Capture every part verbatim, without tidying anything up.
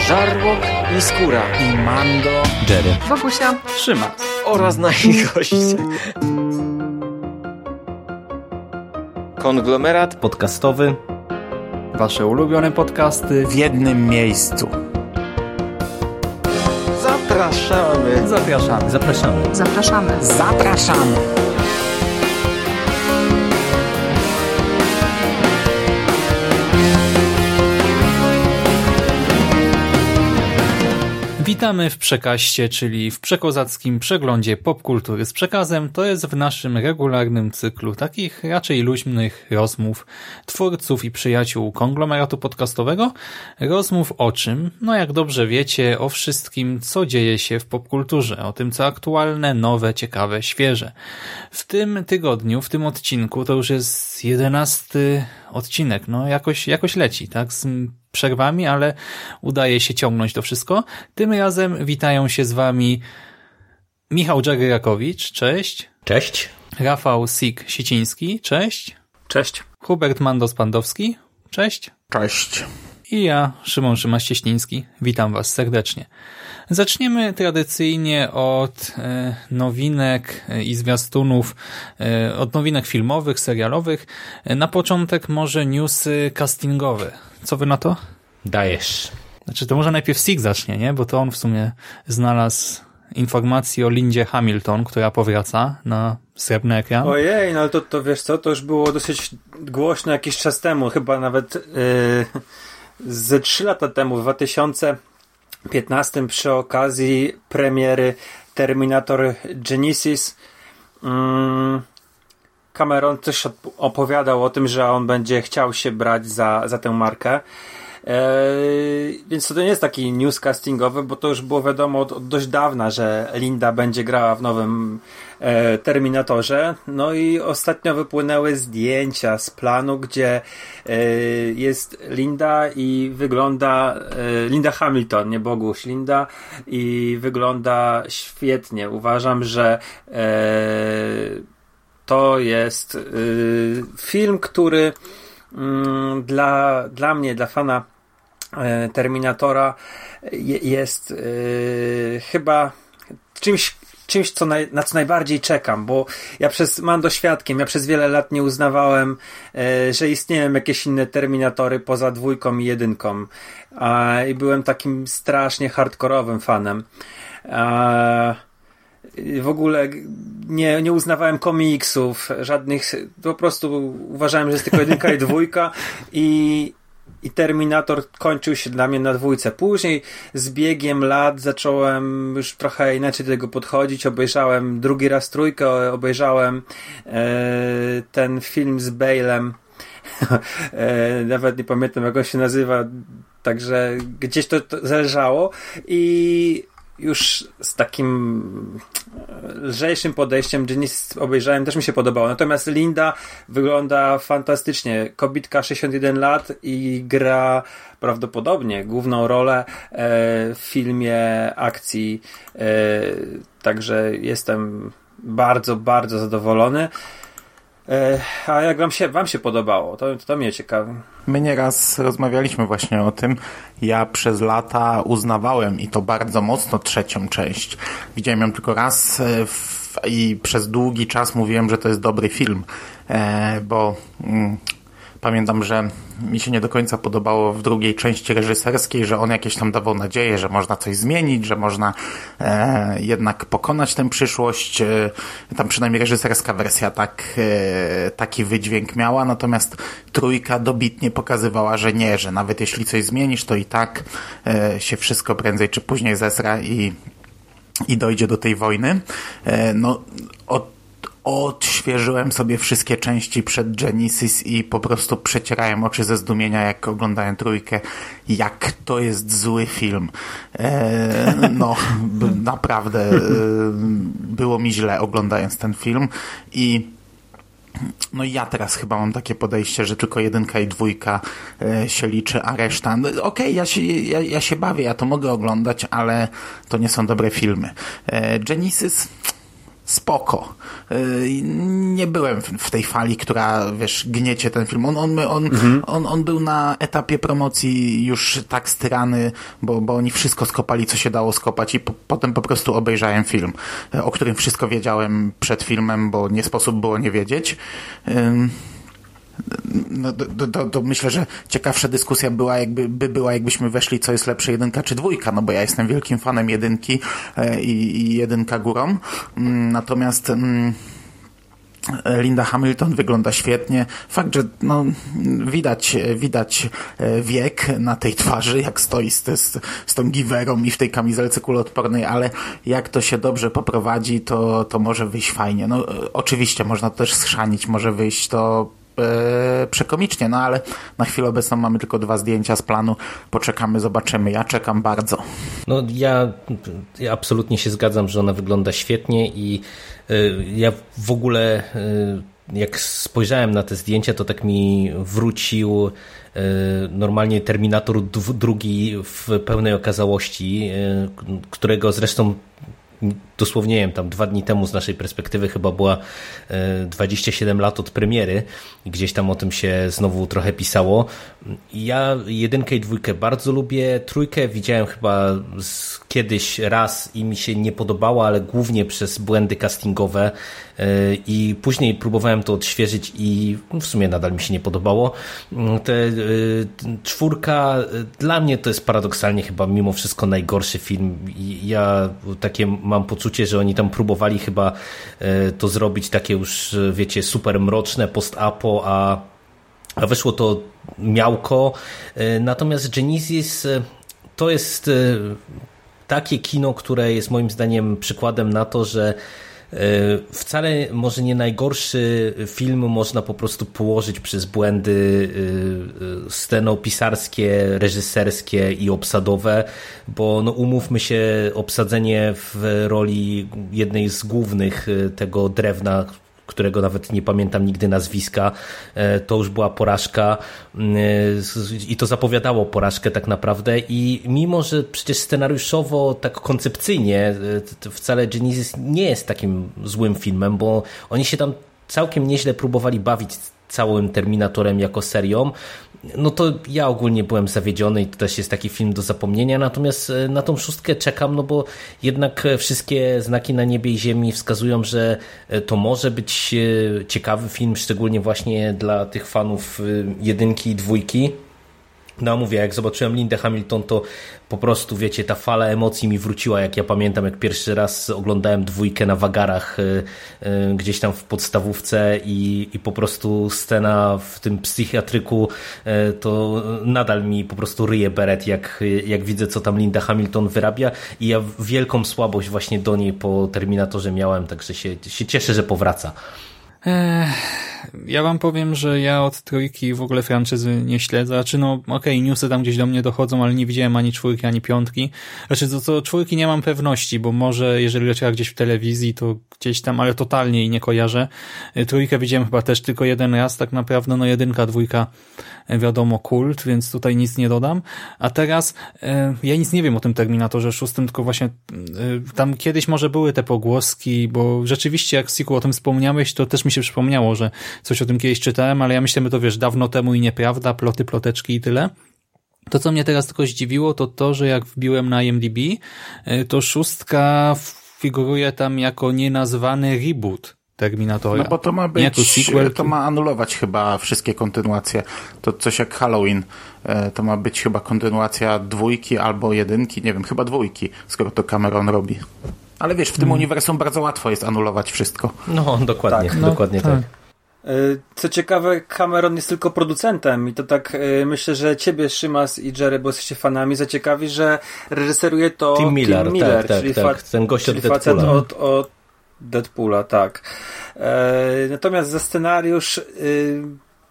Żarłok i Skóra i Mando, Jerry, Wokusia, Szymas oraz nasi goście. Konglomerat podcastowy. Wasze ulubione podcasty w jednym miejscu. Zapraszamy. Zapraszamy. Zapraszamy. zapraszamy. Zapraszamy. Witamy w Przekaście, czyli w przekozackim przeglądzie popkultury z przekazem. To jest w naszym regularnym cyklu takich raczej luźnych rozmów twórców i przyjaciół konglomeratu podcastowego. Rozmów o czym? No jak dobrze wiecie, o wszystkim, co dzieje się w popkulturze. O tym, co aktualne, nowe, ciekawe, świeże. W tym tygodniu, w tym odcinku, to już jest jedenasty odcinek. No jakoś, jakoś leci, tak? Z przerwami, ale udaje się ciągnąć to wszystko. Tym razem witają się z wami Michał Dżagrakowicz, cześć. Cześć. Rafał Sik-Siciński, cześć. Cześć. Hubert Mandos-Pandowski, cześć. Cześć. I ja, Szymon Szymas-Cieśliński, witam was serdecznie. Zaczniemy tradycyjnie od e, nowinek i zwiastunów, e, od nowinek filmowych, serialowych. E, na początek może newsy castingowe. Co wy na to? Dajesz. Znaczy to może najpierw Sik zacznie, nie? Bo to on w sumie znalazł informację o Lindzie Hamilton, która powraca na srebrny ekran. Ojej, no ale to, to wiesz co, to już było dosyć głośno jakiś czas temu, chyba nawet yy, ze trzy lata temu, w dwa tysiące piętnastym przy okazji premiery Terminator Genesis. Yy, Cameron coś opowiadał o tym, że on będzie chciał się brać za, za tę markę. Eee, więc to nie jest taki news castingowy, bo to już było wiadomo od, od dość dawna, że Linda będzie grała w nowym e, Terminatorze. No i ostatnio wypłynęły zdjęcia z planu, gdzie e, jest Linda i wygląda e, Linda Hamilton, nie Boguś, Linda, i wygląda świetnie. Uważam, że e, to jest e, film, który Dla, dla mnie, dla fana e, Terminatora je, jest e, chyba czymś, czymś co naj, na co najbardziej czekam, bo ja przez Mando świadkiem, ja przez wiele lat nie uznawałem, e, że istnieją jakieś inne Terminatory poza dwójką i jedynką, a, i byłem takim strasznie hardkorowym fanem. A, w ogóle nie, nie uznawałem komiksów, żadnych, po prostu uważałem, że jest tylko jedynka i dwójka i, i Terminator kończył się dla mnie na dwójce. Później z biegiem lat zacząłem już trochę inaczej do tego podchodzić, obejrzałem drugi raz trójkę, obejrzałem e, ten film z Bale'em, e, nawet nie pamiętam jak on się nazywa, także gdzieś to, to zależało i już z takim lżejszym podejściem Genesis obejrzałem, też mi się podobało. Natomiast Linda wygląda fantastycznie. Kobitka sześćdziesiąt jeden lat i gra prawdopodobnie główną rolę w filmie akcji. Także jestem bardzo, bardzo zadowolony. A jak wam się, wam się podobało? To, to mnie ciekawi. My nieraz rozmawialiśmy właśnie o tym. Ja przez lata uznawałem i to bardzo mocno trzecią część. Widziałem ją tylko raz w, i przez długi czas mówiłem, że to jest dobry film, e, bo mm, pamiętam, że mi się nie do końca podobało w drugiej części reżyserskiej, że on jakieś tam dawał nadzieję, że można coś zmienić, że można e, jednak pokonać tę przyszłość. E, tam przynajmniej reżyserska wersja tak, e, taki wydźwięk miała, natomiast trójka dobitnie pokazywała, że nie, że nawet jeśli coś zmienisz, to i tak e, się wszystko prędzej czy później zesra i, i dojdzie do tej wojny. E, no, od odświeżyłem sobie wszystkie części przed Genesis i po prostu przecierałem oczy ze zdumienia, jak oglądałem trójkę, jak to jest zły film. E, no, b- naprawdę e, było mi źle oglądając ten film i no i ja teraz chyba mam takie podejście, że tylko jedynka i dwójka e, się liczy, a reszta, no, okej, okay, ja, się, ja, ja się bawię, ja to mogę oglądać, ale to nie są dobre filmy. E, Genesis spoko. Nie byłem w tej fali, która, wiesz, gniecie ten film. On, on, on, mhm. on, on był na etapie promocji już tak styrany, bo, bo oni wszystko skopali, co się dało skopać i po, potem po prostu obejrzałem film, o którym wszystko wiedziałem przed filmem, bo nie sposób było nie wiedzieć. No, to, to, to myślę, że ciekawsza dyskusja była, jakby, by była, jakbyśmy weszli, co jest lepsze, jedynka czy dwójka, no bo ja jestem wielkim fanem jedynki e, i, i jedynka górą. Mm, natomiast mm, Linda Hamilton wygląda świetnie. Fakt, że no, widać, widać wiek na tej twarzy, jak stoi z, z, z tą giwerą i w tej kamizelce kuloodpornej, ale jak to się dobrze poprowadzi, to, to może wyjść fajnie. No, oczywiście można to też schrzanić, może wyjść to przekomicznie, no ale na chwilę obecną mamy tylko dwa zdjęcia z planu, poczekamy, zobaczymy. Ja czekam bardzo. No ja, ja absolutnie się zgadzam, że ona wygląda świetnie i y, ja w ogóle y, jak spojrzałem na te zdjęcia, to tak mi wrócił y, normalnie Terminator drugi w pełnej okazałości, y, którego zresztą dosłownie, nie wiem, tam dwa dni temu z naszej perspektywy chyba była dwadzieścia siedem lat od premiery i gdzieś tam o tym się znowu trochę pisało. Ja jedynkę i dwójkę bardzo lubię, trójkę widziałem chyba z, kiedyś raz i mi się nie podobała, ale głównie przez błędy castingowe i później próbowałem to odświeżyć i w sumie nadal mi się nie podobało. Te, czwórka dla mnie to jest paradoksalnie chyba mimo wszystko najgorszy film i ja takie mam poczucie, że oni tam próbowali chyba to zrobić takie już, wiecie, super mroczne post-apo, a, a wyszło to miałko. Natomiast Genesis to jest takie kino, które jest moim zdaniem przykładem na to, że wcale może nie najgorszy film można po prostu położyć przez błędy scenopisarskie, reżyserskie i obsadowe, bo no umówmy się, obsadzenie w roli jednej z głównych tego drewna, którego nawet nie pamiętam nigdy nazwiska, to już była porażka i to zapowiadało porażkę tak naprawdę i mimo, że przecież scenariuszowo, tak koncepcyjnie wcale Genesis nie jest takim złym filmem, bo oni się tam całkiem nieźle próbowali bawić całym Terminatorem jako serią, no to ja ogólnie byłem zawiedziony i to też jest taki film do zapomnienia, natomiast na tą szóstkę czekam, no bo jednak wszystkie znaki na niebie i ziemi wskazują, że to może być ciekawy film, szczególnie właśnie dla tych fanów jedynki i dwójki. No mówię, jak zobaczyłem Lindę Hamilton, to po prostu, wiecie, ta fala emocji mi wróciła, jak ja pamiętam, jak pierwszy raz oglądałem dwójkę na wagarach y, y, gdzieś tam w podstawówce i, i po prostu scena w tym psychiatryku y, to nadal mi po prostu ryje beret, jak, jak widzę, co tam Linda Hamilton wyrabia i ja wielką słabość właśnie do niej po Terminatorze miałem, także się, się cieszę, że powraca. Ech, ja wam powiem, że ja od trójki w ogóle franczyzy nie śledzę. Znaczy no okej, okay, newsy tam gdzieś do mnie dochodzą, ale nie widziałem ani czwórki, ani piątki. Znaczy co, co czwórki nie mam pewności, bo może jeżeli leciała gdzieś w telewizji, to gdzieś tam, ale totalnie jej nie kojarzę. Trójkę widziałem chyba też tylko jeden raz tak naprawdę, no jedynka, dwójka wiadomo kult, więc tutaj nic nie dodam. A teraz e, ja nic nie wiem o tym Terminatorze szóstym, tylko właśnie e, tam kiedyś może były te pogłoski, bo rzeczywiście jak Siku o tym wspomniałeś, to też mi się przypomniało, że coś o tym kiedyś czytałem, ale ja myślę, że to wiesz, dawno temu i nieprawda, ploty, ploteczki i tyle. To, co mnie teraz tylko zdziwiło, to to, że jak wbiłem na I M D B, to szóstka figuruje tam jako nienazwany reboot Terminatora. No bo to ma być, sequel, to ma anulować chyba wszystkie kontynuacje. To coś jak Halloween. To ma być chyba kontynuacja dwójki albo jedynki, nie wiem, chyba dwójki, skoro to Cameron robi. Ale wiesz, w tym hmm. uniwersum bardzo łatwo jest anulować wszystko. No, dokładnie, tak, dokładnie no, tak. tak. Co ciekawe, Cameron jest tylko producentem i to tak myślę, że ciebie, Szymas i Jerry, bo jesteście fanami, zaciekawi, że reżyseruje to Tim Miller, Tim Miller tak, czyli, tak, fa- tak. Ten gość czyli od Deadpoola. facet od, od Deadpoola, tak. E, natomiast za scenariusz y,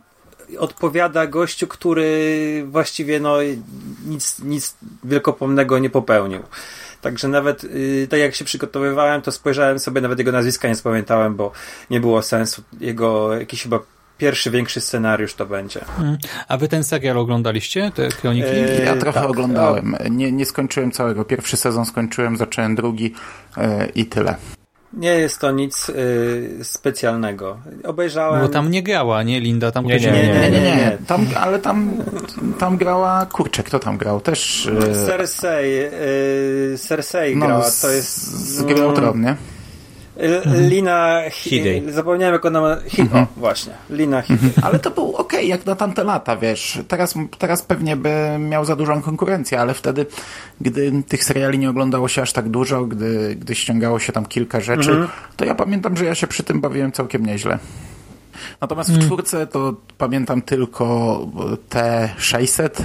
odpowiada gościu, który właściwie no, nic, nic wielkopomnego nie popełnił. Także nawet, yy, tak jak się przygotowywałem, to spojrzałem sobie, nawet jego nazwiska nie zapamiętałem, bo nie było sensu. Jego jakiś chyba pierwszy, większy scenariusz to będzie. Hmm. A wy ten serial oglądaliście? Te kroniki? Yy, ja trochę tak. oglądałem. Nie, nie skończyłem całego. Pierwszy sezon skończyłem, zacząłem drugi yy, i tyle. nie jest to nic y, specjalnego. Obejrzałem... Bo tam nie grała, nie Linda? Tam nie, nie, nie, nie, nie, nie. Tam, ale tam, tam grała... Kurczę, kto tam grał? Też... Y... Cersei. Y, Cersei no, grała. To jest... Z Gry o Tron, nie? Mhm. Lina Hi- zapomniałem jak ona ma Hi- mhm. O, właśnie, Lina Hi- ale to był okej, okay, jak na tamte lata, wiesz, teraz, teraz pewnie by miał za dużą konkurencję, ale wtedy, gdy tych seriali nie oglądało się aż tak dużo, gdy, gdy ściągało się tam kilka rzeczy, mhm. to ja pamiętam, że ja się przy tym bawiłem całkiem nieźle. Natomiast w czwórce to pamiętam tylko T sześćset,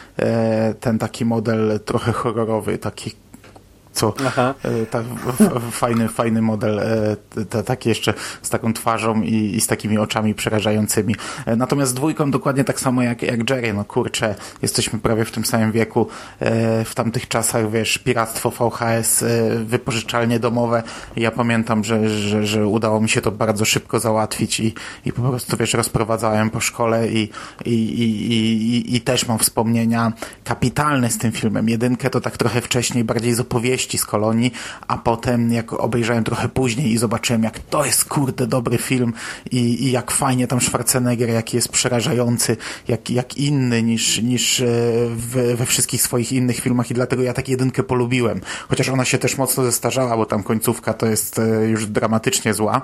ten taki model trochę horrorowy, taki co ta, fajny, fajny model, ta, taki jeszcze z taką twarzą i, i z takimi oczami przerażającymi. Natomiast z dwójką dokładnie tak samo jak, jak Jerry, no kurczę, jesteśmy prawie w tym samym wieku, w tamtych czasach, wiesz, piractwo V H S, wypożyczalnie domowe. Ja pamiętam, że, że, że udało mi się to bardzo szybko załatwić i, i po prostu, wiesz, rozprowadzałem po szkole i, i, i, i, i też mam wspomnienia kapitalne z tym filmem. Jedynkę to tak trochę wcześniej, bardziej z opowieści z kolonii, a potem jak obejrzałem trochę później i zobaczyłem, jak to jest kurde dobry film i, i jak fajnie tam Schwarzenegger, jaki jest przerażający, jak, jak inny niż, niż w, we wszystkich swoich innych filmach i dlatego ja tak jedynkę polubiłem. Chociaż ona się też mocno zestarzała, bo tam końcówka to jest już dramatycznie zła.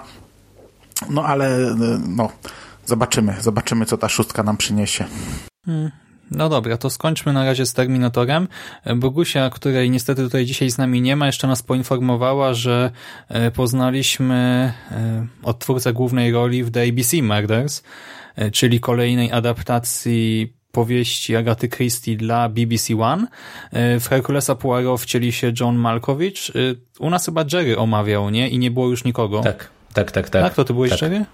No ale no, zobaczymy, zobaczymy co ta szóstka nam przyniesie. Hmm. No dobra, to skończmy na razie z Terminatorem. Bogusia, której niestety tutaj dzisiaj z nami nie ma, jeszcze nas poinformowała, że poznaliśmy odtwórcę głównej roli w The A B C Murders, czyli kolejnej adaptacji powieści Agaty Christie dla B B C One. W Herkulesa Poirot wcieli się John Malkovich. U nas chyba Jerry omawiał, nie? I nie było już nikogo. Tak, tak, tak. Tak, tak to ty byłeś tak. Jerry?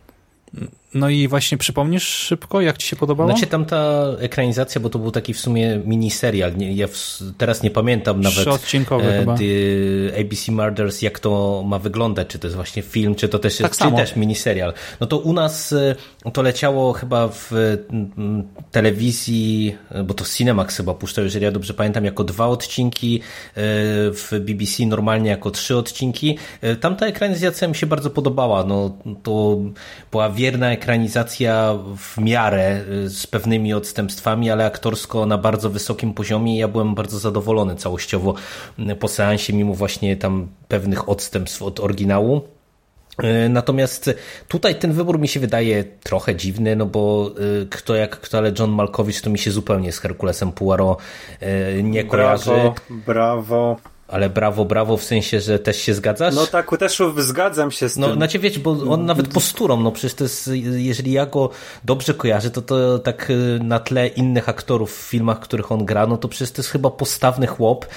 No i właśnie przypomnisz szybko, jak ci się podobało? Znaczy tam ta ekranizacja, bo to był taki w sumie miniserial. Ja w, teraz nie pamiętam nawet Trzyodcinkowy e, chyba. The A B C Murders, jak to ma wyglądać, czy to jest właśnie film, czy to też jest, tak czy też miniserial. No to u nas to leciało chyba w telewizji, bo to Cinemax chyba puszczał, jeżeli ja dobrze pamiętam, jako dwa odcinki, w B B C normalnie jako trzy odcinki. Tamta ekranizacja mi się bardzo podobała. No to była wierna ekranizacja w miarę z pewnymi odstępstwami, ale aktorsko na bardzo wysokim poziomie i ja byłem bardzo zadowolony całościowo po seansie, mimo właśnie tam pewnych odstępstw od oryginału. Natomiast tutaj ten wybór mi się wydaje trochę dziwny, no bo kto jak kto, ale John Malkovich to mi się zupełnie z Herkulesem Poirot nie kojarzy. Brawo, brawo. Ale brawo, brawo, w sensie, że też się zgadzasz? No tak, też zgadzam się z no, tym. Znaczy wiecie, bo on nawet posturą, no przecież to jest, jeżeli ja go dobrze kojarzę, to to tak na tle innych aktorów w filmach, w których on gra, no to przecież to jest chyba postawny chłop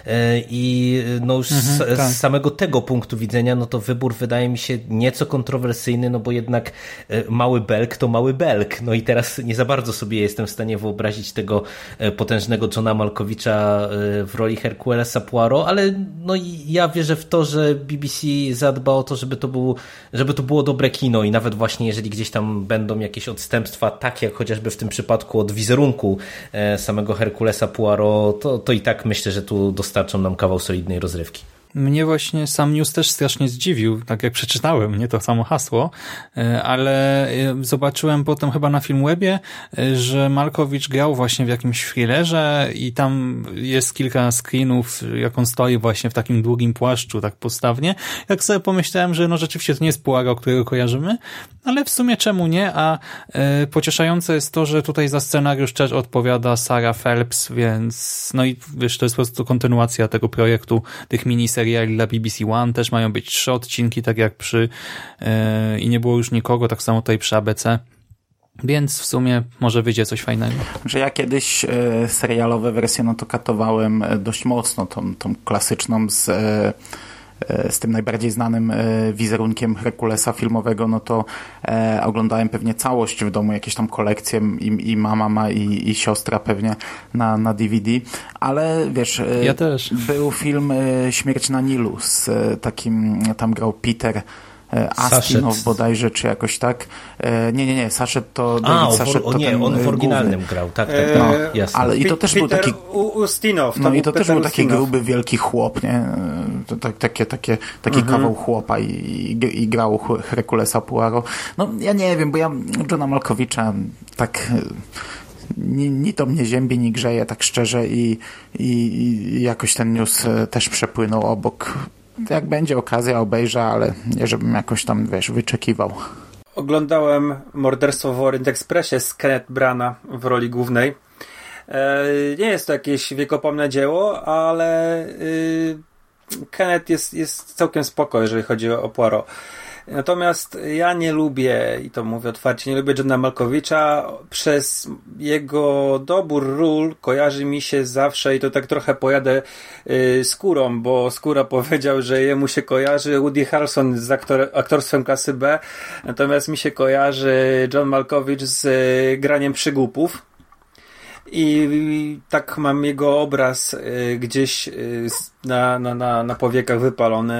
i no już mhm, z, tak. z samego tego punktu widzenia, no to wybór wydaje mi się nieco kontrowersyjny, no bo jednak mały Belk to mały Belk, no i teraz nie za bardzo sobie jestem w stanie wyobrazić tego potężnego Johna Malkovicha w roli Herkulesa Poirot, ale no ja wierzę w to, że B B C zadba o to, żeby to, był, żeby to było dobre kino i nawet właśnie jeżeli gdzieś tam będą jakieś odstępstwa, tak jak chociażby w tym przypadku od wizerunku samego Herkulesa Poirot, to, to i tak myślę, że tu dostarczą nam kawał solidnej rozrywki. Mnie właśnie sam news też strasznie zdziwił, tak jak przeczytałem, nie to samo hasło, ale zobaczyłem potem chyba na Filmwebie, że Malkovich grał właśnie w jakimś thrillerze i tam jest kilka screenów, jak on stoi właśnie w takim długim płaszczu, tak postawnie. Jak sobie pomyślałem, że no rzeczywiście to nie jest Poirot, którego kojarzymy, ale w sumie czemu nie, a y, pocieszające jest to, że tutaj za scenariusz też odpowiada Sarah Phelps, więc no i wiesz, to jest po prostu kontynuacja tego projektu, tych miniseriali dla B B C One, też mają być trzy odcinki, tak jak przy yy, i nie było już nikogo, tak samo tutaj przy A B C. Więc w sumie może wyjdzie coś fajnego. Że ja kiedyś y, serialowe wersje no to katowałem dość mocno, tą, tą klasyczną z y, z tym najbardziej znanym wizerunkiem Herkulesa filmowego, no to e, oglądałem pewnie całość w domu, jakieś tam kolekcje i, i mama ma i, i siostra pewnie na, na D V D, ale wiesz, ja też. Był film Śmierć na Nilu z takim, tam grał Peter Astinow bodajże, czy jakoś tak. Nie, nie, nie, Sachet to A, David on, Sachet to nie, ten on w oryginalnym główny. grał, tak, tak, no, tak, jasne. Ale i to też Peter był taki Ustinov. no i to Peter też był taki Ustinov. gruby, wielki chłop, nie? to, to, takie, takie, taki mhm. kawał chłopa i, i, i grał Herkulesa Poirot. No ja nie wiem, bo ja Johna Malkovicza tak ni, ni to mnie ziębi, ni grzeje, tak szczerze i, i, i jakoś ten news też przepłynął obok. Jak będzie okazja, obejrzę, ale nie żebym jakoś tam, wiesz, wyczekiwał. Oglądałem Morderstwo w Orient Expressie z Kenneth Branagh w roli głównej. Nie jest to jakieś wiekopomne dzieło, ale Kenneth jest, jest całkiem spoko, jeżeli chodzi o Poirot. Natomiast ja nie lubię, i to mówię otwarcie, nie lubię Johna Malkovicza. Przez jego dobór ról kojarzy mi się zawsze, i to tak trochę pojadę yy, skórą, bo Skóra powiedział, że jemu się kojarzy Woody Harrelson z aktor, aktorstwem klasy B, natomiast mi się kojarzy John Malkovich z yy, graniem przygłupów. I tak mam jego obraz y, gdzieś y, na, na, na, na powiekach wypalony.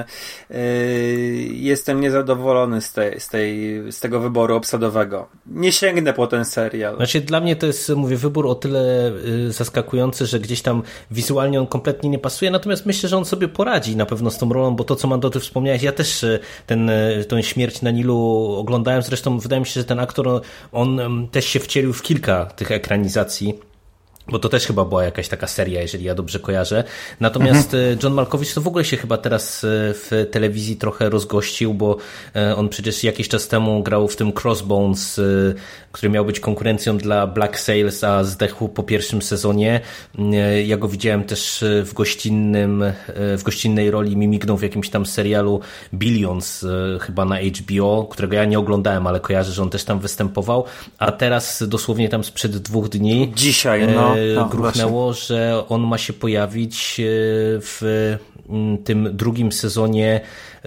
Y, jestem niezadowolony z, tej, z, tej, z tego wyboru obsadowego. Nie sięgnę po ten serial. Znaczy dla mnie to jest, mówię, wybór o tyle y, zaskakujący, że gdzieś tam wizualnie on kompletnie nie pasuje, natomiast myślę, że on sobie poradzi na pewno z tą rolą, bo to, co Mando, ty wspomniałeś, ja też ten, tę Śmierć na Nilu oglądałem, zresztą wydaje mi się, że ten aktor, on też się wcielił w kilka tych ekranizacji, bo to też chyba była jakaś taka seria, jeżeli ja dobrze kojarzę. Natomiast mhm. John Malkovich to w ogóle się chyba teraz w telewizji trochę rozgościł, bo on przecież jakiś czas temu grał w tym Crossbones, który miał być konkurencją dla Black Sails, a zdechł po pierwszym sezonie. Ja go widziałem też w gościnnym, w gościnnej roli, mi mignął w jakimś tam serialu Billions, chyba na H B O, którego ja nie oglądałem, ale kojarzę, że on też tam występował. A teraz dosłownie tam sprzed dwóch dni dzisiaj, no. No, gruchnęło, że on ma się pojawić w tym drugim sezonie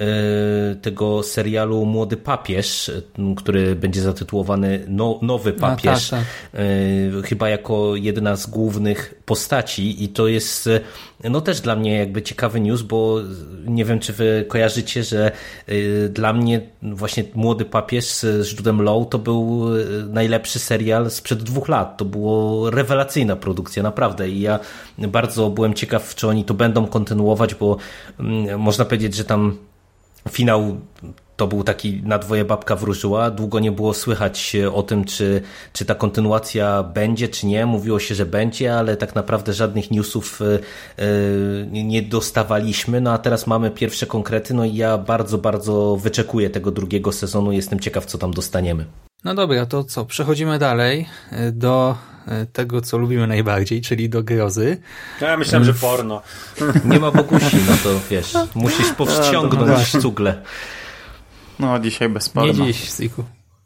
tego serialu Młody Papież, który będzie zatytułowany no, Nowy Papież, a, tak, tak. chyba jako jedna z głównych postaci, i to jest no też dla mnie jakby ciekawy news, bo nie wiem, czy wy kojarzycie, że dla mnie właśnie Młody Papież z Judem Law to był najlepszy serial sprzed dwóch lat. To było rewelacyjna produkcja, naprawdę, i ja bardzo byłem ciekaw, czy oni to będą kontynuować, bo można powiedzieć, że tam finał to był taki na dwoje babka wróżyła. Długo nie było słychać o tym, czy, czy ta kontynuacja będzie, czy nie. Mówiło się, że będzie, ale tak naprawdę żadnych newsów yy, nie dostawaliśmy. No a teraz mamy pierwsze konkrety, no i ja bardzo, bardzo wyczekuję tego drugiego sezonu. Jestem ciekaw, co tam dostaniemy. No dobra, to co? Przechodzimy dalej do tego, co lubimy najbardziej, czyli do grozy. Ja myślałem, że porno. Nie ma Bogusi, no to wiesz, musisz powściągnąć cugle. No, dzisiaj bez porno. Nie dziś, Siku.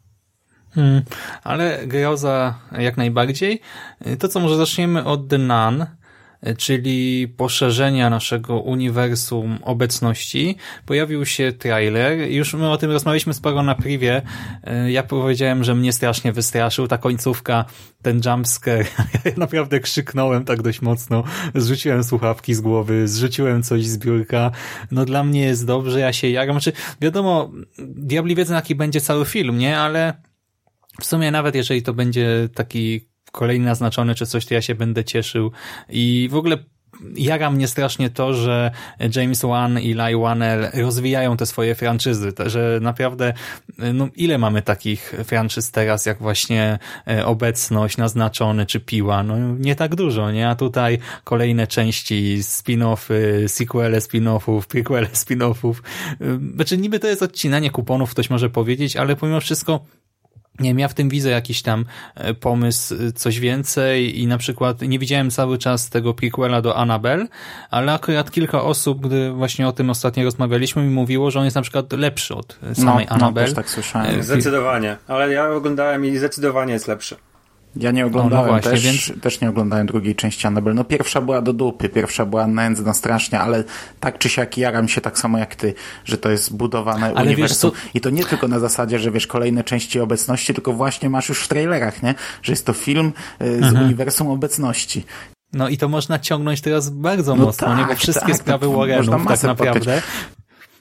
Hmm. Ale groza jak najbardziej. To co, może zaczniemy od The Nun, czyli poszerzenia naszego uniwersum obecności. Pojawił się trailer. Już my o tym rozmawialiśmy sporo na privie. Ja powiedziałem, że mnie strasznie wystraszył. Ta końcówka, ten jumpscare. Ja naprawdę krzyknąłem tak dość mocno. Zrzuciłem słuchawki z głowy, zrzuciłem coś z biurka. No dla mnie jest dobrze, ja się jaram. Znaczy, wiadomo, diabli wiedzą, jaki będzie cały film, nie? Ale w sumie nawet jeżeli to będzie taki kolejny naznaczony czy coś, to ja się będę cieszył. I w ogóle jara mnie strasznie to, że James Wan i Eli Wannell rozwijają te swoje franczyzy, że naprawdę, no ile mamy takich franczyz teraz, jak właśnie Obecność, Naznaczony czy Piła, no nie tak dużo, nie? A tutaj kolejne części, spin-offy, sequele spin-offów, prequele spin-offów. Znaczy niby to jest odcinanie kuponów, ktoś może powiedzieć, ale pomimo wszystko nie wiem, ja w tym widzę jakiś tam pomysł, coś więcej i na przykład nie widziałem cały czas tego prequela do Annabelle, ale akurat kilka osób, gdy właśnie o tym ostatnio rozmawialiśmy, mi mówiło, że on jest na przykład lepszy od samej no, Annabelle. No, też tak słyszałem. Zdecydowanie, ale ja oglądałem i zdecydowanie jest lepszy. Ja nie oglądałem, no, no właśnie, też, więc... też nie oglądałem drugiej części Annabelle. No pierwsza była do dupy, pierwsza była nędzna strasznie, ale tak czy siak jaram się tak samo jak ty, że to jest budowane ale uniwersum. Wiesz, to... I to nie tylko na zasadzie, że wiesz, kolejne części Obecności, tylko właśnie masz już w trailerach, nie? Że jest to film y, z mhm. uniwersum Obecności. No i to można ciągnąć teraz bardzo no mocno, tak, nie? Bo wszystkie tak, sprawy Warrenów tak naprawdę.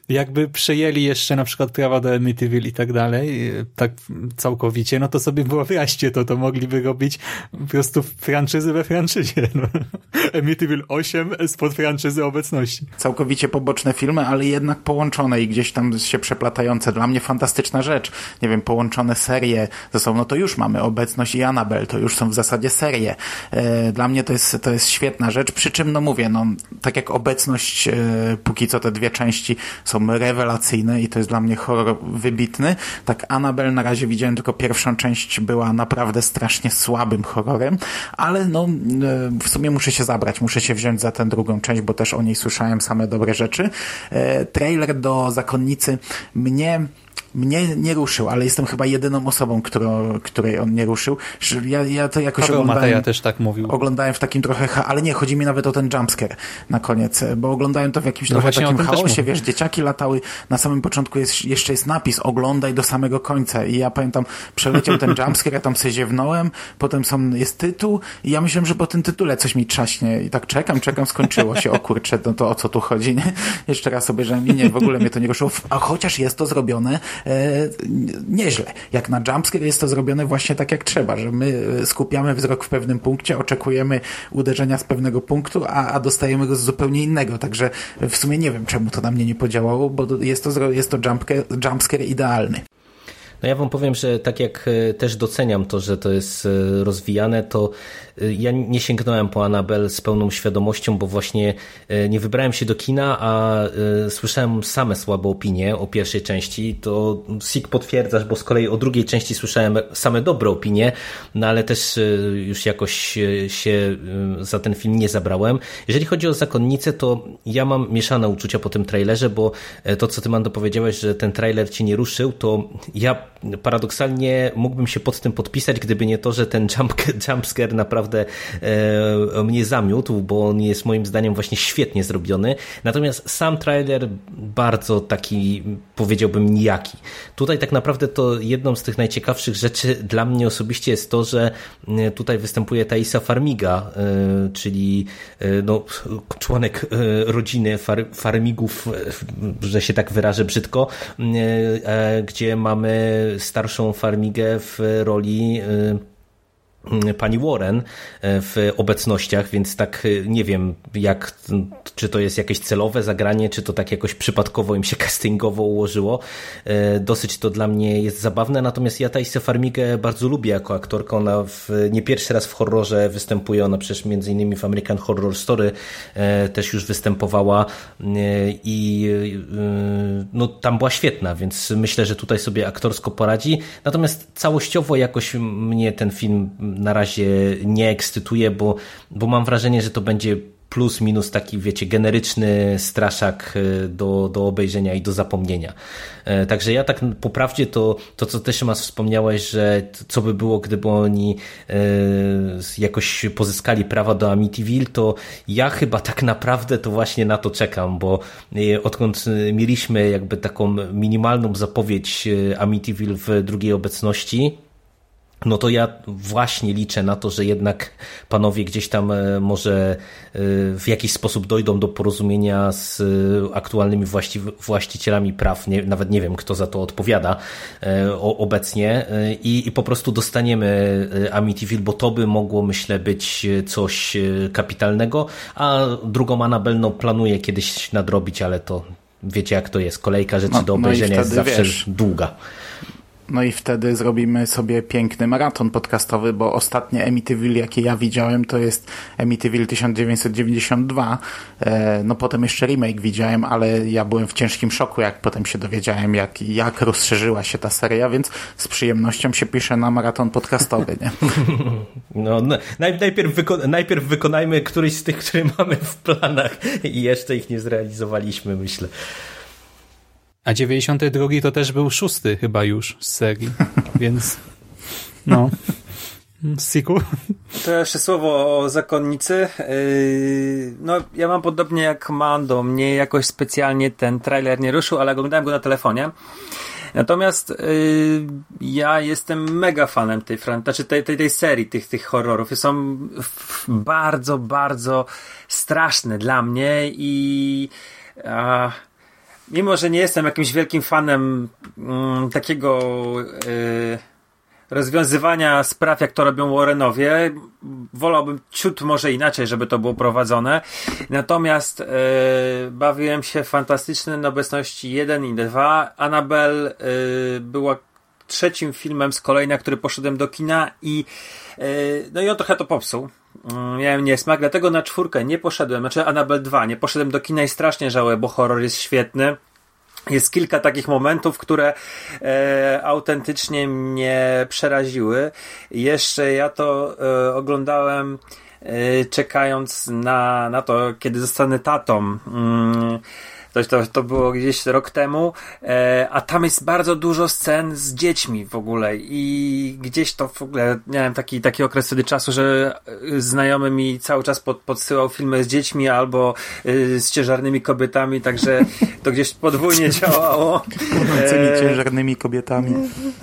jakby przejęli jeszcze na przykład prawa do Amityville i tak dalej, tak całkowicie, no to sobie wyobraźcie to, to mogliby robić po prostu franczyzy we franczyzie. No. Amityville osiem spod franczyzy obecności. Całkowicie poboczne filmy, ale jednak połączone i gdzieś tam się przeplatające. Dla mnie fantastyczna rzecz. Nie wiem, połączone serie ze sobą, no to już mamy Obecność i Annabelle, to już są w zasadzie serie. Dla mnie to jest, to jest świetna rzecz, przy czym no mówię, no tak jak Obecność, póki co te dwie części są rewelacyjne i to jest dla mnie horror wybitny, tak Annabelle na razie widziałem tylko pierwszą część, była naprawdę strasznie słabym horrorem, ale no w sumie muszę się zabrać, muszę się wziąć za tę drugą część, bo też o niej słyszałem same dobre rzeczy. Trailer do Zakonnicy mnie Mnie nie ruszył, ale jestem chyba jedyną osobą, którą, której on nie ruszył. Ja, ja to jakoś Paweł oglądałem. Mateja też tak mówił. Oglądałem w takim trochę, ha- ale nie, chodzi mi nawet o ten jumpscare na koniec, bo oglądałem to w jakimś no trochę takim chaosie, wiesz, dzieciaki latały, na samym początku jest, jeszcze jest napis, oglądaj do samego końca i ja pamiętam, przeleciał ten jumpscare, ja tam sobie ziewnąłem, potem są, jest tytuł i ja myślałem, że po tym tytule coś mi trzaśnie i tak czekam, czekam, skończyło się, o kurczę, no to o co tu chodzi, nie? Jeszcze raz obejrzałem i nie, w ogóle mnie to nie ruszyło, a chociaż jest to zrobione E, nieźle. Jak na jumpscare jest to zrobione właśnie tak jak trzeba, że my skupiamy wzrok w pewnym punkcie, oczekujemy uderzenia z pewnego punktu, a, a dostajemy go z zupełnie innego. Także w sumie nie wiem, czemu to na mnie nie podziałało, bo jest to, jest to jumpscare, jumpscare idealny. No ja wam powiem, że tak jak też doceniam to, że to jest rozwijane, to ja nie sięgnąłem po Annabelle z pełną świadomością, bo właśnie nie wybrałem się do kina, a słyszałem same słabe opinie o pierwszej części. To Sik potwierdzasz, bo z kolei o drugiej części słyszałem same dobre opinie, no ale też już jakoś się za ten film nie zabrałem. Jeżeli chodzi o Zakonnicę, to ja mam mieszane uczucia po tym trailerze, bo to, co ty, Mando, powiedziałeś, że ten trailer cię nie ruszył, to ja paradoksalnie mógłbym się pod tym podpisać, gdyby nie to, że ten jump, jumpscare naprawdę e, mnie zamiótł, bo on jest moim zdaniem właśnie świetnie zrobiony. Natomiast sam trailer bardzo taki, powiedziałbym, nijaki. Tutaj tak naprawdę to jedną z tych najciekawszych rzeczy dla mnie osobiście jest to, że tutaj występuje Taissa Farmiga, e, czyli e, no, członek e, rodziny far, Farmigów, że się tak wyrażę brzydko, e, e, gdzie mamy starszą Farmigę w roli pani Warren w obecnościach, więc tak nie wiem, jak, czy to jest jakieś celowe zagranie, czy to tak jakoś przypadkowo im się castingowo ułożyło. Dosyć to dla mnie jest zabawne, natomiast ja Taissę Farmigę bardzo lubię jako aktorkę. Ona w, nie pierwszy raz w horrorze występuje, ona przecież między innymi w American Horror Story też już występowała i no, tam była świetna, więc myślę, że tutaj sobie aktorsko poradzi. Natomiast całościowo jakoś mnie ten film na razie nie ekscytuje, bo, bo mam wrażenie, że to będzie plus minus taki, wiecie, generyczny straszak do, do obejrzenia i do zapomnienia. Także ja tak po prawdzie to, to co też Szymas wspomniałeś, że co by było, gdyby oni e, jakoś pozyskali prawa do Amityville, to ja chyba tak naprawdę to właśnie na to czekam, bo odkąd mieliśmy jakby taką minimalną zapowiedź Amityville w drugiej obecności, no to ja właśnie liczę na to, że jednak panowie gdzieś tam może w jakiś sposób dojdą do porozumienia z aktualnymi właści właścicielami praw, nie, nawet nie wiem, kto za to odpowiada o, obecnie i, i po prostu dostaniemy Amityville, bo to by mogło, myślę, być coś kapitalnego, a drugą Annabelle no, planuję kiedyś nadrobić, ale to wiecie jak to jest, kolejka rzeczy no, do obejrzenia no jest zawsze wiesz, długa. No i wtedy zrobimy sobie piękny maraton podcastowy, bo ostatnie Amityville, jakie ja widziałem, to jest Amityville tysiąc dziewięćset dziewięćdziesiąt dwa. No potem jeszcze remake widziałem, ale ja byłem w ciężkim szoku, jak potem się dowiedziałem, jak, jak rozszerzyła się ta seria, więc z przyjemnością się pisze na maraton podcastowy, nie? No, no najpierw, wyko najpierw wykonajmy któryś z tych, które mamy w planach i jeszcze ich nie zrealizowaliśmy, myślę. A dziewięćdziesiąty drugi to też był szósty chyba już z serii, więc no. Siku? To jeszcze słowo o Zakonnicy. Yy, no, ja mam podobnie jak Mando. Mnie jakoś specjalnie ten trailer nie ruszył, ale oglądałem go na telefonie. Natomiast yy, ja jestem mega fanem tej, znaczy tej, tej, tej serii, tych, tych horrorów. Są bardzo, bardzo straszne dla mnie i a, mimo że nie jestem jakimś wielkim fanem mm, takiego yy, rozwiązywania spraw, jak to robią Warrenowie, wolałbym ciut może inaczej, żeby to było prowadzone. Natomiast yy, bawiłem się w fantastyczne obecności jeden i dwa. Annabelle yy, była trzecim filmem z kolei, na który poszedłem do kina i yy, no i on trochę to popsuł. Miałem niesmak, dlatego na czwórkę nie poszedłem, znaczy Annabelle dwa, nie poszedłem do kina i strasznie żałuję, bo horror jest świetny. Jest kilka takich momentów, które e, autentycznie mnie przeraziły. Jeszcze ja to e, oglądałem e, czekając na, na to, kiedy zostanę tatą. Mm. To, to, to było gdzieś rok temu, e, a tam jest bardzo dużo scen z dziećmi w ogóle i gdzieś to w ogóle miałem taki, taki okres wtedy czasu, że znajomy mi cały czas pod, podsyłał filmy z dziećmi albo y, z ciężarnymi kobietami, także to gdzieś podwójnie działało. Z tymi ciężarnymi kobietami.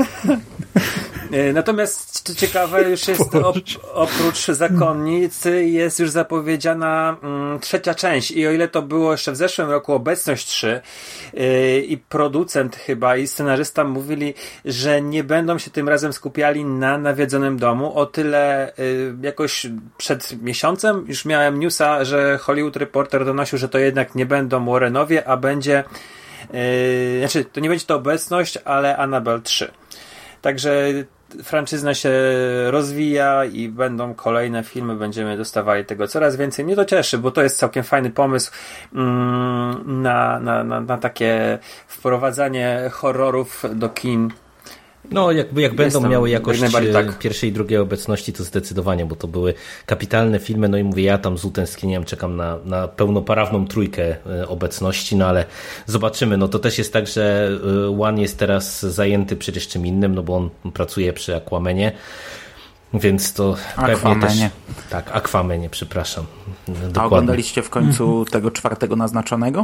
Natomiast co ciekawe, już jest op, oprócz Zakonnicy jest już zapowiedziana mm, trzecia część i o ile to było jeszcze w zeszłym roku Obecność trzy yy, i producent chyba i scenarzysta mówili, że nie będą się tym razem skupiali na Nawiedzonym domu, o tyle yy, jakoś przed miesiącem już miałem newsa, że Hollywood Reporter donosił, że to jednak nie będą Warrenowie, a będzie yy, znaczy to nie będzie to Obecność, ale Annabelle trzy. Także franczyzna się rozwija i będą kolejne filmy, będziemy dostawali tego coraz więcej. Mnie to cieszy, bo to jest całkiem fajny pomysł mm, na, na, na, na takie wprowadzanie horrorów do kin. No, jakby jak będą miały jakość tak. pierwszej i drugiej obecności, to zdecydowanie, bo to były kapitalne filmy, no i mówię, ja tam z utęsknieniem czekam na, na pełnoprawną trójkę obecności, no ale zobaczymy, no to też jest tak, że One jest teraz zajęty przecież czym innym, no bo on pracuje przy Aquamanie, więc to pewnie też... Tak, Aquamanie, przepraszam. Dokładnie. A oglądaliście w końcu tego czwartego naznaczonego?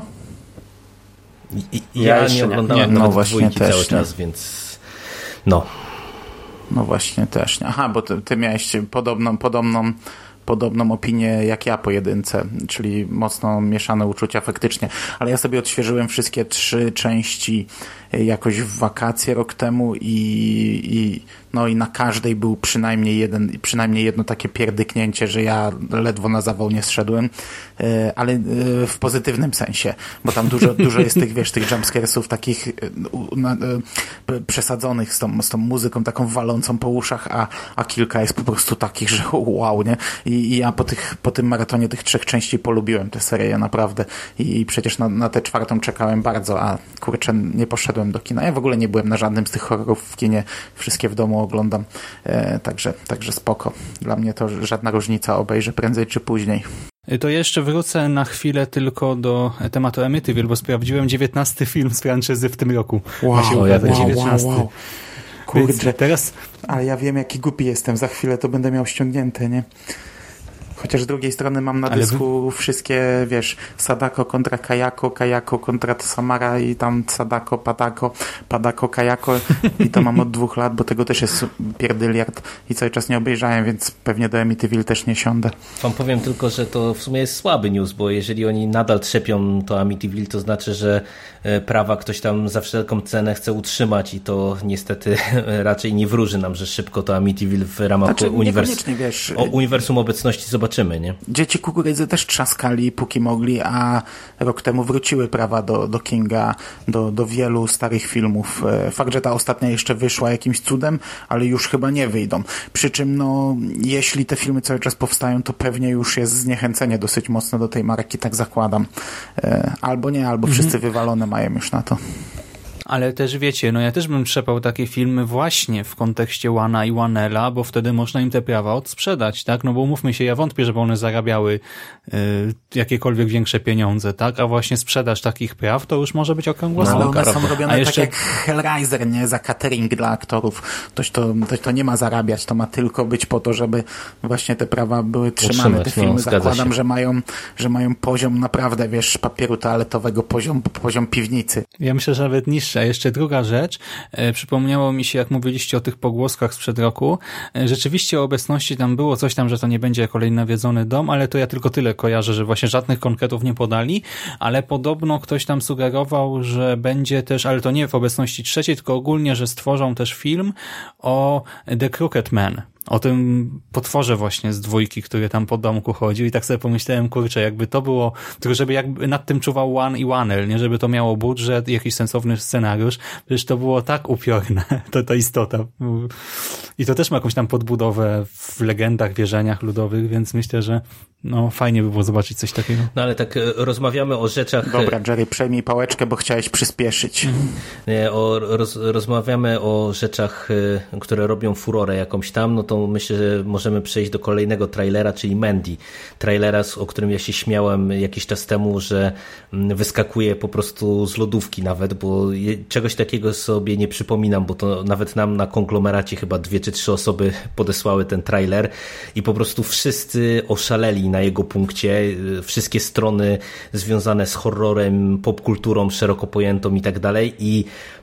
I, i, ja, ja nie oglądałem nie. nawet no właśnie dwójki też, cały nie. czas, więc... No. No właśnie też. Aha, bo ty, ty miałeś podobną, podobną, podobną opinię jak ja po jedynce, czyli mocno mieszane uczucia faktycznie. Ale ja sobie odświeżyłem wszystkie trzy części jakoś w wakacje rok temu i, i no i na każdej był przynajmniej jeden, przynajmniej jedno takie pierdyknięcie, że ja ledwo na zawał nie zszedłem, ale w pozytywnym sensie, bo tam dużo, dużo jest tych, wiesz, tych jumpscaresów takich przesadzonych z tą, z tą muzyką taką walącą po uszach, a, a kilka jest po prostu takich, że wow, nie? I, i ja po tych, po tym maratonie tych trzech części polubiłem tę serię naprawdę i, i przecież na, na tę czwartą czekałem bardzo, a kurczę, nie poszedłem do kina. Ja w ogóle nie byłem na żadnym z tych horrorów w kinie, wszystkie w domu oglądam, e, także, także spoko. Dla mnie to żadna różnica, obejrzę prędzej czy później. To jeszcze wrócę na chwilę tylko do tematu Amityville, bo sprawdziłem dziewiętnasty film z franczyzy w tym roku. Wow, wow, wow, dziewiętnasty. Wow, wow. Kurczę, teraz... ale ja wiem, jaki głupi jestem. Za chwilę to będę miał ściągnięte, nie? Chociaż z drugiej strony mam na dysku wy... wszystkie, wiesz, Sadako kontra Kayako, Kayako kontra Samara i tam Sadako, Padako, Padako, Kayako i to mam od dwóch lat, bo tego też jest pierdyliard i cały czas nie obejrzałem, więc pewnie do Amityville też nie siądę. Wam powiem tylko, że to w sumie jest słaby news, bo jeżeli oni nadal trzepią to Amityville, to znaczy, że prawa ktoś tam za wszelką cenę chce utrzymać i to niestety raczej nie wróży nam, że szybko to Amityville w ramach znaczy, uniwers... wiesz, o uniwersum obecności zobaczymy, nie? Dzieci Kukurydzy też trzaskali póki mogli, a rok temu wróciły prawa do, do Kinga, do, do wielu starych filmów. Fakt, że ta ostatnia jeszcze wyszła jakimś cudem, ale już chyba nie wyjdą. Przy czym no, jeśli te filmy cały czas powstają, to pewnie już jest zniechęcenie dosyć mocne do tej marki, tak zakładam. Albo nie, albo wszyscy mhm. wywalone mają już na to. Ale też wiecie, no ja też bym trzepał takie filmy właśnie w kontekście Łana i Łanela, bo wtedy można im te prawa odsprzedać, tak? No bo umówmy się, ja wątpię, żeby one zarabiały y, jakiekolwiek większe pieniądze, tak? A właśnie sprzedaż takich praw to już może być okrągła no, słomka. one są robione jeszcze... tak jak Hellraiser, nie? Za catering dla aktorów. Toś to, toś to nie ma zarabiać, to ma tylko być po to, żeby właśnie te prawa były trzymane. Te filmy no, zakładam, że mają, że mają poziom naprawdę, wiesz, papieru toaletowego, poziom, poziom piwnicy. Ja myślę, że nawet niższy rzecz, a jeszcze druga rzecz, e, przypomniało mi się, jak mówiliście o tych pogłoskach sprzed roku, e, rzeczywiście o obecności tam było coś tam, że to nie będzie kolejny nawiedzony dom, ale to ja tylko tyle kojarzę, że właśnie żadnych konkretów nie podali, ale podobno ktoś tam sugerował, że będzie też, ale to nie w obecności trzeciej, tylko ogólnie, że stworzą też film o The Crooked Man. O tym potworze właśnie z dwójki, który tam po domku chodził i tak sobie pomyślałem, kurczę, jakby to było, tylko żeby jakby nad tym czuwał One i Wanel, nie, żeby to miało budżet i jakiś sensowny scenariusz, przecież to było tak upiorne, to ta istota. I to też ma jakąś tam podbudowę w legendach, wierzeniach ludowych, więc myślę, że no fajnie by było zobaczyć coś takiego. No ale tak rozmawiamy o rzeczach... Dobra, Jerry, przejmij pałeczkę, bo chciałeś przyspieszyć. Nie, o, roz, rozmawiamy o rzeczach, które robią furorę jakąś tam, no to myślę, że możemy przejść do kolejnego trailera, czyli Mandy. Trailera, o którym ja się śmiałem jakiś czas temu, że wyskakuje po prostu z lodówki nawet, bo czegoś takiego sobie nie przypominam, bo to nawet nam na konglomeracie chyba dwie czy trzy osoby podesłały ten trailer i po prostu wszyscy oszaleli na jego punkcie. Wszystkie strony związane z horrorem, popkulturą szeroko pojętą i tak dalej i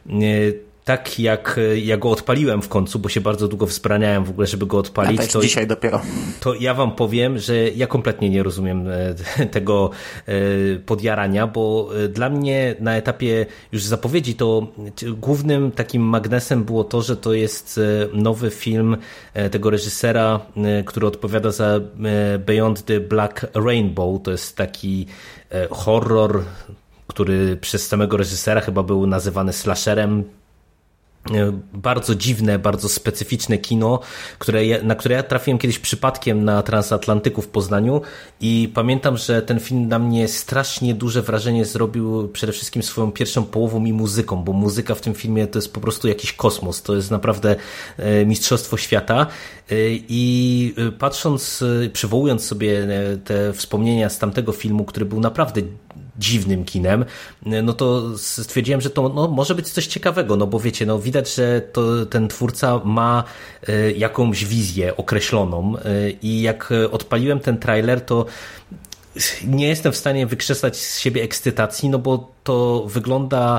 tak jak ja go odpaliłem w końcu, bo się bardzo długo wzbraniałem w ogóle, żeby go odpalić. A to to dzisiaj dopiero. To ja wam powiem, że ja kompletnie nie rozumiem tego podjarania, bo dla mnie na etapie już zapowiedzi to głównym takim magnesem było to, że to jest nowy film tego reżysera, który odpowiada za Beyond the Black Rainbow. To jest taki horror, który przez samego reżysera chyba był nazywany slasherem. Bardzo dziwne, bardzo specyficzne kino, które ja, na które ja trafiłem kiedyś przypadkiem na Transatlantyku w Poznaniu i pamiętam, że ten film na mnie strasznie duże wrażenie zrobił przede wszystkim swoją pierwszą połową i muzyką, bo muzyka w tym filmie to jest po prostu jakiś kosmos, to jest naprawdę mistrzostwo świata i patrząc, przywołując sobie te wspomnienia z tamtego filmu, który był naprawdę dziwnym kinem, no to stwierdziłem, że to no, może być coś ciekawego, no bo wiecie, no widać, że to, ten twórca ma y, jakąś wizję określoną y, i jak odpaliłem ten trailer, to nie jestem w stanie wykrzesać z siebie ekscytacji, no bo to wygląda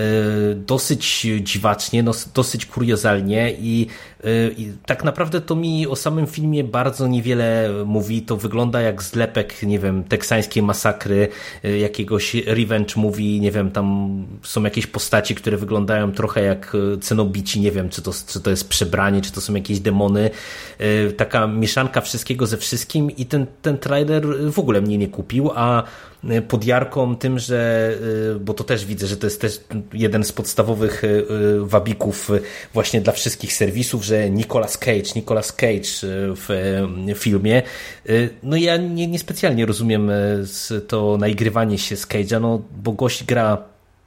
y, dosyć dziwacznie, no, dosyć kuriozalnie i, y, i tak naprawdę to mi o samym filmie bardzo niewiele mówi. To wygląda jak zlepek, nie wiem, teksańskiej masakry, y, jakiegoś revenge movie, nie wiem, tam są jakieś postaci, które wyglądają trochę jak cenobici, nie wiem, czy to, czy to jest przebranie, czy to są jakieś demony. Y, taka mieszanka wszystkiego ze wszystkim i ten, ten trailer w ogóle mnie nie kupił, a podjarką tym, że, bo to też widzę, że to jest też jeden z podstawowych wabików właśnie dla wszystkich serwisów, że Nicolas Cage, Nicolas Cage w filmie. No ja nie, nie specjalnie rozumiem to naigrywanie się z Cage'a, no bo gość gra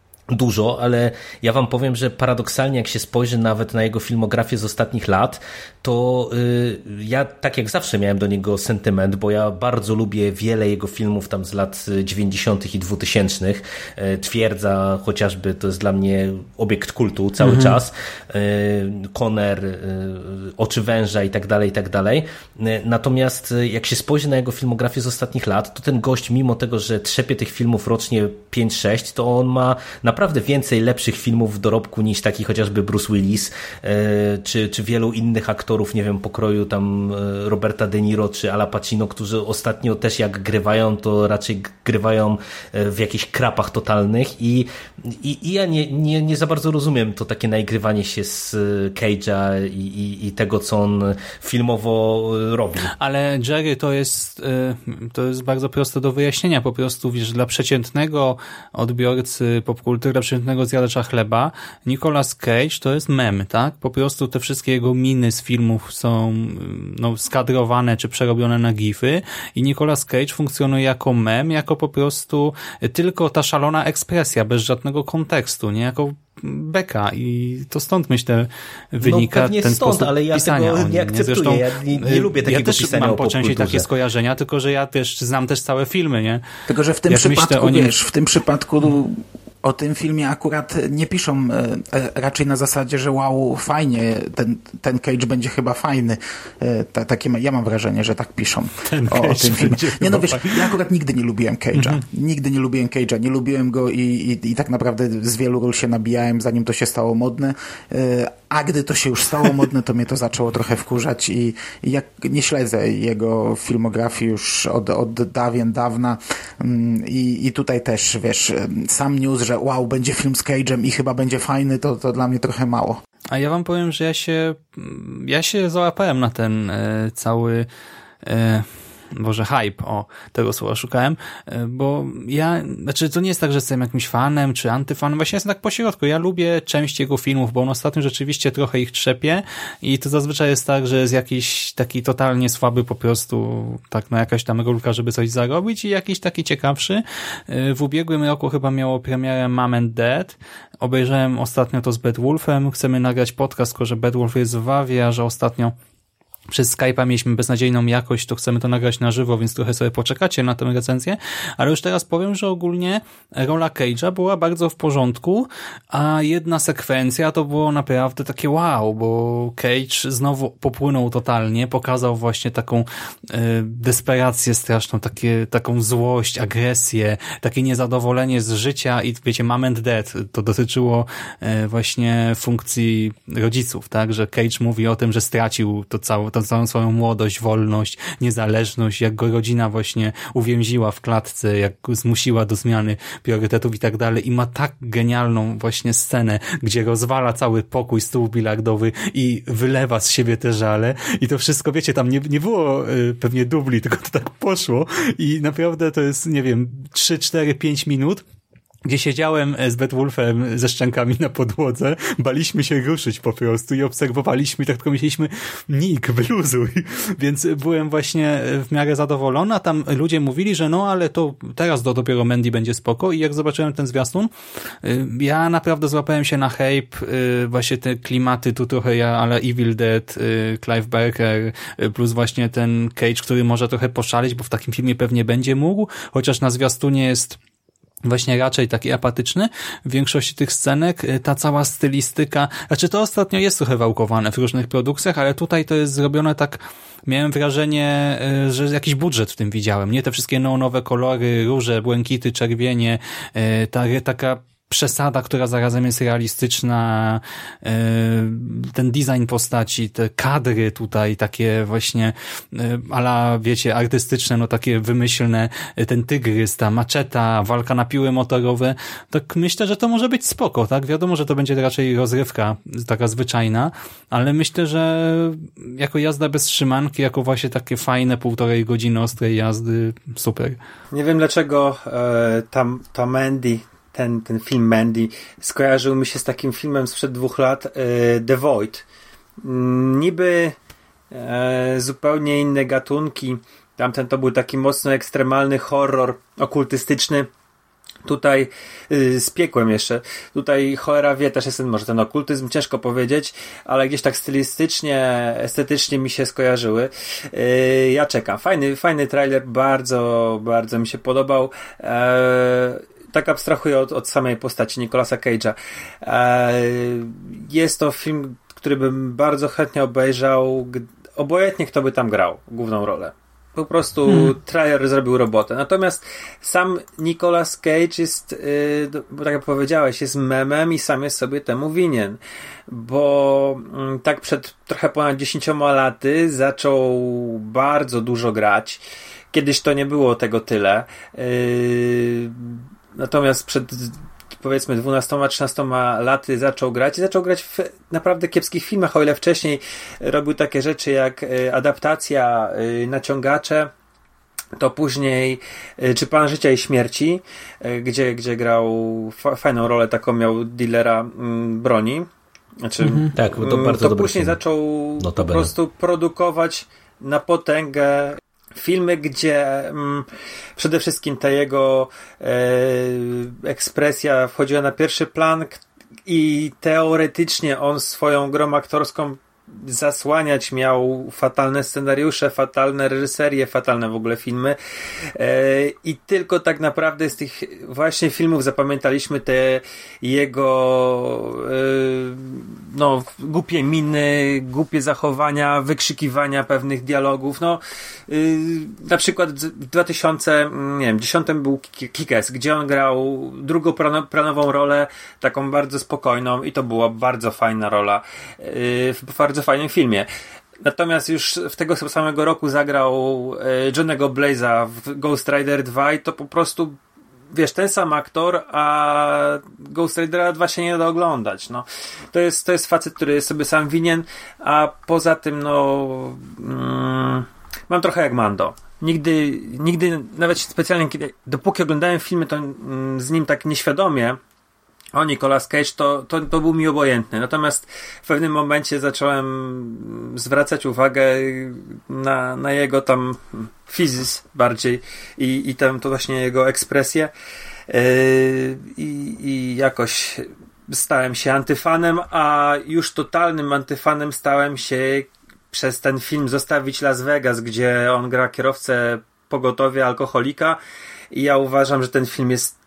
dużo, ale ja wam powiem, że paradoksalnie jak się spojrzy nawet na jego filmografię z ostatnich lat, to yy, ja tak jak zawsze miałem do niego sentyment, bo ja bardzo lubię wiele jego filmów tam z lat dziewięćdziesiątych i dwutysięcznych. Yy, Twierdza chociażby to jest dla mnie obiekt kultu cały mhm. czas. Yy, Conner, yy, Oczy węża i tak dalej, i tak dalej. Yy, natomiast yy, jak się spojrzy na jego filmografię z ostatnich lat, to ten gość, mimo tego, że trzepie tych filmów rocznie pięć sześć, to on ma naprawdę naprawdę więcej lepszych filmów w dorobku niż taki chociażby Bruce Willis czy, czy wielu innych aktorów, nie wiem, pokroju tam Roberta De Niro czy Ala Pacino, którzy ostatnio też jak grywają, to raczej grywają w jakichś krapach totalnych i, i, i ja nie, nie, nie za bardzo rozumiem to takie naigrywanie się z Cage'a i, i, i tego, co on filmowo robi. Ale Jerry, to jest to jest bardzo proste do wyjaśnienia, po prostu wiesz, dla przeciętnego odbiorcy popkultury, dla przeciętnego zjadacza chleba, Nicolas Cage to jest mem, tak? Po prostu te wszystkie jego miny z filmów są no, skadrowane czy przerobione na gify i Nicolas Cage funkcjonuje jako mem, jako po prostu tylko ta szalona ekspresja, bez żadnego kontekstu, nie? Jako beka i to stąd myślę wynika no, ten stąd, sposób ale ja pisania tego nie akceptuję. Zresztą, ja nie, nie lubię takiego ja też pisania mam o po części popkulturze. takie skojarzenia, tylko że ja wiesz, znam też całe filmy, nie? Tylko, że w tym Jak przypadku, nim... wiesz, w tym przypadku o tym filmie akurat nie piszą e, raczej na zasadzie, że wow, fajnie, ten, ten Cage będzie chyba fajny. E, ta, takie, ja mam wrażenie, że tak piszą ten o, o tym filmie. Nie no wiesz, fajny. ja akurat nigdy nie lubiłem Cage'a. Mhm. Nigdy nie lubiłem Cage'a. Nie lubiłem go i, i, i tak naprawdę z wielu ról się nabijałem, zanim to się stało modne. E, a gdy to się już stało modne, to mnie to zaczęło trochę wkurzać i, i jak nie śledzę jego filmografii już od, od dawien dawna mm, i, i tutaj też, wiesz, sam news, że wow, będzie film z Cage'em i chyba będzie fajny, to, to dla mnie trochę mało. A ja wam powiem, że ja się ja się załapałem na ten e, cały e, Boże, hype, o, tego słowa szukałem, bo ja, znaczy to nie jest tak, że jestem jakimś fanem, czy antyfanem, właśnie jestem tak pośrodku, ja lubię część jego filmów, bo on ostatnio rzeczywiście trochę ich trzepie i to zazwyczaj jest tak, że jest jakiś taki totalnie słaby po prostu, tak, no jakaś tam rolka, żeby coś zarobić i jakiś taki ciekawszy. W ubiegłym roku chyba miało premierę Mom and Dad, obejrzałem ostatnio to z Beowulfem, chcemy nagrać podcast, tylko że Beowulf jest w Wawie, a że ostatnio przez Skype'a mieliśmy beznadziejną jakość, to chcemy to nagrać na żywo, więc trochę sobie poczekacie na tę recenzję, ale już teraz powiem, że ogólnie rola Cage'a była bardzo w porządku, a jedna sekwencja to było naprawdę takie wow, bo Cage znowu popłynął totalnie, pokazał właśnie taką y, desperację straszną, takie, taką złość, agresję, takie niezadowolenie z życia i wiecie, Mom and Dad, to dotyczyło y, właśnie funkcji rodziców, tak, że Cage mówi o tym, że stracił to całe, to całą swoją młodość, wolność, niezależność, jak go rodzina właśnie uwięziła w klatce, jak go zmusiła do zmiany priorytetów i tak dalej i ma tak genialną właśnie scenę, gdzie rozwala cały pokój, stół bilardowy i wylewa z siebie te żale i to wszystko, wiecie, tam nie, nie było y, pewnie dubli, tylko to tak poszło i naprawdę to jest, nie wiem, trzy, cztery, pięć minut, gdzie siedziałem z Beowulfem ze szczękami na podłodze, baliśmy się ruszyć po prostu i obserwowaliśmy i tak tylko myśleliśmy, Nick, wyluzuj. Więc byłem właśnie w miarę zadowolony, a tam ludzie mówili, że no, ale to teraz do, dopiero Mandy będzie spoko i jak zobaczyłem ten zwiastun, ja naprawdę złapałem się na hype, właśnie te klimaty tu trochę ja, ale Evil Dead, Clive Barker, plus właśnie ten Cage, który może trochę poszaleć, bo w takim filmie pewnie będzie mógł, chociaż na zwiastunie jest właśnie raczej taki apatyczny w większości tych scenek, ta cała stylistyka, znaczy to ostatnio jest trochę wałkowane w różnych produkcjach, ale tutaj to jest zrobione tak, miałem wrażenie, że jakiś budżet w tym widziałem, nie te wszystkie neonowe kolory, róże, błękity, czerwienie, ta, taka przesada, która zarazem jest realistyczna, ten design postaci, te kadry tutaj takie właśnie ala, wiecie, artystyczne, no takie wymyślne, ten tygrys, ta maczeta, walka na piły motorowe, tak myślę, że to może być spoko, tak? Wiadomo, że to będzie raczej rozrywka taka zwyczajna, ale myślę, że jako jazda bez trzymanki, jako właśnie takie fajne półtorej godziny ostrej jazdy, super. Nie wiem dlaczego e, tam ta Mandy Ten, ten film Mandy skojarzył mi się z takim filmem sprzed dwóch lat, e, The Void. Niby e, zupełnie inne gatunki. Tamten to był taki mocno ekstremalny horror okultystyczny. Tutaj y, z piekłem jeszcze. Tutaj cholera wie, też jest ten, może ten okultyzm, ciężko powiedzieć, ale gdzieś tak stylistycznie, estetycznie mi się skojarzyły. Y, ja czekam. Fajny, fajny trailer, bardzo, bardzo mi się podobał. E, tak abstrahuję od, od samej postaci Nicolasa Cage'a. E, jest to film, który bym bardzo chętnie obejrzał, obojętnie kto by tam grał główną rolę. Po prostu hmm. trailer zrobił robotę. Natomiast sam Nicolas Cage jest, yy, bo tak jak powiedziałeś, jest memem i sam jest sobie temu winien. Bo yy, tak przed trochę ponad dziesięcioma laty zaczął bardzo dużo grać. Kiedyś to nie było tego tyle. Yy, natomiast przed powiedzmy dwunastoma trzynastoma laty zaczął grać i zaczął grać w naprawdę kiepskich filmach, o ile wcześniej robił takie rzeczy jak adaptacja Naciągacze, to później czy Pan Życia i Śmierci, gdzie, gdzie grał fa- fajną rolę, taką miał dealera mm, broni. Znaczy, mhm. Tak, to bardzo to później film. Zaczął Notabene. po prostu produkować na potęgę filmy, gdzie mm, przede wszystkim ta jego e, ekspresja wchodziła na pierwszy plan i teoretycznie on swoją grą aktorską zasłaniać, miał fatalne scenariusze, fatalne reżyserie, fatalne w ogóle filmy i tylko tak naprawdę z tych właśnie filmów zapamiętaliśmy te jego no głupie miny, głupie zachowania, wykrzykiwania pewnych dialogów. No na przykład w dwa tysiące dziesiątym był Kick-Ass, gdzie on grał drugoplanową rolę, taką bardzo spokojną i to była bardzo fajna rola w bardzo fajnym filmie. Natomiast już w tego samego roku zagrał Johnny'ego Blaze'a w Ghost Rider dwa i to po prostu, wiesz, ten sam aktor, a Ghost Ridera dwa się nie da oglądać. No. To jest, to jest facet, który jest sobie sam winien, a poza tym no mm, mam trochę jak Mando. Nigdy, nigdy nawet specjalnie, kiedy, dopóki oglądałem filmy, to mm, z nim tak nieświadomie o Nicolas Cage, to, to, to był mi obojętny. Natomiast w pewnym momencie zacząłem zwracać uwagę na, na jego tam fizys bardziej i, i tam to właśnie jego ekspresję yy, i, i jakoś stałem się antyfanem, a już totalnym antyfanem stałem się przez ten film Zostawić Las Vegas, gdzie on gra kierowcę pogotowia alkoholika i ja uważam, że ten film jest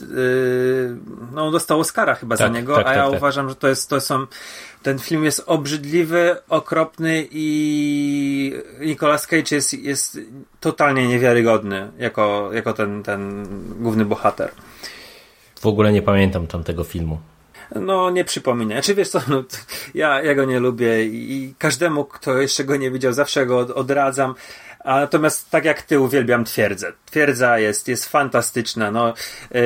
no dostał Oscara chyba tak, za niego, tak, a ja tak, uważam, tak. że to jest, to są, ten film jest obrzydliwy, okropny i Nicolas Cage jest, jest totalnie niewiarygodny jako, jako ten, ten główny bohater. W ogóle nie pamiętam tamtego filmu. No nie przypominaj. Czy wiesz co, no, ja, ja go nie lubię i każdemu, kto jeszcze go nie widział, zawsze go odradzam. A natomiast tak jak ty uwielbiam Twierdzę. Twierdza jest, jest fantastyczna. No, yy,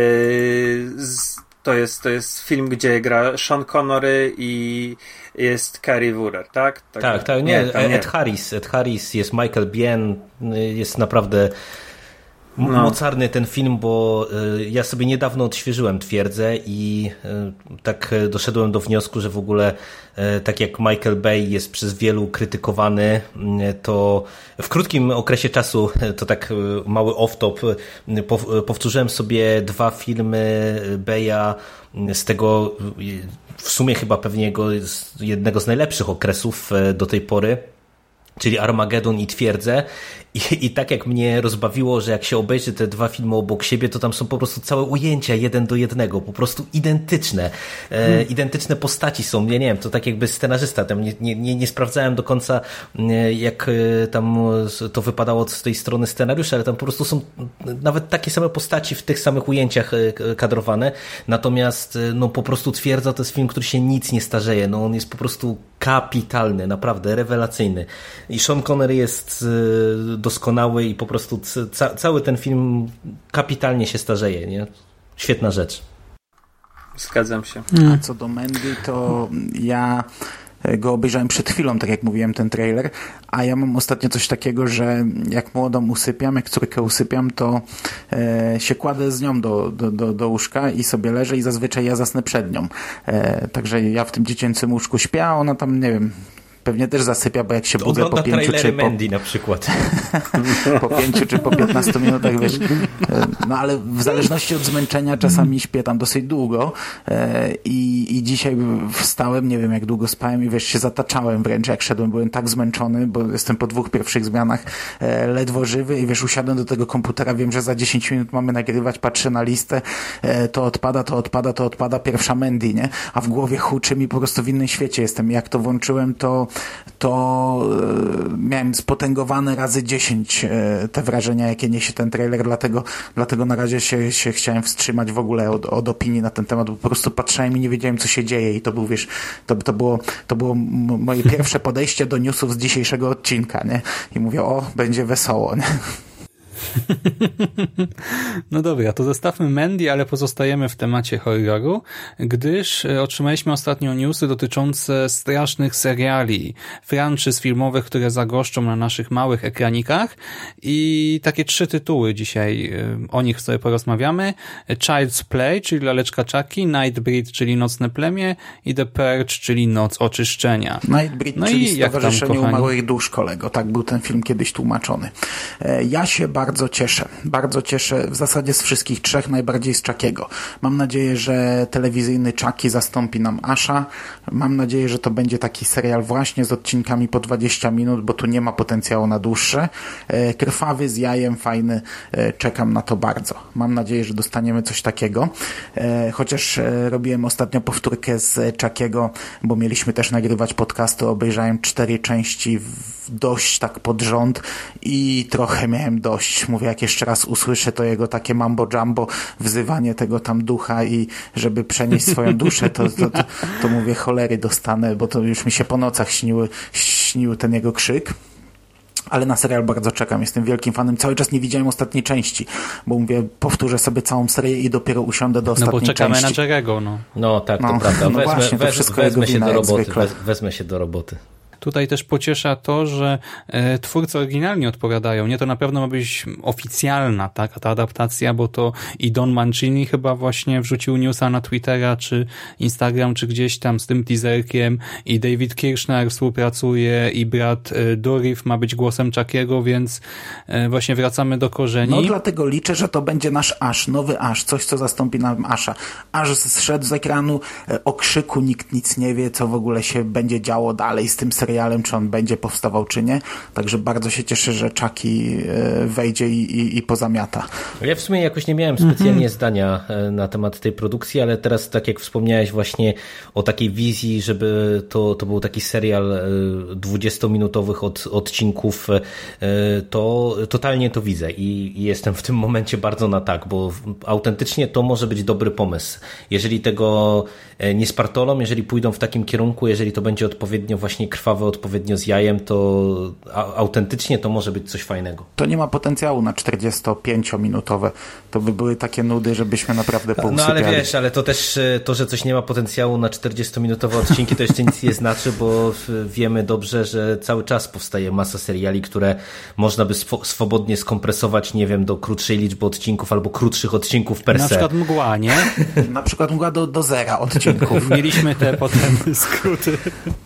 z, to, jest, to jest film, gdzie gra Sean Connery i jest Carey Wooler, tak? Tak, tak. tak nie, nie, Ed nie. Harris. Ed Harris, jest Michael Biehn, jest naprawdę no. mocarny ten film, bo y, ja sobie niedawno odświeżyłem Twierdzę i y, tak doszedłem do wniosku, że w ogóle y, tak jak Michael Bay jest przez wielu krytykowany, y, to w krótkim okresie czasu, y, to tak y, mały off-top, y, po, y, powtórzyłem sobie dwa filmy Baya y, z tego y, w sumie chyba pewnie jego, jednego z najlepszych okresów y, do tej pory, czyli Armagedon i Twierdzę. I, I tak jak mnie rozbawiło, że jak się obejrzy te dwa filmy obok siebie, to tam są po prostu całe ujęcia jeden do jednego, po prostu identyczne. E, hmm. Identyczne postaci są. Ja nie wiem, to tak jakby scenarzysta. Tam nie, nie, nie sprawdzałem do końca, jak tam to wypadało z tej strony scenariusza, ale tam po prostu są nawet takie same postaci w tych samych ujęciach kadrowane. Natomiast no po prostu Twierdza to jest film, który się nic nie starzeje. No on jest po prostu kapitalny, naprawdę rewelacyjny. I Sean Connery jest doskonały i po prostu ca- cały ten film kapitalnie się starzeje, nie? Świetna rzecz. Zgadzam się. A co do Mandy, to ja go obejrzałem przed chwilą, tak jak mówiłem, ten trailer, a ja mam ostatnio coś takiego, że jak młodą usypiam, jak córkę usypiam, to e, się kładę z nią do, do, do, do łóżka i sobie leżę i zazwyczaj ja zasnę przed nią. E, także ja w tym dziecięcym łóżku śpię, a ona tam, nie wiem, pewnie też zasypia, bo jak się budzę po pięciu czy po... Mandy na przykład. po pięciu czy po piętnastu minutach, wiesz. No ale w zależności od zmęczenia czasami śpię tam dosyć długo i, i dzisiaj wstałem, nie wiem jak długo spałem i wiesz, się zataczałem wręcz jak szedłem, byłem tak zmęczony, bo jestem po dwóch pierwszych zmianach ledwo żywy i wiesz, usiadłem do tego komputera, wiem, że za dziesięć minut mamy nagrywać, patrzę na listę, to odpada, to odpada, to odpada, pierwsza Mandy, nie? A w głowie huczy mi, po prostu w innym świecie jestem. Jak to włączyłem, to to e, miałem spotęgowane razy dziesięć e, te wrażenia, jakie niesie ten trailer, dlatego, dlatego na razie się, się chciałem wstrzymać w ogóle od, od opinii na ten temat, bo po prostu patrzyłem i nie wiedziałem, co się dzieje i to był, wiesz, to, to było, to było m- moje pierwsze podejście do newsów z dzisiejszego odcinka, nie? I mówię, o, będzie wesoło, nie? No dobra, to zostawmy Mandy, ale pozostajemy w temacie horroru, gdyż otrzymaliśmy ostatnio newsy dotyczące strasznych seriali, franczyz filmowych, które zagoszczą na naszych małych ekranikach i takie trzy tytuły dzisiaj, o nich sobie porozmawiamy. Child's Play, czyli Laleczka Chucky, Nightbreed, czyli Nocne Plemię i The Purge, czyli Noc Oczyszczenia. Nightbreed, no czyli Stowarzyszenie Umarłych Dusz, kolego. Tak był ten film kiedyś tłumaczony. Ja się bardzo bardzo cieszę. Bardzo cieszę w zasadzie z wszystkich trzech, najbardziej z Chuckiego. Mam nadzieję, że telewizyjny Chucky zastąpi nam Asha. Mam nadzieję, że to będzie taki serial właśnie z odcinkami po dwadzieścia minut, bo tu nie ma potencjału na dłuższe. Krwawy, z jajem, fajny. Czekam na to bardzo. Mam nadzieję, że dostaniemy coś takiego. Chociaż robiłem ostatnio powtórkę z Chuckiego, bo mieliśmy też nagrywać podcasty, obejrzałem cztery części w dość tak pod rząd i trochę miałem dość. Mówię, jak jeszcze raz usłyszę to jego takie mambo jumbo, wzywanie tego tam ducha i żeby przenieść swoją duszę, to, to, to, to mówię, cholery dostanę, bo to już mi się po nocach śniły, śnił ten jego krzyk. Ale na serial bardzo czekam. Jestem wielkim fanem. Cały czas nie widziałem ostatniej części, bo mówię, powtórzę sobie całą serię i dopiero usiądę do ostatniej części. No bo czekamy części. na Jerego, no. No tak, to no, prawda. No wezmę, właśnie, to wez, wszystko wezmę się do roboty. wez, wezmę się do roboty. Tutaj też pociesza to, że e, twórcy oryginalnie odpowiadają. Nie, to na pewno ma być oficjalna taka ta adaptacja, bo to i Don Mancini chyba właśnie wrzucił newsa na Twittera, czy Instagram, czy gdzieś tam z tym teaserkiem, i David Kirshner współpracuje, i brat e, Dourif ma być głosem Chuckiego, więc e, właśnie wracamy do korzeni. No dlatego liczę, że to będzie nasz Ash, nowy Ash, coś co zastąpi nam Asha. Ash zszedł z ekranu, e, o krzyku nikt nic nie wie, co w ogóle się będzie działo dalej z tym serialem. serialem, czy on będzie powstawał, czy nie. Także bardzo się cieszę, że Chucky wejdzie i, i, i pozamiata. Ja w sumie jakoś nie miałem specjalnie mm-hmm. zdania na temat tej produkcji, ale teraz tak jak wspomniałeś właśnie o takiej wizji, żeby to, to był taki serial dwudziestominutowych od, odcinków, to totalnie to widzę i, i jestem w tym momencie bardzo na tak, bo autentycznie to może być dobry pomysł. Jeżeli tego nie spartolą, jeżeli pójdą w takim kierunku, jeżeli to będzie odpowiednio właśnie krwawe, odpowiednio z jajem, to autentycznie to może być coś fajnego. To nie ma potencjału na czterdziestopięciominutowe. To by były takie nudy, żebyśmy naprawdę pousypiali. No ale wiesz, ale to też to, że coś nie ma potencjału na czterdziestominutowe odcinki, to jeszcze nic nie znaczy, bo wiemy dobrze, że cały czas powstaje masa seriali, które można by swo- swobodnie skompresować, nie wiem, do krótszej liczby odcinków albo krótszych odcinków per se. Na przykład Mgła, nie? Na przykład Mgła do, do zera odcinków. Mieliśmy te potem skróty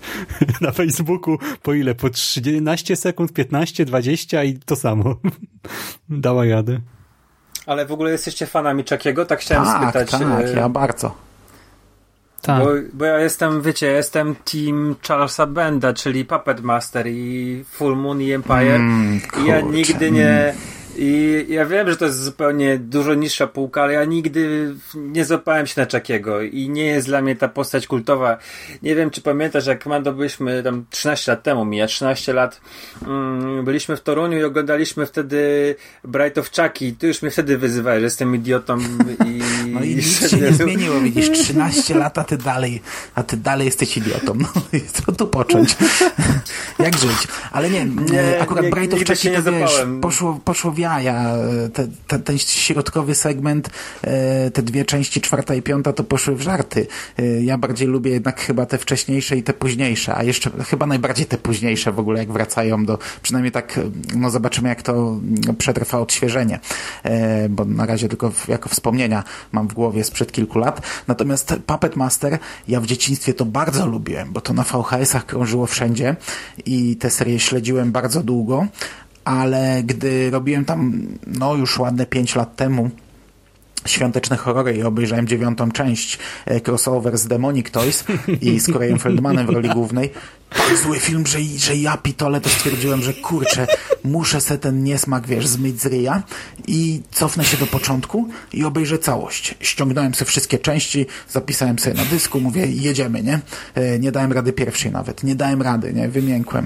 na Facebooku po ile? Po trzynaście sekund, piętnaście, dwadzieścia i to samo. Dała radę. Ale w ogóle jesteście fanami Chuckiego? Tak chciałem tak, spytać. Tak, ja bardzo. Tak. Bo, bo ja jestem, wiecie, jestem team Charlesa Benda, czyli Puppet Master i Full Moon i Empire. Mm, I ja nigdy nie... I ja wiem, że to jest zupełnie dużo niższa półka, ale ja nigdy nie złapałem się na Chuckiego i nie jest dla mnie ta postać kultowa. Nie wiem, czy pamiętasz, jak Mando byliśmy tam trzynaście lat temu, mija trzynaście lat, mm, byliśmy w Toruniu i oglądaliśmy wtedy Bride of Chucky. Ty już mnie wtedy wyzywałeś, że jestem idiotą i... No i nic się nie zmieniło, widzisz, trzynaście lat, a ty dalej, a ty dalej jesteś idiotą. No i co tu począć? Jak żyć? Ale nie, nie akurat nie, Bride of Chucky to wiesz, poszło, poszło w jaja. Te, te, ten środkowy segment, te dwie części, czwarta i piąta, to poszły w żarty. Ja bardziej lubię jednak chyba te wcześniejsze i te późniejsze, a jeszcze chyba najbardziej te późniejsze w ogóle, jak wracają do, przynajmniej tak, no zobaczymy, jak to przetrwa odświeżenie, bo na razie tylko jako wspomnienia mam w głowie sprzed kilku lat. Natomiast Puppet Master, ja w dzieciństwie to bardzo lubiłem, bo to na V H S-ach krążyło wszędzie i tę serię śledziłem bardzo długo, ale gdy robiłem tam, no już ładne pięć lat temu, świąteczne horrory i obejrzałem dziewiątą część, crossover z Demonic Toys i z Coreyem Feldmanem w roli głównej, tak zły film, że, że ja pitole, to stwierdziłem, że kurczę, muszę se ten niesmak, wiesz, zmyć z ryja i cofnę się do początku i obejrzę całość. Ściągnąłem sobie wszystkie części, zapisałem sobie na dysku, mówię, jedziemy, nie? Nie dałem rady pierwszej nawet, nie dałem rady, nie? Wymiękłem.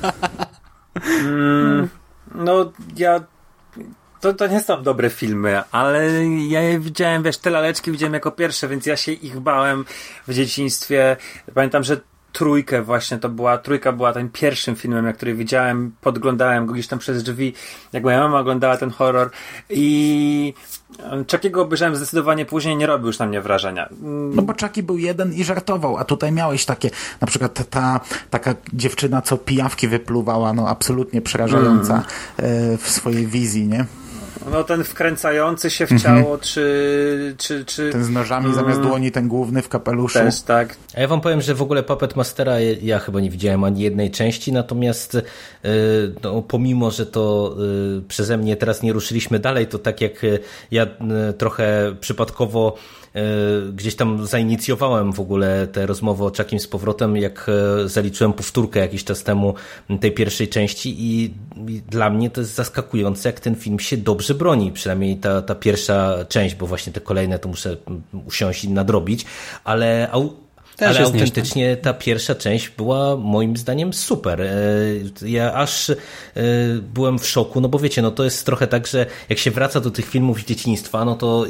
Mm, no, ja To, to nie są dobre filmy, ale ja je widziałem, wiesz, te laleczki widziałem jako pierwsze, więc ja się ich bałem w dzieciństwie. Pamiętam, że Trójkę właśnie to była, Trójka była tym pierwszym filmem, który widziałem, podglądałem go gdzieś tam przez drzwi, jak moja mama oglądała ten horror i Chuckiego obejrzałem zdecydowanie później, nie robił już na mnie wrażenia. No bo Chucky był jeden i żartował, a tutaj miałeś takie, na przykład ta, ta taka dziewczyna, co pijawki wypluwała, no absolutnie przerażająca mm. w swojej wizji, nie? No ten wkręcający się w ciało, mhm. czy, czy, czy... Ten z nożami mm. zamiast dłoni, ten główny w kapeluszu. Też, tak. A ja wam powiem, że w ogóle Puppet Mastera ja, ja chyba nie widziałem ani jednej części, natomiast yy, no, pomimo, że to yy, przeze mnie teraz nie ruszyliśmy dalej, to tak jak yy, ja yy, trochę przypadkowo gdzieś tam zainicjowałem w ogóle tę rozmowę o Chuckim z powrotem, jak zaliczyłem powtórkę jakiś czas temu tej pierwszej części i, i dla mnie to jest zaskakujące, jak ten film się dobrze broni, przynajmniej ta, ta pierwsza część, bo właśnie te kolejne to muszę usiąść i nadrobić, ale au, Też ale autentycznie nie. Ta pierwsza część była moim zdaniem super. Ja aż byłem w szoku, no bo wiecie, no to jest trochę tak, że jak się wraca do tych filmów z dzieciństwa, no to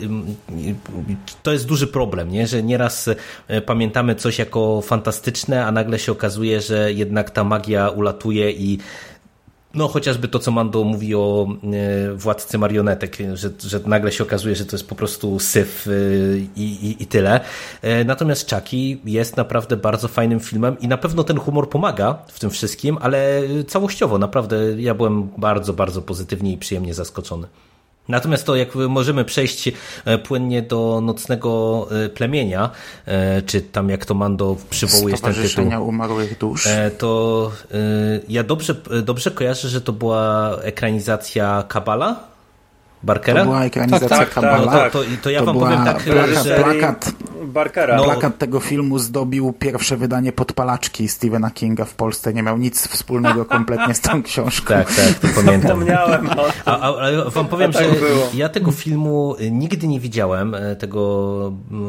to jest duży problem, nie? Że nieraz pamiętamy coś jako fantastyczne, a nagle się okazuje, że jednak ta magia ulatuje i no chociażby to, co Mando mówi o e, Władcy Marionetek, że, że nagle się okazuje, że to jest po prostu syf e, i, i tyle. E, natomiast Chucky jest naprawdę bardzo fajnym filmem i na pewno ten humor pomaga w tym wszystkim, ale całościowo naprawdę ja byłem bardzo, bardzo pozytywnie i przyjemnie zaskoczony. Natomiast to, jak możemy przejść płynnie do Nocnego Plemienia, czy tam jak to Mando przywołujesz ten tytuł, Stowarzyszenia Umarłych Dusz, to ja dobrze, dobrze kojarzę, że to była ekranizacja Kabala? Barkera? To była ekranizacja tak, tak, Kabala. Tak, to, to, to ja to wam powiem tak, plakat, że... Plakat, Barkera. No, plakat tego filmu zdobił pierwsze wydanie Podpalaczki Stephena Kinga w Polsce. Nie miał nic wspólnego kompletnie z tą książką. Tak, tak, to pamiętam. Zapomniałem. A, a, a wam powiem, tak że było. Ja tego filmu nigdy nie widziałem, tego,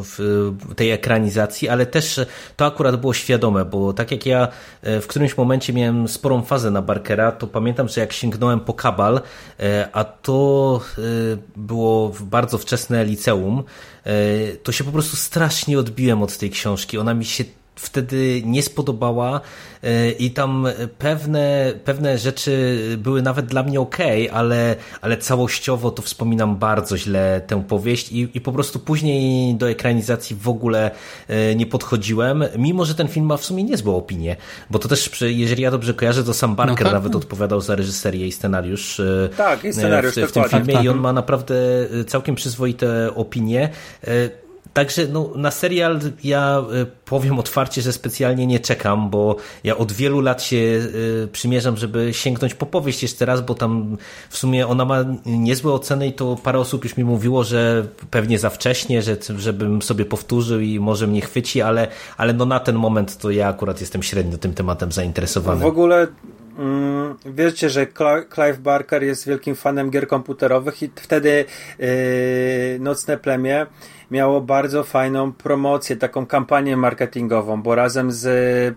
tej ekranizacji, ale też to akurat było świadome, bo tak jak ja w którymś momencie miałem sporą fazę na Barkera, to pamiętam, że jak sięgnąłem po Kabal, a to było bardzo wczesne liceum, to się po prostu strasznie odbiłem od tej książki. Ona mi się wtedy nie spodobała i tam pewne, pewne rzeczy były nawet dla mnie okej, okay, ale, ale całościowo to wspominam bardzo źle tę powieść i, i po prostu później do ekranizacji w ogóle nie podchodziłem, mimo że ten film ma w sumie niezłą opinię, bo to też, jeżeli ja dobrze kojarzę, to sam Barker no tak, nawet odpowiadał za reżyserię i scenariusz, tak, i scenariusz w, w tym filmie tak, i on ma naprawdę całkiem przyzwoite opinie. Także no, na serial ja powiem otwarcie, że specjalnie nie czekam, bo ja od wielu lat się y, przymierzam, żeby sięgnąć po powieść jeszcze raz, bo tam w sumie ona ma niezłe oceny i to parę osób już mi mówiło, że pewnie za wcześnie, że, żebym sobie powtórzył i może mnie chwyci, ale, ale no na ten moment to ja akurat jestem średnio tym tematem zainteresowany. W ogóle mm, wiecie, że Clive Barker jest wielkim fanem gier komputerowych i wtedy yy, Nocne Plemię miało bardzo fajną promocję, taką kampanię marketingową, bo razem z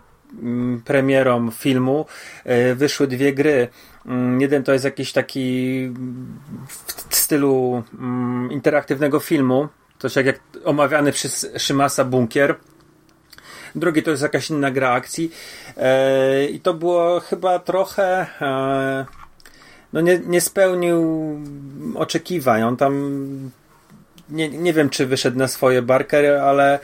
mm, premierą filmu y, wyszły dwie gry. Mm, jeden to jest jakiś taki w stylu mm, interaktywnego filmu, coś jak, jak omawiany przez Szymasa Bunkier. Drugi to jest jakaś inna gra akcji. E, I to było chyba trochę e, no nie, nie spełnił oczekiwań. On tam Nie, nie wiem, czy wyszedł na swoje Barker, ale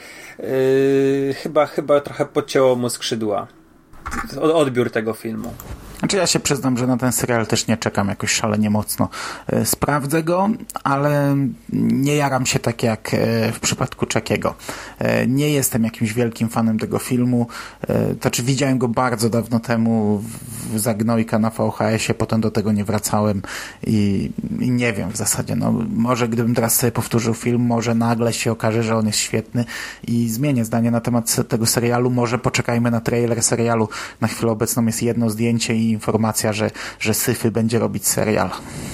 yy, chyba, chyba trochę podcięło mu skrzydła. Odbiór tego filmu. Znaczy ja się przyznam, że na ten serial też nie czekam jakoś szalenie mocno. Sprawdzę go, ale nie jaram się tak jak w przypadku Chuckiego. Nie jestem jakimś wielkim fanem tego filmu. Znaczy widziałem go bardzo dawno temu w Zagnojka na V H S ie, potem do tego nie wracałem i, i nie wiem w zasadzie. No, może gdybym teraz sobie powtórzył film, może nagle się okaże, że on jest świetny i zmienię zdanie na temat tego serialu. Może poczekajmy na trailer serialu. Na chwilę obecną jest jedno zdjęcie i informacja, że, że Syfy będzie robić serial.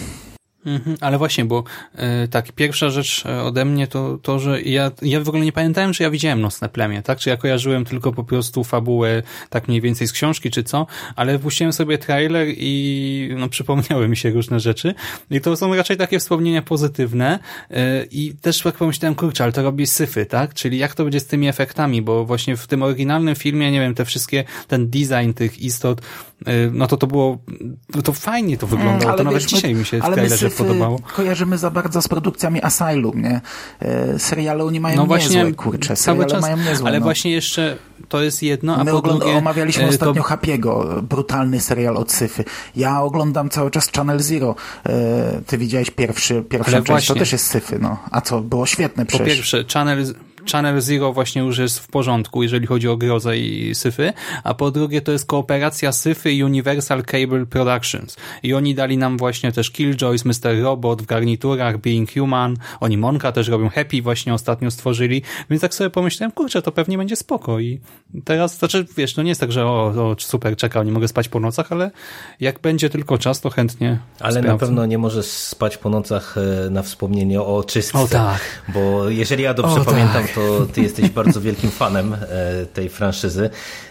Mhm, ale właśnie, bo y, tak, pierwsza rzecz ode mnie to, to że ja, ja w ogóle nie pamiętałem, że ja widziałem Nocne Plemię, tak? Czy ja kojarzyłem tylko po prostu fabułę tak mniej więcej z książki, czy co? Ale wpuściłem sobie trailer i no, przypomniały mi się różne rzeczy i to są raczej takie wspomnienia pozytywne y, i też tak pomyślałem, kurczę, ale to robi Syfy, tak? Czyli jak to będzie z tymi efektami, bo właśnie w tym oryginalnym filmie, nie wiem, te wszystkie, ten design tych istot, y, no to to było, to fajnie to wyglądało, mm, to nawet wiesz, dzisiaj my, mi się w trailerze syfy podobało. kojarzymy za bardzo z produkcjami Asylum, nie? E, seriale oni mają no właśnie, niezłe, kurczę. Seriale czas, mają niezłe. Ale no. właśnie jeszcze to jest jedno, a My po ogląd- drugie... omawialiśmy to... ostatnio Happy'ego, brutalny serial od syfy. Ja oglądam cały czas Channel Zero. E, ty widziałeś pierwszy, pierwszą ale część, właśnie, to też jest syfy, no. A co, było świetne przecież. Po pierwsze, Channel... Channel Zero właśnie już jest w porządku, jeżeli chodzi o grozę i syfy, a po drugie to jest kooperacja syfy i Universal Cable Productions i oni dali nam właśnie też Killjoys, mister Robot w garniturach, Being Human, oni Monka też robią, Happy właśnie ostatnio stworzyli, więc tak sobie pomyślałem, kurczę, to pewnie będzie spoko i teraz, znaczy wiesz, no nie jest tak, że o, o super, czekam, nie mogę spać po nocach, ale jak będzie tylko czas, to chętnie Ale sprawdzę. na pewno nie możesz spać po nocach na wspomnienie o czystce, o, tak. bo jeżeli ja dobrze o, pamiętam, tak. to ty jesteś bardzo wielkim fanem tej franszyzy.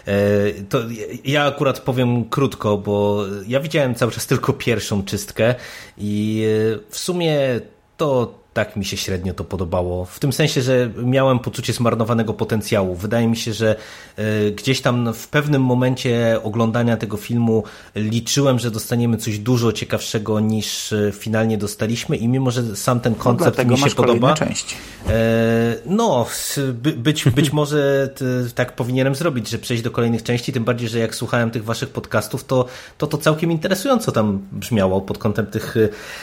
To ja akurat powiem krótko, bo ja widziałem cały czas tylko pierwszą czystkę i w sumie to tak mi się średnio to podobało. W tym sensie, że miałem poczucie zmarnowanego potencjału. Wydaje mi się, że y, gdzieś tam w pewnym momencie oglądania tego filmu liczyłem, że dostaniemy coś dużo ciekawszego niż y, finalnie dostaliśmy i mimo, że sam ten koncept no, mi się masz podoba. Część. E, no, by, być, być może t, tak powinienem zrobić, że przejść do kolejnych części, tym bardziej, że jak słuchałem tych waszych podcastów, to to, to całkiem interesująco tam brzmiało pod kątem tych,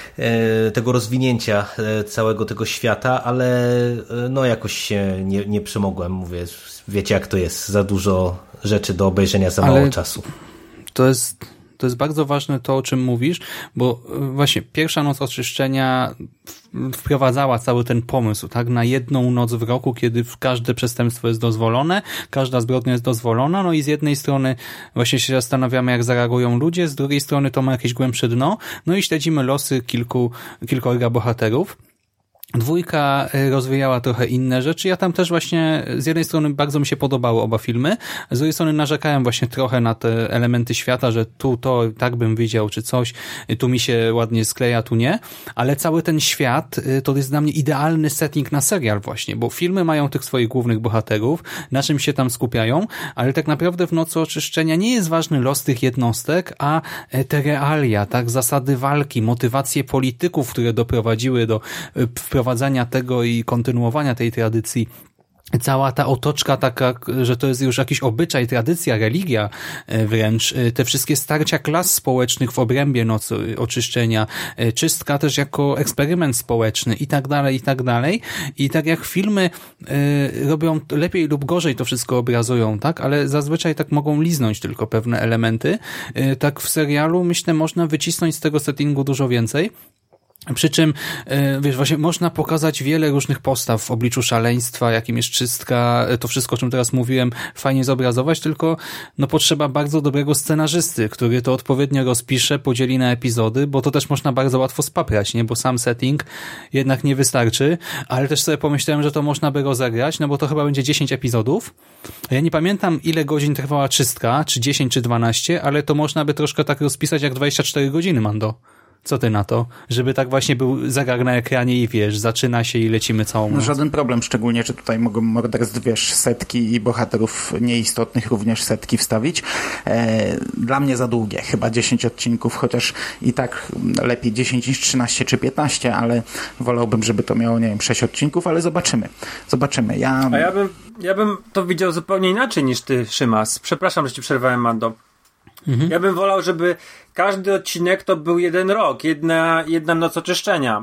e, tego rozwinięcia e, całego tego świata, ale no jakoś się nie, nie przemogłem, mówię, wiecie jak to jest, za dużo rzeczy do obejrzenia, za mało ale czasu. To jest, to jest bardzo ważne to, o czym mówisz, bo właśnie pierwsza noc oczyszczenia wprowadzała cały ten pomysł, tak, na jedną noc w roku, kiedy każde przestępstwo jest dozwolone, każda zbrodnia jest dozwolona, no i z jednej strony właśnie się zastanawiamy, jak zareagują ludzie, z drugiej strony to ma jakieś głębsze dno, no i śledzimy losy kilku, kilkorga bohaterów. Dwójka rozwijała trochę inne rzeczy. Ja tam też właśnie z jednej strony bardzo mi się podobały oba filmy, z drugiej strony narzekałem właśnie trochę na te elementy świata, że tu to tak bym widział, czy coś, tu mi się ładnie skleja, tu nie, ale cały ten świat to jest dla mnie idealny setting na serial właśnie, bo filmy mają tych swoich głównych bohaterów, na czym się tam skupiają, ale tak naprawdę w Nocy Oczyszczenia nie jest ważny los tych jednostek, a te realia, tak, zasady walki, motywacje polityków, które doprowadziły do wprowadzania tego i kontynuowania tej tradycji. Cała ta otoczka taka, że to jest już jakiś obyczaj, tradycja, religia wręcz, te wszystkie starcia klas społecznych w obrębie Nocy Oczyszczenia, czystka też jako eksperyment społeczny i tak dalej, i tak dalej. I tak jak filmy y, robią lepiej lub gorzej to wszystko obrazują, tak, ale zazwyczaj tak mogą liznąć tylko pewne elementy, y, tak w serialu myślę można wycisnąć z tego settingu dużo więcej. Przy czym, wiesz, właśnie można pokazać wiele różnych postaw w obliczu szaleństwa, jakim jest czystka, to wszystko, o czym teraz mówiłem, fajnie zobrazować, tylko no potrzeba bardzo dobrego scenarzysty, który to odpowiednio rozpisze, podzieli na epizody, bo to też można bardzo łatwo spaprać, nie, bo sam setting jednak nie wystarczy, ale też sobie pomyślałem, że to można by rozegrać, no bo to chyba będzie dziesięć epizodów. Ja nie pamiętam, ile godzin trwała czystka, czy dziesięć, czy dwanaście, ale to można by troszkę tak rozpisać jak dwadzieścia cztery godziny, Mando. Co ty na to? Żeby tak właśnie był zegar na ekranie i wiesz, zaczyna się i lecimy całą noc. No żaden problem, szczególnie, że tutaj mogą morderstw, wiesz, setki i bohaterów nieistotnych również setki wstawić. E, dla mnie za długie, chyba dziesięć odcinków, chociaż i tak lepiej dziesięć niż trzynaście czy piętnaście, ale wolałbym, żeby to miało, nie wiem, sześć odcinków, ale zobaczymy. Zobaczymy. Ja... A ja bym, ja bym to widział zupełnie inaczej niż ty, Szymas. Przepraszam, że ci przerwałem, Mando. Mhm. Ja bym wolał, żeby każdy odcinek to był jeden rok, jedna, jedna noc oczyszczenia.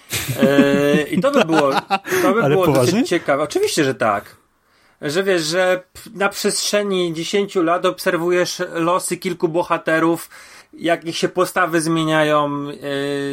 Yy, I to by było, to by było dosyć ciekawe. Oczywiście, że tak. Że wiesz, że na przestrzeni dziesięciu lat obserwujesz losy kilku bohaterów, jak ich się postawy zmieniają, yy,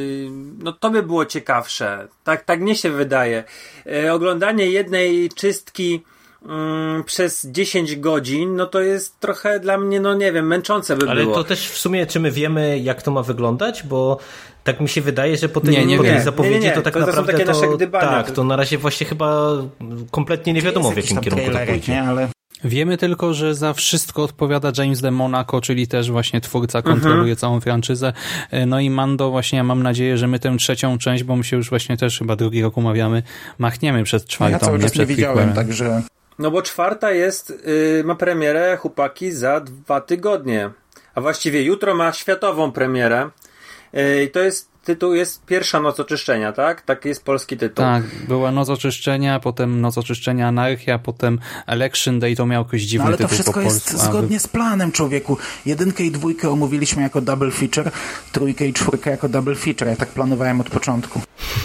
no to by było ciekawsze. Tak, tak mnie się wydaje. Yy, oglądanie jednej czystki Mm, przez dziesięć godzin, no to jest trochę dla mnie, no nie wiem, męczące by Ale było. Ale to też w sumie, czy my wiemy, jak to ma wyglądać, bo tak mi się wydaje, że po tej, nie, nie po tej nie. zapowiedzi nie, nie, nie. to tak to, naprawdę to są takie to, nasze gdybania. tak, to na razie właśnie chyba kompletnie nie wiadomo, w jakim kierunku to pójdzie. Nie, ale... Wiemy tylko, że za wszystko odpowiada James de Monaco, czyli też właśnie twórca, kontroluje mhm. całą franczyzę. No i Mando, właśnie ja mam nadzieję, że my tę trzecią część, bo my się już właśnie też chyba drugi rok umawiamy, machniemy przed czwartą. Ja cały nie czas przed nie widziałem, także... No bo czwarta jest, yy, ma premierę, chłopaki, za dwa tygodnie. A właściwie jutro ma światową premierę. Yy, to jest tytuł jest Pierwsza Noc Oczyszczenia, tak? Tak jest polski tytuł. Tak, była Noc Oczyszczenia, potem Noc Oczyszczenia Anarchia, potem Election Day, to miał jakoś dziwny no, ale tytuł to wszystko po jest polsku. zgodnie a... z planem, człowieku. Jedynkę i dwójkę omówiliśmy jako double feature, trójkę i czwórkę jako double feature. Ja tak planowałem od początku.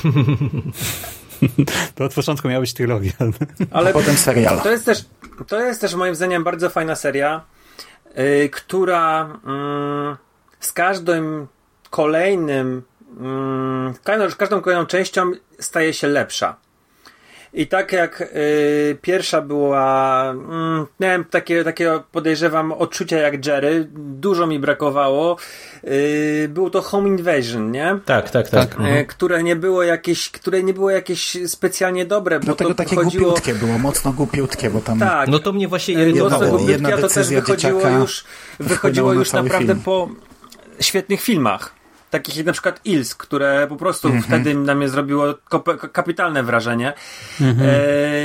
To od początku miała być trylogia. Ale a potem serial. To jest też, to jest też moim zdaniem bardzo fajna seria, yy, która yy, z każdym kolejnym yy, każdą, każdą kolejną częścią staje się lepsza. I tak jak y, pierwsza była, mm, miałem takie, takie podejrzewam odczucia jak Jerry, dużo mi brakowało. Y, było to Home Invasion, nie? Tak, tak, tak. tak. Y, które nie było jakieś, które nie było jakieś specjalnie dobre, bo do tego to takie chodziło... głupiutkie było, mocno głupiutkie, bo tam... Tak. No to mnie właśnie Y, irytowało. mocno głupiutkie, Jedna a to też decyzja wychodziło dzieciaka już, wychodziło już cały naprawdę film. po świetnych filmach. Takich jak na przykład Ilsk, które po prostu mm-hmm. wtedy na mnie zrobiło kop- kapitalne wrażenie. Mm-hmm. E,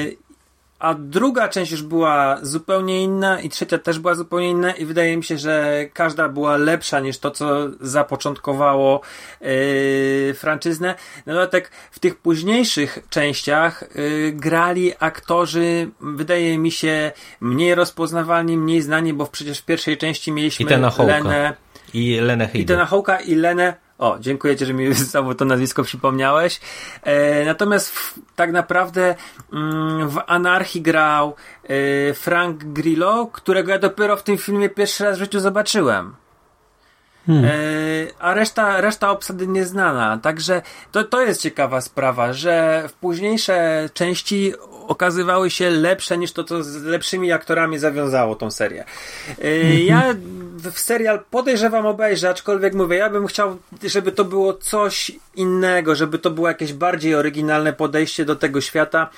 a druga część już była zupełnie inna i trzecia też była zupełnie inna i wydaje mi się, że każda była lepsza niż to, co zapoczątkowało e, franczyznę. Na dodatek w tych późniejszych częściach e, grali aktorzy, wydaje mi się, mniej rozpoznawalni, mniej znani, bo przecież w pierwszej części mieliśmy Lenę I Lenę Headey. I Tena Hawke'a i Lenę. O, dziękuję Ci, że mi znowu to nazwisko przypomniałeś. E, natomiast w, tak naprawdę mm, w Anarchii grał e, Frank Grillo, którego ja dopiero w tym filmie pierwszy raz w życiu zobaczyłem. Hmm. E, a reszta, reszta obsady nieznana. Także to, to jest ciekawa sprawa, że w późniejsze części okazywały się lepsze niż to, co z lepszymi aktorami zawiązało tą serię. E, ja w serial podejrzewam obejrzę, aczkolwiek mówię, ja bym chciał, żeby to było coś innego, żeby to było jakieś bardziej oryginalne podejście do tego świata.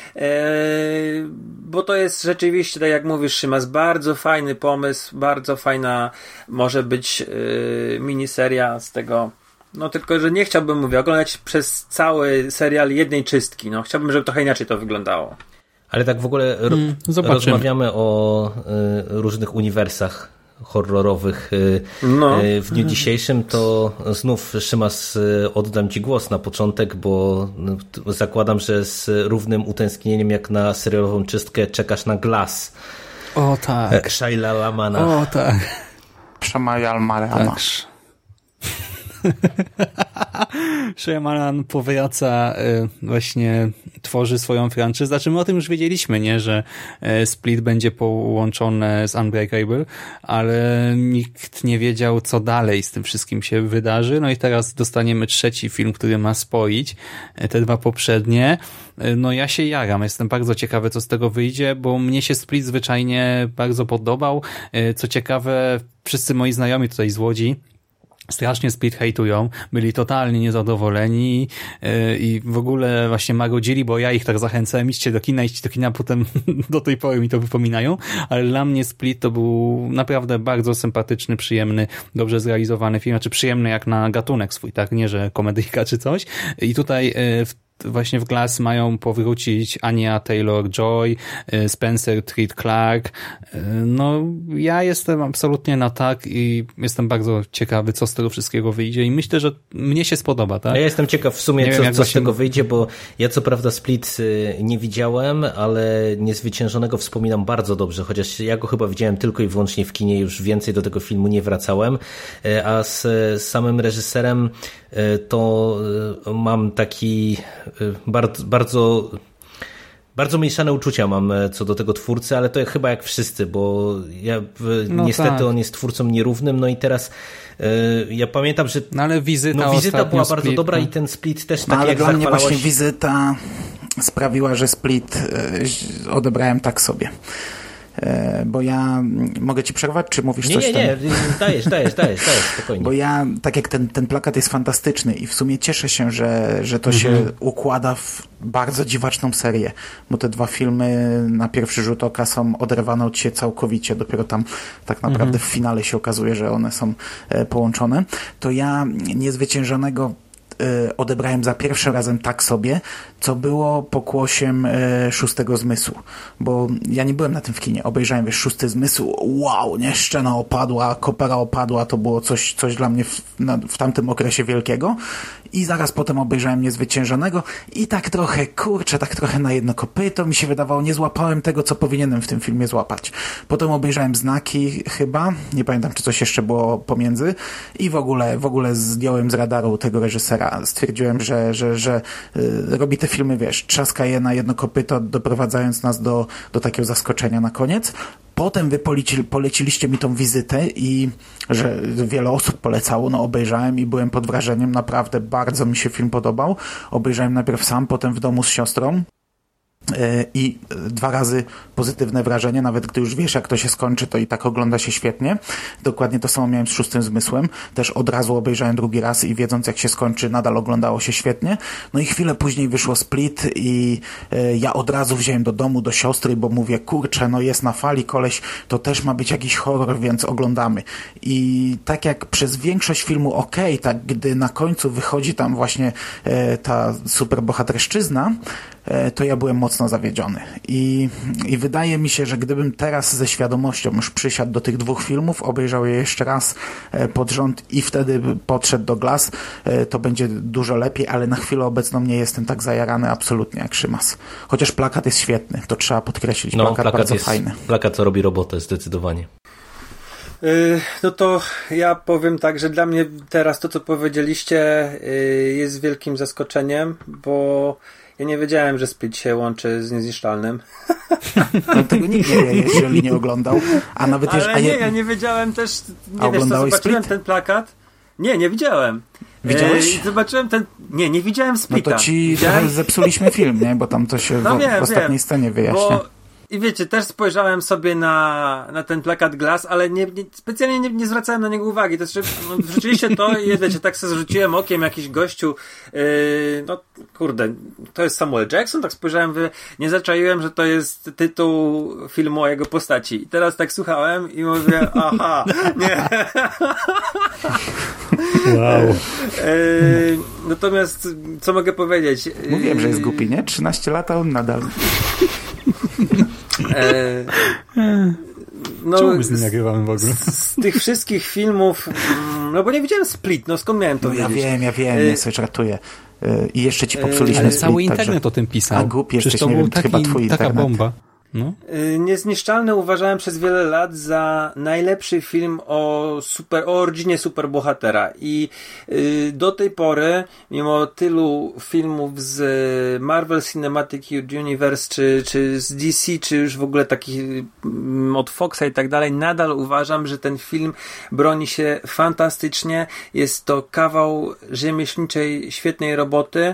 Eee, bo to jest rzeczywiście, tak jak mówisz, Szymas, bardzo fajny pomysł, bardzo fajna może być yy, miniseria z tego, no tylko, że nie chciałbym, mówię, oglądać przez cały serial jednej czystki, no chciałbym, żeby trochę inaczej to wyglądało. Ale tak w ogóle ro- mm, rozmawiamy o y, różnych uniwersach horrorowych no. w dniu dzisiejszym, to znów, Szymas, oddam Ci głos na początek, bo zakładam, że z równym utęsknieniem jak na serialową czystkę czekasz na Glass. O tak. Shyamalan'a. O tak. Shyamalan. Tak. Shyamalan powraca, właśnie tworzy swoją franczyzę. Znaczy my o tym już wiedzieliśmy, nie, że Split będzie połączone z Unbreakable, ale nikt nie wiedział, co dalej z tym wszystkim się wydarzy. No i teraz dostaniemy trzeci film, który ma spoić te dwa poprzednie. No ja się jaram, jestem bardzo ciekawy, co z tego wyjdzie, bo mnie się Split zwyczajnie bardzo podobał. Co ciekawe, wszyscy moi znajomi tutaj z Łodzi strasznie Split hejtują, byli totalnie niezadowoleni yy, i w ogóle właśnie marudzili, bo ja ich tak zachęcałem, idźcie do kina, idźcie do kina, potem do tej pory mi to wypominają, ale dla mnie Split to był naprawdę bardzo sympatyczny, przyjemny, dobrze zrealizowany film, znaczy przyjemny jak na gatunek swój, tak, nie, że komedyjka czy coś. I tutaj yy, w właśnie w Glass mają powrócić Anya Taylor-Joy, Spencer Treat Clark. No, ja jestem absolutnie na tak i jestem bardzo ciekawy, co z tego wszystkiego wyjdzie i myślę, że mnie się spodoba, tak? Ja jestem ciekaw w sumie, nie co, wiem, co właśnie... z tego wyjdzie, bo ja co prawda Split nie widziałem, ale Niezwyciężonego wspominam bardzo dobrze, chociaż ja go chyba widziałem tylko i wyłącznie w kinie, już więcej do tego filmu nie wracałem, a z, z samym reżyserem to mam taki bardzo, bardzo bardzo mieszane uczucia mam co do tego twórcy, ale to chyba jak wszyscy, bo ja no niestety tak. on jest twórcą nierównym, no i teraz yy, ja pamiętam, że no ale wizyta, no, wizyta była Split, bardzo dobra no. i ten Split też no, tak ale jak dla mnie zachwalałaś... właśnie wizyta sprawiła, że Split yy, odebrałem tak sobie. Bo ja... Mogę ci przerwać, czy mówisz nie, coś nie, tam? Nie, nie, dajesz, dajesz, dajesz, dajesz, spokojnie. Bo ja, tak jak ten, ten plakat jest fantastyczny i w sumie cieszę się, że, że to mhm. się układa w bardzo dziwaczną serię, bo te dwa filmy na pierwszy rzut oka są oderwane od siebie całkowicie, dopiero tam tak naprawdę mhm. w finale się okazuje, że one są połączone. To ja Niezwyciężonego y, odebrałem za pierwszym razem tak sobie, co było pokłosiem y, Szóstego Zmysłu. Bo ja nie byłem na tym w kinie. Obejrzałem, wiesz, Szósty Zmysł, wow, nie? Szczena opadła, kopera opadła, to było coś, coś dla mnie w, na, w tamtym okresie wielkiego. I zaraz potem obejrzałem Niezwyciężonego i tak trochę, kurczę, tak trochę na jedno kopyto mi się wydawało, nie złapałem tego, co powinienem w tym filmie złapać. Potem obejrzałem Znaki chyba, nie pamiętam, czy coś jeszcze było pomiędzy i w ogóle, w ogóle zdjąłem z radaru tego reżysera. Stwierdziłem, że, że, że y, robi te filmy, wiesz, trzaska je na jedno kopyto, doprowadzając nas do, do takiego zaskoczenia na koniec. Potem wy poleci, poleciliście mi tą wizytę i że wiele osób polecało, no obejrzałem i byłem pod wrażeniem, naprawdę bardzo mi się film podobał. Obejrzałem najpierw sam, potem w domu z siostrą i dwa razy pozytywne wrażenie, nawet gdy już wiesz, jak to się skończy, to i tak ogląda się świetnie. Dokładnie to samo miałem z Szóstym Zmysłem. Też od razu obejrzałem drugi raz i wiedząc, jak się skończy, nadal oglądało się świetnie. No i chwilę później wyszło Split i y, ja od razu wziąłem do domu, do siostry, bo mówię, kurczę, no jest na fali koleś, to też ma być jakiś horror, więc oglądamy. I tak jak przez większość filmu okej, okay, tak gdy na końcu wychodzi tam właśnie y, ta superbohaterszczyzna, y, to ja byłem mocno zawiedziony. I, I wydaje mi się, że gdybym teraz ze świadomością już przysiadł do tych dwóch filmów, obejrzał je jeszcze raz pod rząd i wtedy podszedł do Glass, to będzie dużo lepiej, ale na chwilę obecną nie jestem tak zajarany absolutnie jak Szymas. Chociaż plakat jest świetny, to trzeba podkreślić. No, plakat, plakat bardzo jest, fajny. Plakat robi robotę, zdecydowanie. No to ja powiem tak, że dla mnie teraz to, co powiedzieliście, jest wielkim zaskoczeniem, bo ja nie wiedziałem, że Split się łączy z Niezniszczalnym. No tego nikt nie wie, jeżeli nie oglądał. A nawet Ale jeżeli, nie, a ja nie wiedziałem też, nie a wiesz co, zobaczyłem Split? ten plakat. Nie, nie widziałem. Widziałeś? E, zobaczyłem ten... Nie, nie widziałem Splita. No to ci widziałem... trochę zepsuliśmy film, nie? Bo tam to się no w, wiem, w ostatniej wiem, scenie wyjaśnia. Bo... I wiecie, też spojrzałem sobie na, na ten plakat Glass, ale nie, nie, specjalnie nie, nie zwracałem na niego uwagi. To znaczy, no, wrzuciliście to i wiecie, tak sobie zrzuciłem okiem jakiś gościu, yy, no kurde, to jest Samuel Jackson, tak spojrzałem, wy, nie zaczaiłem, że to jest tytuł filmu o jego postaci. I teraz tak słuchałem i mówię, aha, nie. Wow. Yy, natomiast, co mogę powiedzieć? Mówiłem, że jest głupi, nie? trzynaście lat, a on nadal... E, no, Czemu my z nim nagrywamy w ogóle? Z, z tych wszystkich filmów, no bo nie widziałem Split, no skąd miałem to No ja wiedzieć? wiem, ja wiem, nie sobie żartuję. I jeszcze ci popsuliśmy Ale Split, cały także... internet o tym pisał. A głupi Przecież jesteś, to nie był wiem, taki, chyba twój taka internet. bomba. No. Niezniszczalny uważałem przez wiele lat za najlepszy film o super, o originie superbohatera i y, do tej pory, mimo tylu filmów z Marvel Cinematic Universe, czy, czy z D C, czy już w ogóle takich mm, od Foxa i tak dalej, nadal uważam, że ten film broni się fantastycznie. Jest to kawał rzemieślniczej, świetnej roboty,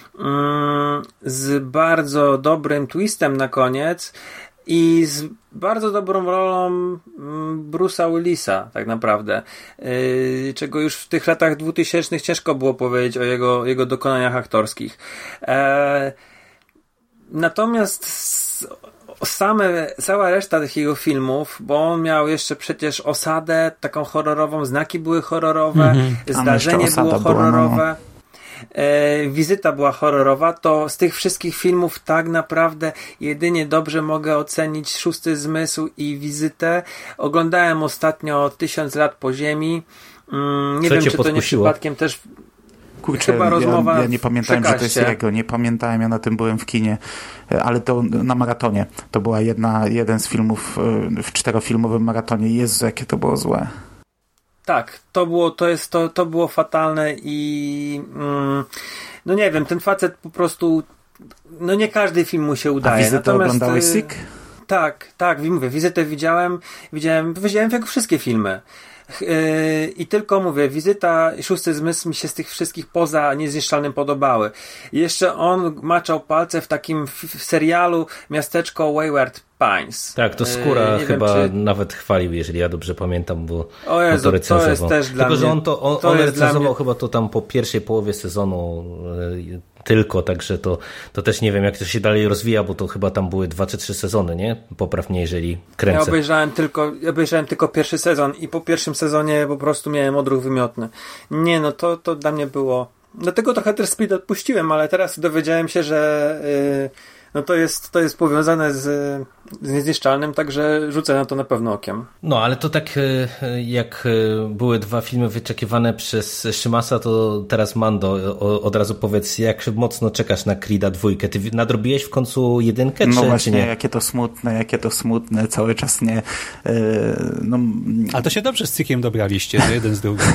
z bardzo dobrym twistem na koniec i z bardzo dobrą rolą Bruce'a Willisa tak naprawdę, yy, czego już w tych latach dwutysięcznych ciężko było powiedzieć o jego, jego dokonaniach aktorskich. Eee, natomiast same, cała reszta tych jego filmów, bo on miał jeszcze przecież Osadę taką horrorową, Znaki były horrorowe, mm-hmm. Zdarzenie było horrorowe, była, no. E, Wizyta była horrorowa, to z tych wszystkich filmów tak naprawdę jedynie dobrze mogę ocenić Szósty Zmysł i Wizytę. Oglądałem ostatnio Tysiąc lat po ziemi. Mm, nie Co wiem, czy podkusiło? to nie przypadkiem też Kurczę, chyba rozmowa ja, ja nie pamiętałem, że to jest przekazie. jego, nie pamiętałem, ja na tym byłem w kinie, ale to na maratonie. To była jedna, jeden z filmów w czterofilmowym maratonie. Jezu, jakie to było złe. Tak, to było, to jest, to, to było fatalne i mm, no nie wiem, ten facet po prostu, no nie każdy film mu się udaje. A Wizytę Natomiast, oglądałeś, Sik? Tak, tak, mówię, Wizytę widziałem, widziałem, widziałem jego wszystkie filmy. Yy, I tylko mówię, Wizyta i Szósty Zmysł mi się z tych wszystkich poza Niezniszczalnym podobały. Jeszcze on maczał palce w takim f- w serialu Miasteczko Wayward Pines. Tak, to Skóra yy, chyba wiem, czy... nawet chwalił, jeżeli ja dobrze pamiętam, bo o Jezu, to recenzował. To jest też dla Tylko, mnie, że on to, on, to on jest recenzował mnie... chyba to tam po pierwszej połowie sezonu yy, tylko, także to, to też nie wiem, jak to się dalej rozwija, bo to chyba tam były dwa czy trzy sezony, nie? Popraw mnie, jeżeli kręcę. Ja obejrzałem tylko, obejrzałem tylko pierwszy sezon i po pierwszym sezonie po prostu miałem odruch wymiotny. Nie, no to, to dla mnie było Dlatego trochę też Speed odpuściłem, ale teraz dowiedziałem się, że yy, no to jest, to jest powiązane z, z Niezniszczalnym, także rzucę na to na pewno okiem. No, ale to tak jak były dwa filmy wyczekiwane przez Szymasa, to teraz Mando, od razu powiedz, jak mocno czekasz na Creed'a dwójkę? Ty nadrobiłeś w końcu jedynkę, no czy, właśnie, czy nie? jakie to smutne, jakie to smutne, cały czas nie... Yy, no... A to się dobrze z Cykiem dobraliście, że jeden z drugim.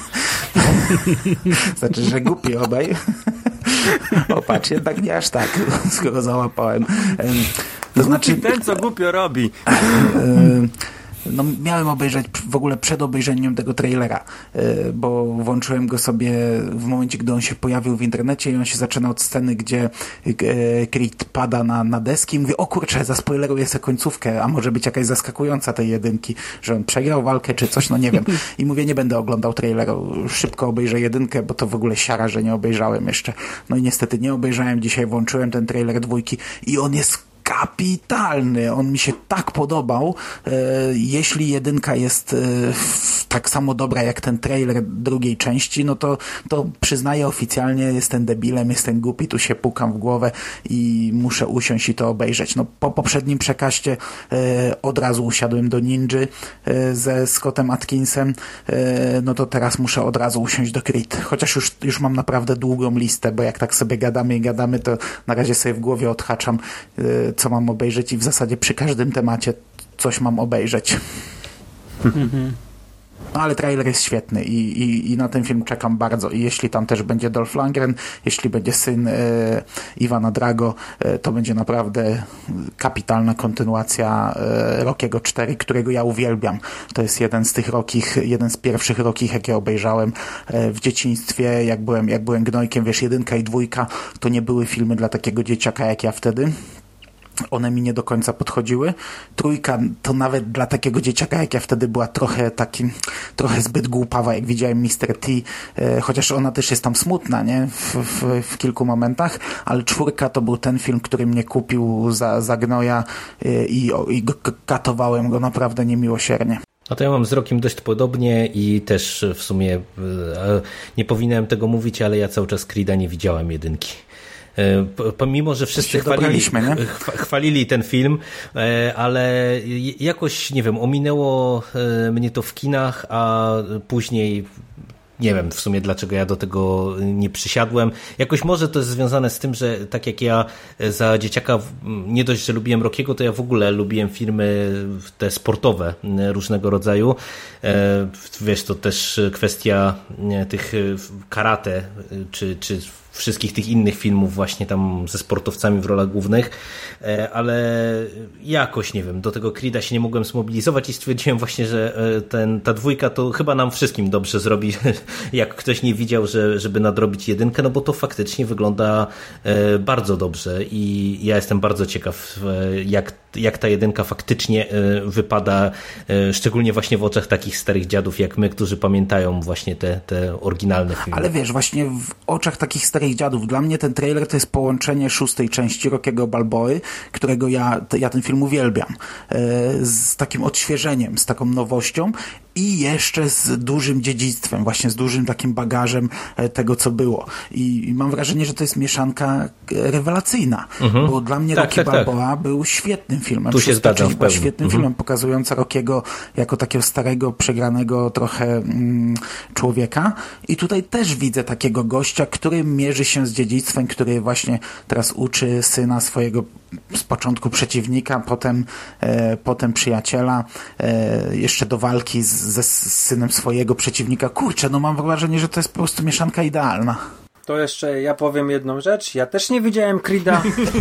Znaczy, że głupi obaj. O, patrz, jednak nie aż tak, skoro załapałem. To znaczy... Ten, co głupio robi. No, miałem obejrzeć w ogóle przed obejrzeniem tego trailera, bo włączyłem go sobie w momencie, gdy on się pojawił w internecie i on się zaczyna od sceny, gdzie Creed pada na, na deski i mówię, o kurczę, zaspoileruję sobie końcówkę, a może być jakaś zaskakująca tej jedynki, że on przegrał walkę czy coś, no nie wiem. I mówię, nie będę oglądał traileru, szybko obejrzę jedynkę, bo to w ogóle siara, że nie obejrzałem jeszcze. No i niestety nie obejrzałem, dzisiaj włączyłem ten trailer dwójki i on jest kapitalny. On mi się tak podobał. E, jeśli jedynka jest e, tak samo dobra jak ten trailer drugiej części, no to, to przyznaję oficjalnie, jestem debilem, jestem głupi, tu się pukam w głowę i muszę usiąść i to obejrzeć. No, po poprzednim przekaście e, od razu usiadłem do Ninja e, ze Scottem Atkinsem, e, no to teraz muszę od razu usiąść do Creed. Chociaż już, już mam naprawdę długą listę, bo jak tak sobie gadamy i gadamy, to na razie sobie w głowie odhaczam e, co mam obejrzeć i w zasadzie przy każdym temacie coś mam obejrzeć. No, ale trailer jest świetny i, i, i na ten film czekam bardzo i jeśli tam też będzie Dolph Lundgren, jeśli będzie syn e, Iwana Drago, e, to będzie naprawdę kapitalna kontynuacja e, Rockiego cztery, którego ja uwielbiam. To jest jeden z tych Rockich, jeden z pierwszych Rockich, jakie obejrzałem e, w dzieciństwie, jak byłem, jak byłem gnojkiem, wiesz, jedynka i dwójka to nie były filmy dla takiego dzieciaka jak ja wtedy. One mi nie do końca podchodziły. Trójka to nawet dla takiego dzieciaka jak ja wtedy była trochę taki, trochę zbyt głupawa, jak widziałem mister T, e, chociaż ona też jest tam smutna, nie? W, w, w kilku momentach, ale czwórka to był ten film, który mnie kupił za, za gnoja e, i, i go, katowałem go naprawdę niemiłosiernie. No to ja mam z Rockiem dość podobnie i też w sumie e, nie powinienem tego mówić, ale ja cały czas Creed'a nie widziałem jedynki. Pomimo, że wszyscy chwalili, chwalili ten film, ale jakoś, nie wiem, ominęło mnie to w kinach, a później nie wiem w sumie dlaczego ja do tego nie przysiadłem. Jakoś może to jest związane z tym, że tak jak ja za dzieciaka nie dość, że lubiłem Rockiego, to ja w ogóle lubiłem filmy te sportowe różnego rodzaju. Wiesz, to też kwestia tych karate czy, czy wszystkich tych innych filmów właśnie tam ze sportowcami w rolach głównych, ale jakoś, nie wiem, do tego Creed'a się nie mogłem zmobilizować i stwierdziłem właśnie, że ten, ta dwójka to chyba nam wszystkim dobrze zrobi, jak ktoś nie widział, że, żeby nadrobić jedynkę, no bo to faktycznie wygląda bardzo dobrze i ja jestem bardzo ciekaw, jak, jak ta jedynka faktycznie wypada, szczególnie właśnie w oczach takich starych dziadów jak my, którzy pamiętają właśnie te, te oryginalne filmy. Ale wiesz, właśnie w oczach takich starych dziadów, dla mnie ten trailer to jest połączenie szóstej części Rockiego Balboy, którego ja, ja ten film uwielbiam, z takim odświeżeniem, z taką nowością i jeszcze z dużym dziedzictwem, właśnie z dużym takim bagażem tego, co było. I, i mam wrażenie, że to jest mieszanka rewelacyjna, mhm. bo dla mnie tak, Rocky tak, Balboa tak. był świetnym filmem. Tu się zgadzam w pełni. Świetnym mhm. filmem pokazującym Rockiego jako takiego starego, przegranego trochę mm, człowieka. I tutaj też widzę takiego gościa, który mierzy się z dziedzictwem, który właśnie teraz uczy syna swojego z początku przeciwnika, potem, e, potem przyjaciela, e, jeszcze do walki z, ze z synem swojego przeciwnika. Kurczę, no mam wrażenie, że to jest po prostu mieszanka idealna. To jeszcze ja powiem jedną rzecz. Ja też nie widziałem Creed'a.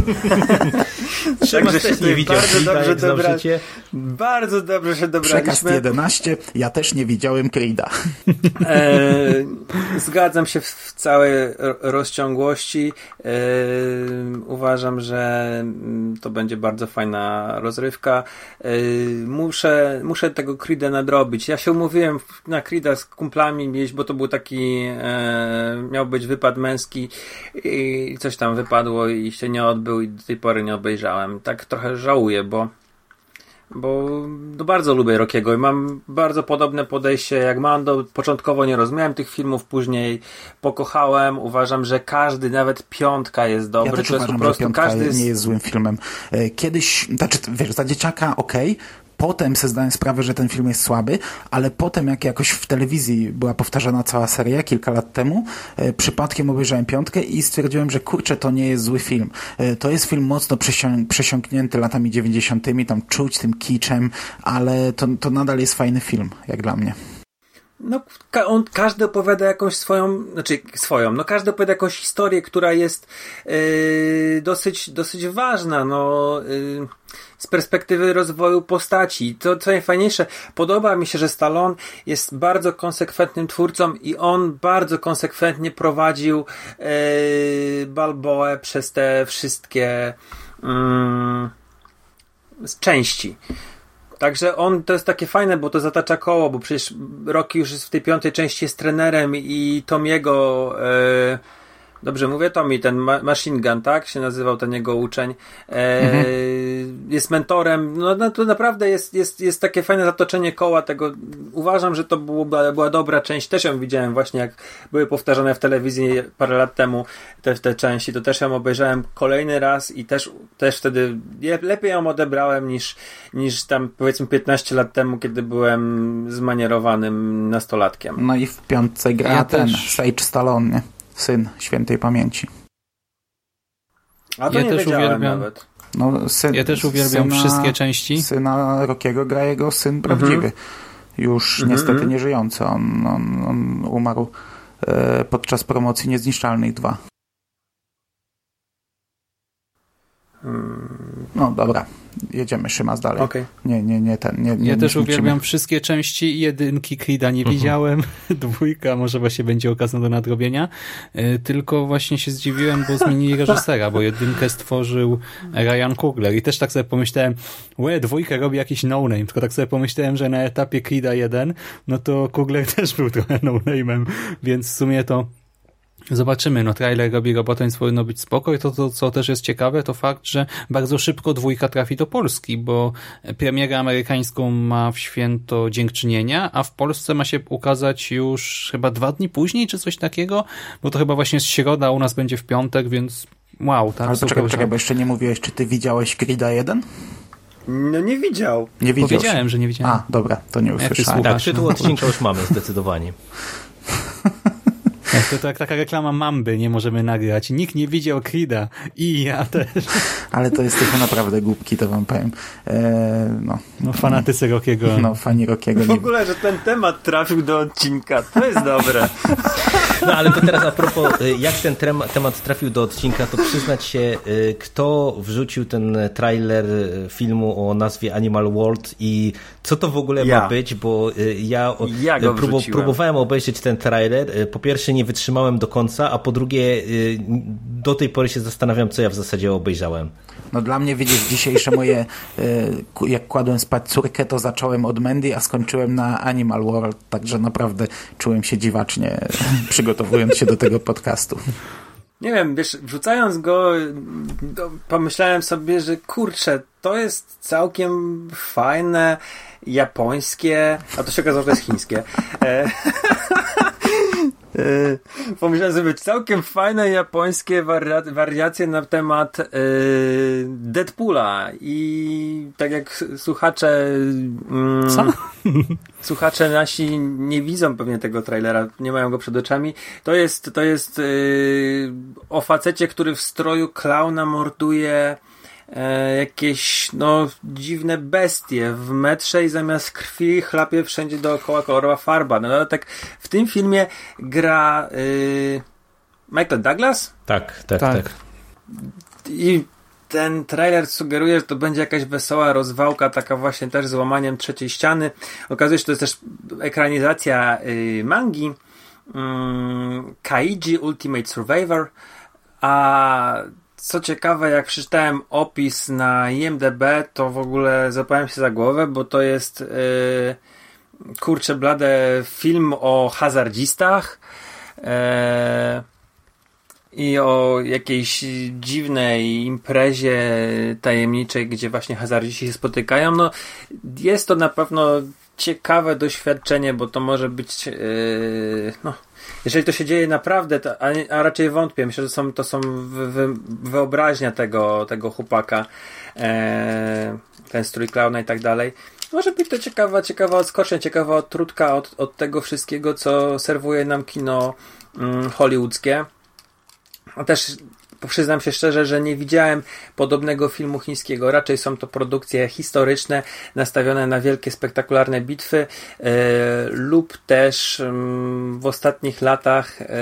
Także też nie widział bardzo Creed'a, dobrze dobra... życie. Bardzo dobrze się dobraliśmy. Przekaz jedenaście. Ja też nie widziałem Creed'a. E, zgadzam się w, w całej rozciągłości. E, uważam, że to będzie bardzo fajna rozrywka. E, muszę, muszę tego Creed'a nadrobić. Ja się umówiłem na Creed'a z kumplami gdzieś, bo to był taki e, miał być wypad męski i coś tam wypadło i się nie odbył i do tej pory nie obejrzałem. Tak trochę żałuję, bo bo no, bardzo lubię Rockiego i mam bardzo podobne podejście jak Mando. Początkowo nie rozumiałem tych filmów, później pokochałem. Uważam, że każdy, nawet piątka jest dobry. Ja też to uważam, jest po prostu, że piątka każdy nie jest złym filmem. Kiedyś, znaczy, wiesz, za dzieciaka okej, okay. Potem sobie zdałem sprawę, że ten film jest słaby, ale potem jak jakoś w telewizji była powtarzana cała seria kilka lat temu, e, przypadkiem obejrzałem piątkę i stwierdziłem, że kurczę, to nie jest zły film. E, to jest film mocno przesią- przesiąknięty latami dziewięćdziesiątymi, tam czuć tym kiczem, ale to, to nadal jest fajny film, jak dla mnie. No, ka- on, każdy opowiada jakąś swoją, znaczy swoją, no każdy opowiada jakąś historię, która jest yy, dosyć, dosyć ważna, no yy, z perspektywy rozwoju postaci. To, co najfajniejsze, podoba mi się, że Stallone jest bardzo konsekwentnym twórcą i on bardzo konsekwentnie prowadził yy, Balboę przez te wszystkie yy, części. Także on, to jest takie fajne, bo to zatacza koło, bo przecież Rocky już jest w tej piątej części jest trenerem i Tomiego, e, dobrze mówię, Tommy, ten ma- Machine Gun, tak? Się nazywał ten jego uczeń. E, mhm. Jest mentorem. No, no to naprawdę jest, jest, jest takie fajne zatoczenie koła tego. Uważam, że to było, była, była dobra część. Też ją widziałem właśnie, jak były powtarzane w telewizji parę lat temu te, te części. To też ją obejrzałem kolejny raz i też, też wtedy lepiej ją odebrałem niż, niż tam powiedzmy piętnaście lat temu, kiedy byłem zmanierowanym nastolatkiem. No i w piątce gra ja ten też... Sage Stallone, nie? Syn świętej pamięci. A to ja nie też wiedziałem uwielbiam. nawet. No, syn, ja też uwielbiam syna, wszystkie części. Syna Rockiego gra jego syn prawdziwy. Mhm. Już mhm. niestety nie żyjący. On, on, on umarł e, podczas promocji Niezniszczalnych dwa. Hmm. No dobra. Jedziemy, Szymas dalej. Okay. Nie, nie, nie ten. Nie, nie, ja nie też zniczymy. uwielbiam wszystkie części. Jedynki Creeda nie widziałem. Uh-huh. Dwójka może właśnie będzie okazją do nadrobienia. Yy, tylko właśnie się zdziwiłem, bo zmienili reżysera, bo jedynkę stworzył Ryan Coogler i też tak sobie pomyślałem, łe, dwójkę robi jakiś no-name, tylko tak sobie pomyślałem, że na etapie Creeda jeden, no to Coogler też był trochę no-name'em, więc w sumie to zobaczymy, no trailer robi robotę, więc powinno być spoko i to, to, co też jest ciekawe, to fakt, że bardzo szybko dwójka trafi do Polski, bo premierę amerykańską ma w święto Dziękczynienia, a w Polsce ma się ukazać już chyba dwa dni później, czy coś takiego, bo to chyba właśnie jest środa, u nas będzie w piątek, więc wow, tak. Ale poczekaj, poczekaj, bo jeszcze nie mówiłeś, czy ty widziałeś Creeda jeden? No nie widział. Nie widział. Powiedziałem, że nie widziałem. A, dobra, to nie usłyszałem. Tak, tytuł odcinka już mamy, zdecydowanie. To, to jak taka reklama Mamby nie możemy nagrać. Nikt nie widział Creeda i ja też. Ale to jest tylko naprawdę głupki, to wam powiem. Eee, no. no fanatycy Rockiego. No fani Rockiego. W ogóle, że ten temat trafił do odcinka, to jest dobre. No ale to teraz a propos, jak ten temat trafił do odcinka, to przyznać się, kto wrzucił ten trailer filmu o nazwie Animal World i co to w ogóle ja. ma być, bo ja, ja prób- próbowałem obejrzeć ten trailer. Po pierwsze nie wytrzymałem do końca, a po drugie do tej pory się zastanawiam, co ja w zasadzie obejrzałem. No dla mnie, widzisz, dzisiejsze moje, jak kładłem spać córkę, to zacząłem od Mandy, a skończyłem na Animal World, także naprawdę czułem się dziwacznie, przygotowując się do tego podcastu. Nie wiem, wiesz, wrzucając go, pomyślałem sobie, że kurczę, to jest całkiem fajne, japońskie, a to się okazało, że to jest chińskie. Yy, pomyślałem sobie, całkiem fajne japońskie wari- wariacje na temat yy, Deadpoola i tak jak słuchacze yy, Co? słuchacze nasi nie widzą pewnie tego trailera, nie mają go przed oczami, to jest to jest yy, o facecie, który w stroju klauna morduje E, jakieś no dziwne bestie w metrze i zamiast krwi chlapie wszędzie dookoła kolorowa farba. No ale tak w tym filmie gra y, Michael Douglas? Tak, tak, tak, tak. I ten trailer sugeruje, że to będzie jakaś wesoła rozwałka, taka właśnie też z łamaniem trzeciej ściany. Okazuje się, że to jest też ekranizacja y, mangi y, Kaiji Ultimate Survivor, a co ciekawe, jak przeczytałem opis na I M D B, to w ogóle zapałem się za głowę, bo to jest yy, kurczę blade film o hazardzistach. Yy, i o jakiejś dziwnej imprezie tajemniczej, gdzie właśnie hazardziści się spotykają. No, jest to na pewno ciekawe doświadczenie, bo to może być yy, no, jeżeli to się dzieje naprawdę, to, a, a raczej wątpię, myślę, że są, to są wy, wy, wyobraźnia tego, tego chłopaka, e, ten strój klauna i tak dalej. Może być to ciekawa, ciekawa odskocznia, ciekawa odtrutka od, od tego wszystkiego, co serwuje nam kino mm, hollywoodzkie. A też przyznam się szczerze, że nie widziałem podobnego filmu chińskiego. Raczej są to produkcje historyczne, nastawione na wielkie, spektakularne bitwy e, lub też m, w ostatnich latach e,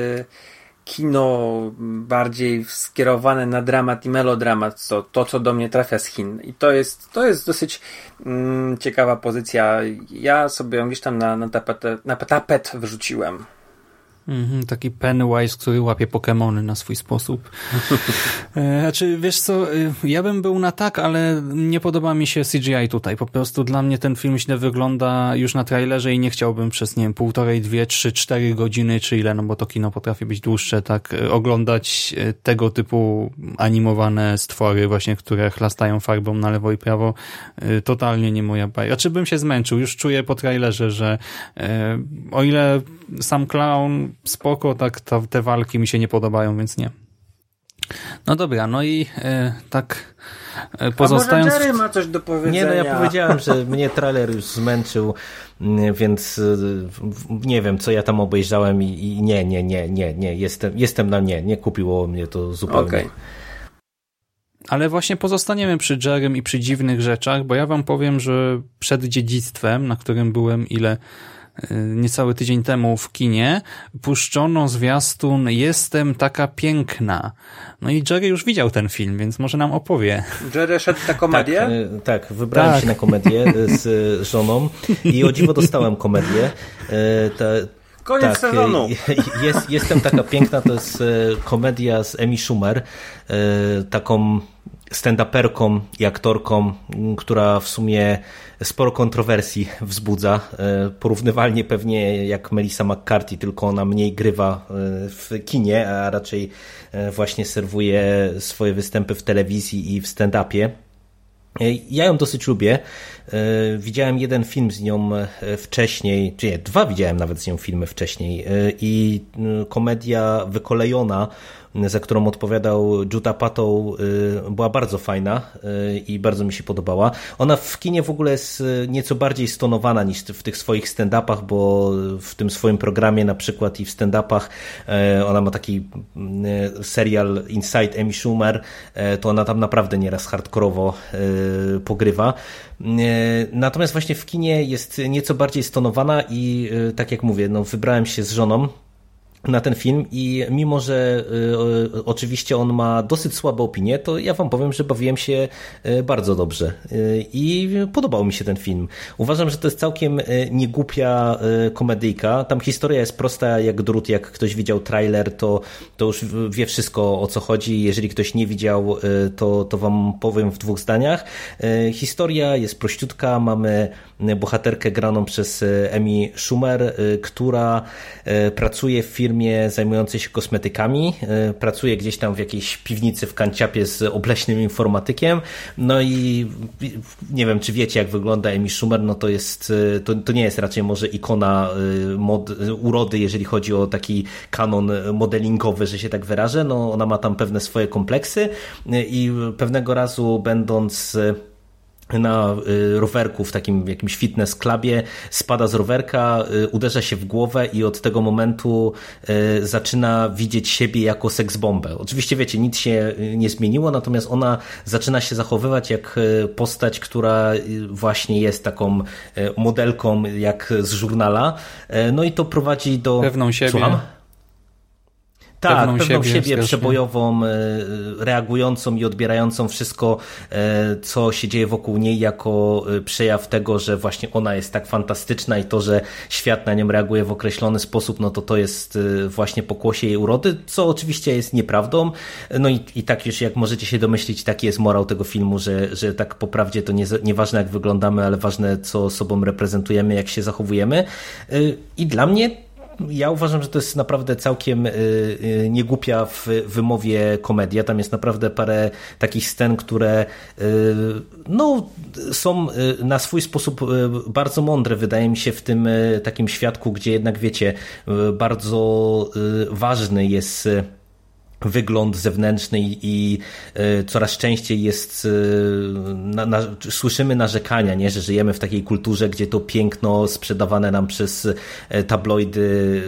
kino bardziej skierowane na dramat i melodramat, to, to co do mnie trafia z Chin. I to jest, to jest dosyć mm, ciekawa pozycja. Ja sobie ją gdzieś tam na, na, tapetę, na tapet wrzuciłem. Mhm, taki Pennywise, który łapie Pokemony na swój sposób. Znaczy, wiesz co, ja bym był na tak, ale nie podoba mi się C G I tutaj. Po prostu dla mnie ten film źle wygląda już na trailerze i nie chciałbym przez, nie wiem, półtorej, dwie, trzy, cztery godziny, czy ile, no bo to kino potrafi być dłuższe, tak, oglądać tego typu animowane stwory właśnie, które chlastają farbą na lewo i prawo. Totalnie nie moja bajka. Znaczy bym się zmęczył. Już czuję po trailerze, że e, o ile sam clown spoko, tak ta, te walki mi się nie podobają, więc nie. No dobra, no i e, tak e, pozostając... A może Jerry ma coś do powiedzenia? Nie, no ja powiedziałem, że mnie trailer już zmęczył, więc nie wiem, co ja tam obejrzałem i, i nie, nie, nie, nie, nie, jestem, jestem na nie, nie kupiło mnie to zupełnie. Okay. Ale właśnie pozostaniemy przy Jerrym i przy dziwnych rzeczach, bo ja wam powiem, że przed dziedzictwem, na którym byłem ile niecały tydzień temu w kinie, puszczono zwiastun Jestem taka piękna. No i Jerry już widział ten film, więc może nam opowie. Jerry szedł na komedię? Tak, tak wybrałem tak. się na komedię z żoną i o dziwo dostałem komedię. Ta, Koniec tak, sezonu. Jest, jestem taka piękna, to jest komedia z Amy Schumer, taką stand-uperką i aktorką, która w sumie sporo kontrowersji wzbudza. Porównywalnie pewnie jak Melissa McCarthy, tylko ona mniej grywa w kinie, a raczej właśnie serwuje swoje występy w telewizji i w stand-upie. Ja ją dosyć lubię. Widziałem jeden film z nią wcześniej, czy nie, dwa widziałem nawet z nią filmy wcześniej i komedia Wykolejona, za którą odpowiadał Judd Apatow, była bardzo fajna i bardzo mi się podobała. Ona w kinie w ogóle jest nieco bardziej stonowana niż w tych swoich stand-upach, bo w tym swoim programie na przykład i w stand-upach ona ma taki serial Inside Amy Schumer, to ona tam naprawdę nieraz hardkorowo pogrywa. Natomiast właśnie w kinie jest nieco bardziej stonowana i tak jak mówię, no wybrałem się z żoną na ten film i mimo, że y, oczywiście on ma dosyć słabe opinie, to ja wam powiem, że bawiłem się y, bardzo dobrze y, i podobał mi się ten film. Uważam, że to jest całkiem y, niegłupia y, komedyjka. Tam historia jest prosta jak drut, jak ktoś widział trailer, to, to już wie wszystko, o co chodzi. Jeżeli ktoś nie widział, y, to, to wam powiem w dwóch zdaniach. Y, historia jest prościutka, mamy bohaterkę graną przez Amy Schumer, która pracuje w firmie zajmującej się kosmetykami, pracuje gdzieś tam w jakiejś piwnicy w kanciapie z obleśnym informatykiem, no i nie wiem, czy wiecie, jak wygląda Amy Schumer, no to jest, to, to nie jest raczej może ikona mod, urody, jeżeli chodzi o taki kanon modelingowy, że się tak wyrażę, no ona ma tam pewne swoje kompleksy i pewnego razu będąc na rowerku w takim jakimś fitness clubie, spada z rowerka, uderza się w głowę i od tego momentu zaczyna widzieć siebie jako seksbombę. Oczywiście wiecie, nic się nie zmieniło, natomiast ona zaczyna się zachowywać jak postać, która właśnie jest taką modelką jak z żurnala. No i to prowadzi do... Pewną siebie. Słucham? Tak, pewną, pewną siebie, siebie przebojową, reagującą i odbierającą wszystko, co się dzieje wokół niej jako przejaw tego, że właśnie ona jest tak fantastyczna i to, że świat na nią reaguje w określony sposób, no to to jest właśnie pokłosie jej urody, co oczywiście jest nieprawdą. No i, i tak już jak możecie się domyślić, taki jest morał tego filmu, że, że tak po prawdzie to nie, nieważne jak wyglądamy, ale ważne co sobą reprezentujemy, jak się zachowujemy. I dla mnie ja uważam, że to jest naprawdę całkiem niegłupia w wymowie komedia. Tam jest naprawdę parę takich scen, które no, są na swój sposób bardzo mądre, wydaje mi się, w tym takim świadku, gdzie jednak, wiecie, bardzo ważny jest wygląd zewnętrzny i y, coraz częściej jest y, na, na, słyszymy narzekania, nie? Że żyjemy w takiej kulturze, gdzie to piękno sprzedawane nam przez y, tabloidy,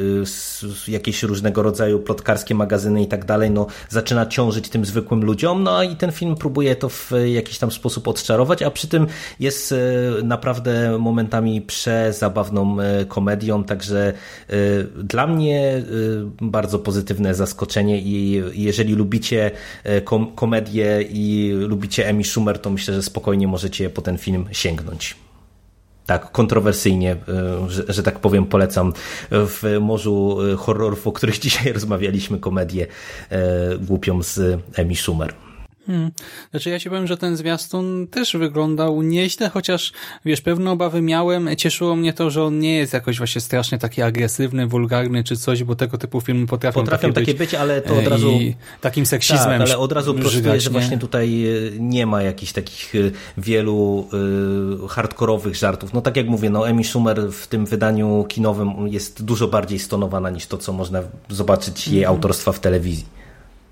y, jakieś różnego rodzaju plotkarskie magazyny i tak dalej, no zaczyna ciążyć tym zwykłym ludziom, no i ten film próbuje to w jakiś tam sposób odczarować, a przy tym jest y, naprawdę momentami przezabawną y, komedią, także y, dla mnie y, bardzo pozytywne zaskoczenie i jeżeli lubicie kom- komedię i lubicie Amy Schumer, to myślę, że spokojnie możecie po ten film sięgnąć. Tak, kontrowersyjnie, że, że tak powiem, polecam w morzu horrorów, o których dzisiaj rozmawialiśmy, komedię głupią z Amy Schumer. Hmm. Znaczy ja ci powiem, że ten zwiastun też wyglądał nieźle, chociaż wiesz, pewne obawy miałem. Cieszyło mnie to, że on nie jest jakoś właśnie strasznie taki agresywny, wulgarny czy coś, bo tego typu filmy potrafią, potrafią takie, takie być, być, ale to od razu i takim seksizmem. Tak, ale od razu prostuję, że właśnie tutaj nie ma jakichś takich wielu y, hardkorowych żartów. No tak jak mówię, no Amy Schumer w tym wydaniu kinowym jest dużo bardziej stonowana niż to, co można zobaczyć jej mm. autorstwa w telewizji.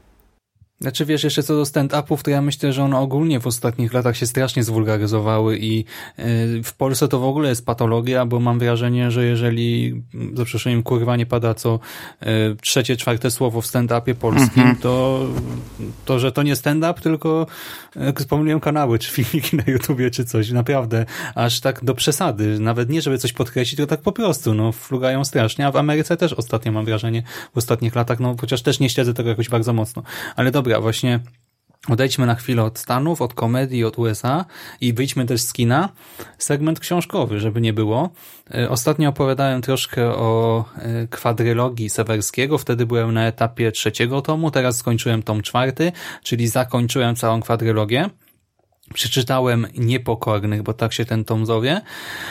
Znaczy wiesz, jeszcze co do stand-upów, to ja myślę, że one ogólnie w ostatnich latach się strasznie zwulgaryzowały i w Polsce to w ogóle jest patologia, bo mam wrażenie, że jeżeli, za przeproszeniem, kurwa nie pada co trzecie, czwarte słowo w stand-upie polskim, mm-hmm. to, to, że to nie stand-up, tylko pomyliłem kanały, czy filmiki na YouTubie, czy coś. Naprawdę, aż tak do przesady. Nawet nie, żeby coś podkreślić, tylko tak po prostu, no, flugają strasznie, a w Ameryce też ostatnio mam wrażenie, w ostatnich latach, no, chociaż też nie śledzę tego jakoś bardzo mocno. Ale dobra, właśnie odejdźmy na chwilę od Stanów, od komedii, od U S A i wyjdźmy też z kina. Segment książkowy, żeby nie było. Ostatnio opowiadałem troszkę o kwadrylogii Sewerskiego, wtedy byłem na etapie trzeciego tomu, teraz skończyłem tom czwarty, czyli zakończyłem całą kwadrylogię. Przeczytałem Niepokornych, bo tak się ten tom zowie.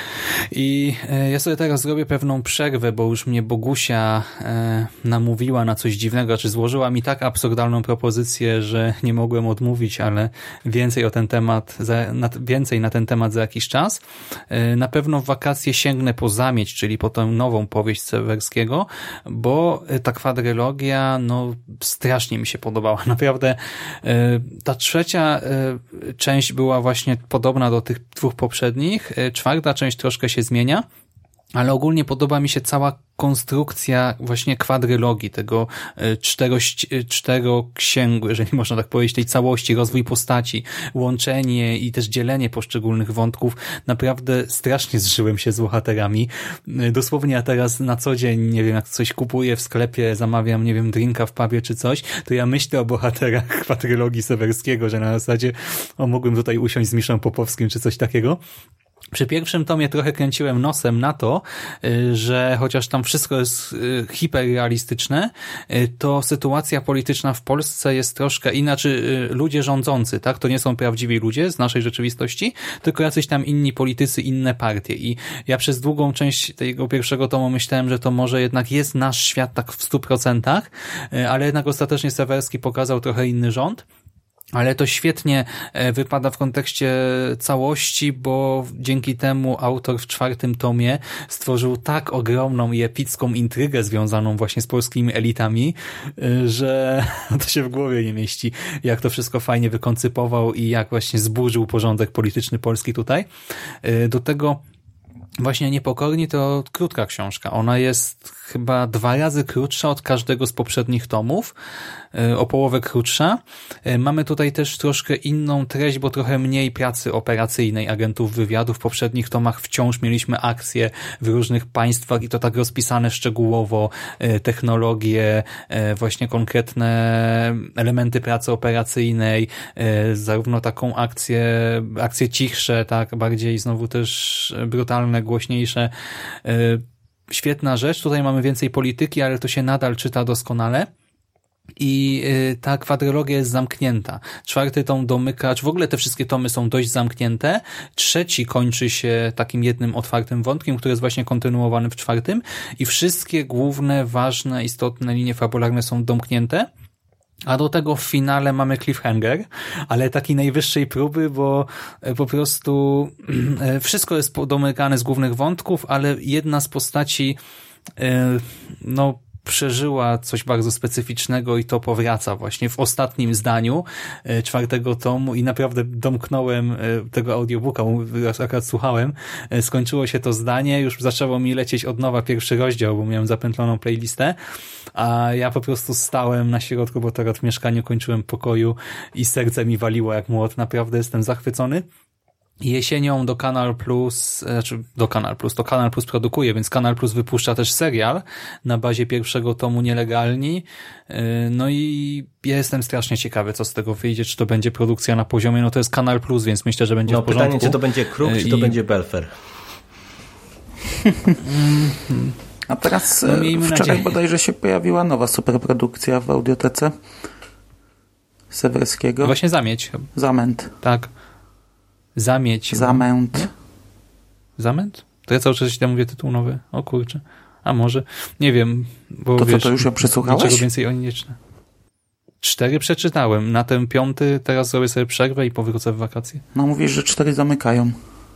I ja sobie teraz zrobię pewną przerwę, bo już mnie Bogusia e, namówiła na coś dziwnego, czy złożyła mi tak absurdalną propozycję, że nie mogłem odmówić, ale więcej o ten temat, za, na, więcej na ten temat za jakiś czas. E, na pewno w wakacje sięgnę po Zamieć, czyli po tę nową powieść Sewerskiego, bo ta kwadrylogia, no, strasznie mi się podobała. Naprawdę e, ta trzecia e, część była właśnie podobna do tych dwóch poprzednich. E, czwarta część troszkę się zmienia, ale ogólnie podoba mi się cała konstrukcja właśnie kwadrylogii, tego czterości, czteroksięgu, jeżeli można tak powiedzieć, tej całości, rozwój postaci, łączenie i też dzielenie poszczególnych wątków. Naprawdę strasznie zżyłem się z bohaterami. Dosłownie ja teraz na co dzień, nie wiem, jak coś kupuję w sklepie, zamawiam, nie wiem, drinka w pubie czy coś, to ja myślę o bohaterach kwadrylogii Sewerskiego, że na zasadzie o, mógłbym tutaj usiąść z Miszą Popowskim czy coś takiego. Przy pierwszym tomie trochę kręciłem nosem na to, że chociaż tam wszystko jest hiperrealistyczne, to sytuacja polityczna w Polsce jest troszkę inaczej. Ludzie rządzący, tak? To nie są prawdziwi ludzie z naszej rzeczywistości, tylko jacyś tam inni politycy, inne partie. I ja przez długą część tego pierwszego tomu myślałem, że to może jednak jest nasz świat tak w stu procentach, ale jednak ostatecznie Sewerski pokazał trochę inny rząd. Ale to świetnie wypada w kontekście całości, bo dzięki temu autor w czwartym tomie stworzył tak ogromną i epicką intrygę związaną właśnie z polskimi elitami, że to się w głowie nie mieści, jak to wszystko fajnie wykoncypował i jak właśnie zburzył porządek polityczny Polski tutaj. Do tego właśnie Niepokorni to krótka książka. Ona jest chyba dwa razy krótsza od każdego z poprzednich tomów, o połowę krótsza. Mamy tutaj też troszkę inną treść, bo trochę mniej pracy operacyjnej agentów wywiadu. W poprzednich tomach wciąż mieliśmy akcje w różnych państwach i to tak rozpisane szczegółowo, technologie, właśnie konkretne elementy pracy operacyjnej, zarówno taką akcję, akcje cichsze, tak, bardziej znowu też brutalne, głośniejsze. Świetna rzecz. Tutaj mamy więcej polityki, ale to się nadal czyta doskonale. i ta kwadrylogia jest zamknięta. Czwarty tom domyka, czy w ogóle te wszystkie tomy są dość zamknięte. Trzeci kończy się takim jednym otwartym wątkiem, który jest właśnie kontynuowany w czwartym i wszystkie główne, ważne, istotne linie fabularne są domknięte. A do tego w finale mamy cliffhanger, ale takiej najwyższej próby, bo po prostu wszystko jest domykane z głównych wątków, ale jedna z postaci no przeżyła coś bardzo specyficznego i to powraca właśnie w ostatnim zdaniu e, czwartego tomu i naprawdę domknąłem e, tego audiobooka, raz akurat słuchałem, e, skończyło się to zdanie, już zaczęło mi lecieć od nowa pierwszy rozdział, bo miałem zapętloną playlistę, a ja po prostu stałem na środku, bo teraz w mieszkaniu kończyłem pokoju i serce mi waliło jak młot, naprawdę jestem zachwycony. Jesienią do Kanal Plus, znaczy do Kanal Plus, to Kanal Plus produkuje, więc Kanal Plus wypuszcza też serial na bazie pierwszego tomu Nielegalni. No i ja jestem strasznie ciekawy, co z tego wyjdzie, czy to będzie produkcja na poziomie, no to jest Kanal Plus, więc myślę, że będzie no, w porządku. Pytanie, czy to będzie Kruk, czy to I... będzie Belfer? A teraz no, wczoraj nadzieję. bodajże się pojawiła nowa superprodukcja w Audiotece Sewerskiego. Właśnie Zamieć. Zamęt. Tak. Zamieć. Zamęt. Nie? Zamęt? To ja cały czas tam mówię tytuł nowy. O kurczę. A może? Nie wiem. Bo to wiesz, co, to już ją przesłuchałeś? Niczego więcej o niej nie czytam. Cztery przeczytałem. Na ten piąty teraz zrobię sobie przerwę i powrócę w wakacje. No mówisz, że cztery zamykają.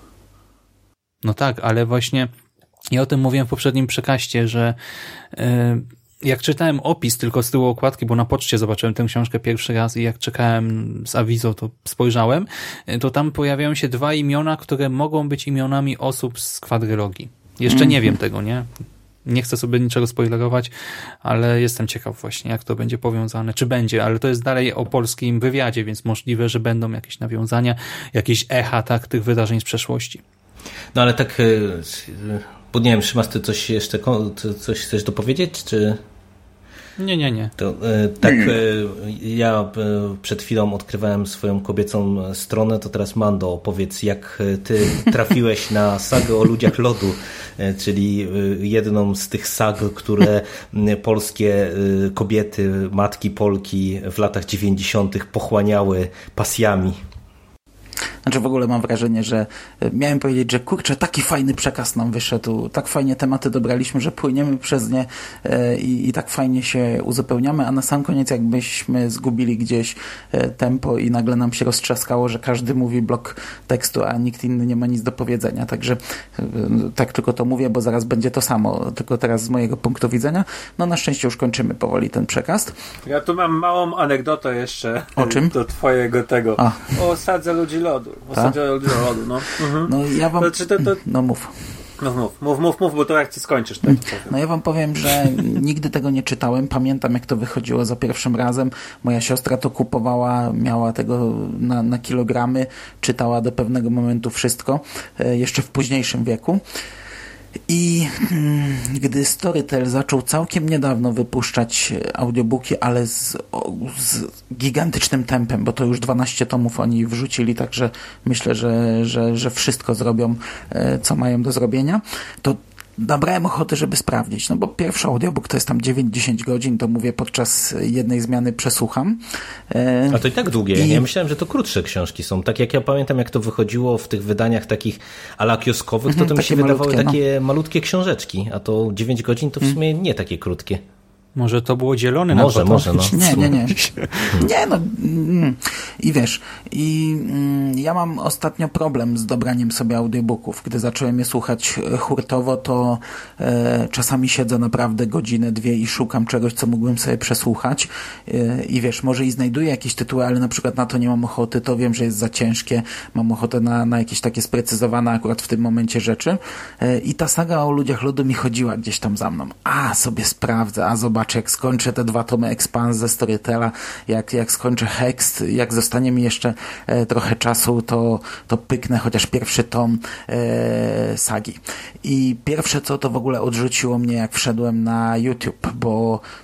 No tak, ale właśnie ja o tym mówiłem w poprzednim przekaście, że yy, jak czytałem opis tylko z tyłu okładki, bo na poczcie zobaczyłem tę książkę pierwszy raz i jak czekałem z awizo, to spojrzałem, to tam pojawiają się dwa imiona, które mogą być imionami osób z kwadrylogii. Jeszcze mm. nie wiem tego, nie? Nie chcę sobie niczego spoilerować, ale jestem ciekaw właśnie, jak to będzie powiązane, czy będzie, ale to jest dalej o polskim wywiadzie, więc możliwe, że będą jakieś nawiązania, jakieś echa tak, tych wydarzeń z przeszłości. No ale tak, bo nie wiem, Szymas, ty coś jeszcze, coś chcesz dopowiedzieć, czy... Nie, nie, nie. To, e, tak, e, ja e, przed chwilą odkrywałem swoją kobiecą stronę, to teraz Mando, opowiedz, jak ty trafiłeś na sagę o ludziach lodu, e, czyli e, jedną z tych sag, które polskie e, kobiety, matki Polki w latach dziewięćdziesiątych pochłaniały pasjami. Znaczy w ogóle mam wrażenie, że miałem powiedzieć, że kurczę, taki fajny przekaz nam wyszedł, tak fajnie tematy dobraliśmy, że płyniemy przez nie i, i tak fajnie się uzupełniamy, a na sam koniec jakbyśmy zgubili gdzieś tempo i nagle nam się roztrzaskało, że każdy mówi blok tekstu, a nikt inny nie ma nic do powiedzenia. Także tak tylko to mówię, bo zaraz będzie to samo, tylko teraz z mojego punktu widzenia. No na szczęście już kończymy powoli ten przekaz. Ja tu mam małą anegdotę jeszcze. O czym? Do twojego tego. A. O sadze ludzi lodu. W zasadzie ludzi lodu, no. Mhm. No ja wam... To, czy to, to... No mów. Mów, mów, mów, mów, mów, bo to jak ty skończysz. Tak, no ja wam powiem, że nigdy tego nie czytałem. Pamiętam, jak to wychodziło za pierwszym razem. Moja siostra to kupowała, miała tego na, na kilogramy, czytała do pewnego momentu wszystko, jeszcze w późniejszym wieku. I hmm, gdy Storytel zaczął całkiem niedawno wypuszczać audiobooki, ale z, o, z gigantycznym tempem, bo to już dwanaście tomów oni wrzucili, także myślę, że, że, że wszystko zrobią, e, co mają do zrobienia, to nabrałem ochoty, żeby sprawdzić, no bo pierwszy audiobook to jest tam dziewięć do dziesięciu godzin, to mówię podczas jednej zmiany przesłucham. E, A to i tak długie. I... Ja myślałem, że to krótsze książki są. Tak jak ja pamiętam, jak to wychodziło w tych wydaniach takich ala kioskowych, to to mi się wydawały malutkie, takie no. malutkie książeczki, a to dziewięć godzin to w sumie nie takie krótkie. Może to było dzielone może, na Może, no. Nie, nie, nie. Nie, no. I wiesz, i mm, ja mam ostatnio problem z dobraniem sobie audiobooków. Gdy zacząłem je słuchać hurtowo, to e, czasami siedzę naprawdę godzinę, dwie i szukam czegoś, co mógłbym sobie przesłuchać. E, I wiesz, może i znajduję jakieś tytuły, ale na przykład na to nie mam ochoty, to wiem, że jest za ciężkie. Mam ochotę na, na jakieś takie sprecyzowane akurat w tym momencie rzeczy. E, I ta saga o ludziach lodu mi chodziła gdzieś tam za mną. A, sobie sprawdzę, a zobacz, jak skończę te dwa tomy Expans ze Storytela, jak, jak skończę Hext, jak zostanie mi jeszcze e, trochę czasu, to, to pyknę chociaż pierwszy tom e, sagi. I pierwsze co, to w ogóle odrzuciło mnie, jak wszedłem na YouTube, bo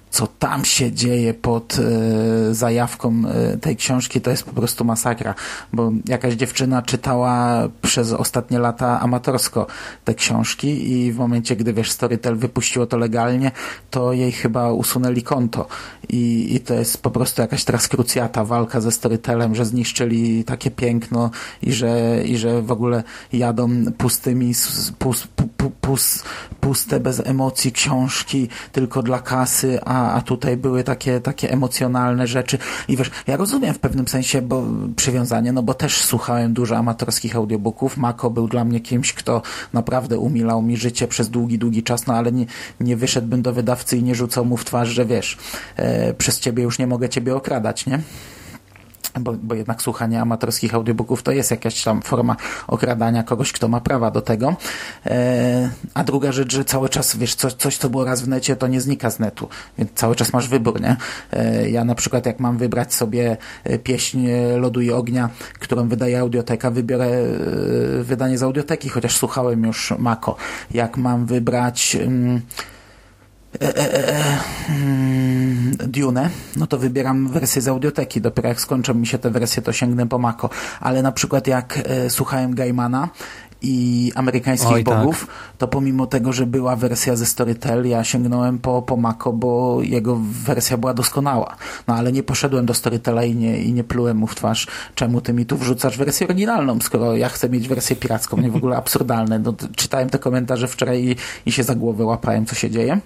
co tam się dzieje pod e, zajawką e, tej książki, to jest po prostu masakra, bo jakaś dziewczyna czytała przez ostatnie lata amatorsko te książki i w momencie, gdy wiesz, Storytel wypuściło to legalnie, to jej chyba usunęli konto i, i to jest po prostu jakaś teraz krucjata, walka ze Storytelem, że zniszczyli takie piękno i że, i że w ogóle jadą pustymi pus, pu, pus, puste, bez emocji książki tylko dla kasy, a a tutaj były takie, takie emocjonalne rzeczy. I wiesz, ja rozumiem w pewnym sensie bo przywiązanie, no bo też słuchałem dużo amatorskich audiobooków. Mako był dla mnie kimś, kto naprawdę umilał mi życie przez długi, długi czas, no ale nie, nie wyszedłbym do wydawcy i nie rzucał mu w twarz, że wiesz, e, przez ciebie już nie mogę ciebie okradać, nie? Bo, bo jednak słuchanie amatorskich audiobooków to jest jakaś tam forma okradania kogoś, kto ma prawa do tego. E, a druga rzecz, że cały czas, wiesz, coś, coś, co było raz w necie, to nie znika z netu. Więc cały czas masz wybór, nie? E, ja na przykład, jak mam wybrać sobie pieśń Lodu i Ognia, którą wydaje Audioteka, wybiorę e, wydanie z Audioteki, chociaż słuchałem już Mako. Jak mam wybrać... Mm, E, e, e, mm, Dune, no to wybieram wersję z Audioteki. Dopiero jak skończą mi się te wersje, to sięgnę po Mako. Ale na przykład jak e, słuchałem Gaimana i Amerykańskich Oj, Bogów, tak. to pomimo tego, że była wersja ze Storytel, ja sięgnąłem po, po Mako, bo jego wersja była doskonała. No ale nie poszedłem do Storytela i nie, i nie plułem mu w twarz, czemu ty mi tu wrzucasz wersję oryginalną, skoro ja chcę mieć wersję piracką. Nie, w ogóle absurdalne. No, czytałem te komentarze wczoraj i, i się za głowę łapałem, co się dzieje.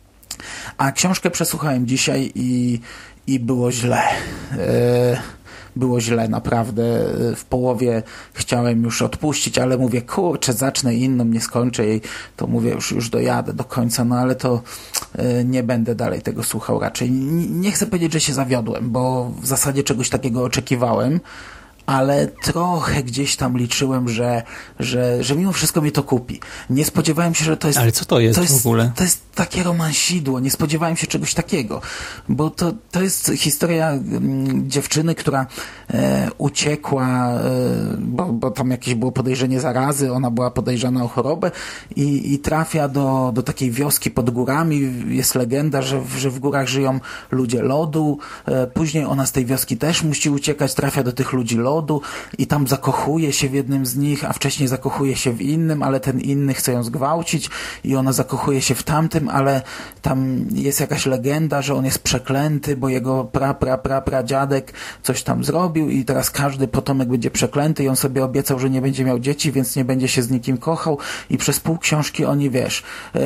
A książkę przesłuchałem dzisiaj i, i było źle. E, było źle, naprawdę. W połowie chciałem już odpuścić, ale mówię, kurczę, zacznę inną, nie skończę jej, to mówię, już, już dojadę do końca, no ale to e, nie będę dalej tego słuchał raczej. Nie, nie chcę powiedzieć, że się zawiodłem, bo w zasadzie czegoś takiego oczekiwałem, ale trochę gdzieś tam liczyłem, że, że, że mimo wszystko mnie to kupi. Nie spodziewałem się, że to jest... Ale co to jest, to jest w ogóle? To jest takie romansidło. Nie spodziewałem się czegoś takiego. Bo to, to jest historia m, dziewczyny, która e, uciekła, e, bo, bo tam jakieś było podejrzenie zarazy, ona była podejrzana o chorobę i, i trafia do, do takiej wioski pod górami. Jest legenda, że, że w górach żyją ludzie lodu. E, później ona z tej wioski też musi uciekać, trafia do tych ludzi lodu i tam zakochuje się w jednym z nich, a wcześniej zakochuje się w innym, ale ten inny chce ją zgwałcić i ona zakochuje się w tamtym, ale tam jest jakaś legenda, że on jest przeklęty, bo jego pra, pra, pra, pra dziadek coś tam zrobił i teraz każdy potomek będzie przeklęty i on sobie obiecał, że nie będzie miał dzieci, więc nie będzie się z nikim kochał i przez pół książki oni, wiesz, e,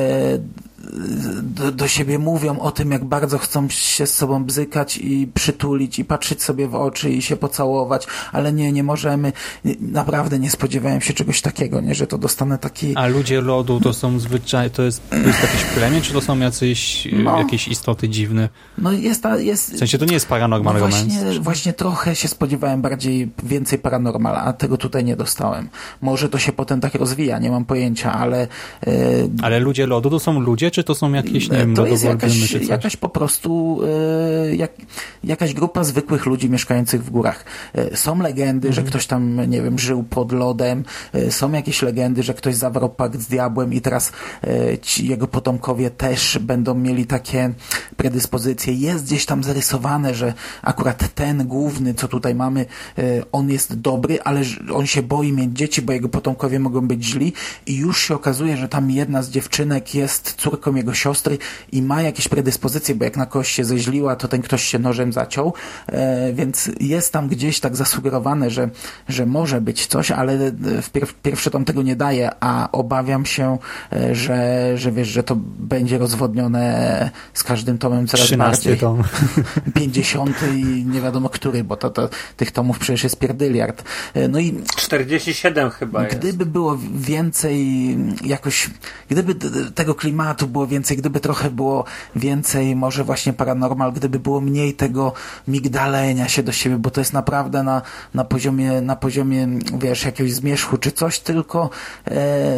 do, do siebie mówią o tym, jak bardzo chcą się z sobą bzykać i przytulić i patrzeć sobie w oczy i się pocałować, ale nie, nie możemy. Naprawdę nie spodziewałem się czegoś takiego, nie, że to dostanę taki... A ludzie lodu to są zwyczaj, to jest, to jest jakieś plemię, czy to są jacyś, no, jakieś istoty dziwne? No jest ta, jest... W sensie to nie jest paranormal no romance. właśnie, właśnie trochę się spodziewałem bardziej, więcej paranormal, a tego tutaj nie dostałem. Może to się potem tak rozwija, nie mam pojęcia, ale... Yy, ale ludzie lodu to są ludzie, czy to są jakieś, nie wiem, to jest lodowolbymy, jakaś, czy coś? jakaś po prostu yy, jak, jakaś grupa zwykłych ludzi mieszkających w górach. Yy, są legendy, mhm. że ktoś tam, nie wiem, żył pod lodem, yy, są jakieś legendy, że ktoś zawarł pakt z diabłem i teraz yy, ci jego potomkowie też będą mieli takie predyspozycje. Jest gdzieś tam zarysowane, że akurat ten główny, co tutaj mamy, yy, on jest dobry, ale on się boi mieć dzieci, bo jego potomkowie mogą być źli i już się okazuje, że tam jedna z dziewczynek jest córką jego siostry i ma jakieś predyspozycje, bo jak na kogoś się zeźliła, to ten ktoś się nożem zaciął, e, więc jest tam gdzieś tak zasugerowane, że, że może być coś, ale wpierw, pierwszy tom tego nie daje, a obawiam się, e, że, że wiesz, że to będzie rozwodnione z każdym tomem coraz bardziej. tom. pięćdziesiąty i nie wiadomo który, bo to, to tych tomów przecież jest pierdyliard. E, no i czterdzieści siedem chyba jest. Gdyby było więcej jakoś, gdyby tego klimatu było więcej, gdyby trochę było więcej może właśnie paranormal, gdyby było mniej tego migdalenia się do siebie, bo to jest naprawdę na, na poziomie, na poziomie, wiesz, jakiegoś zmierzchu czy coś, tylko e,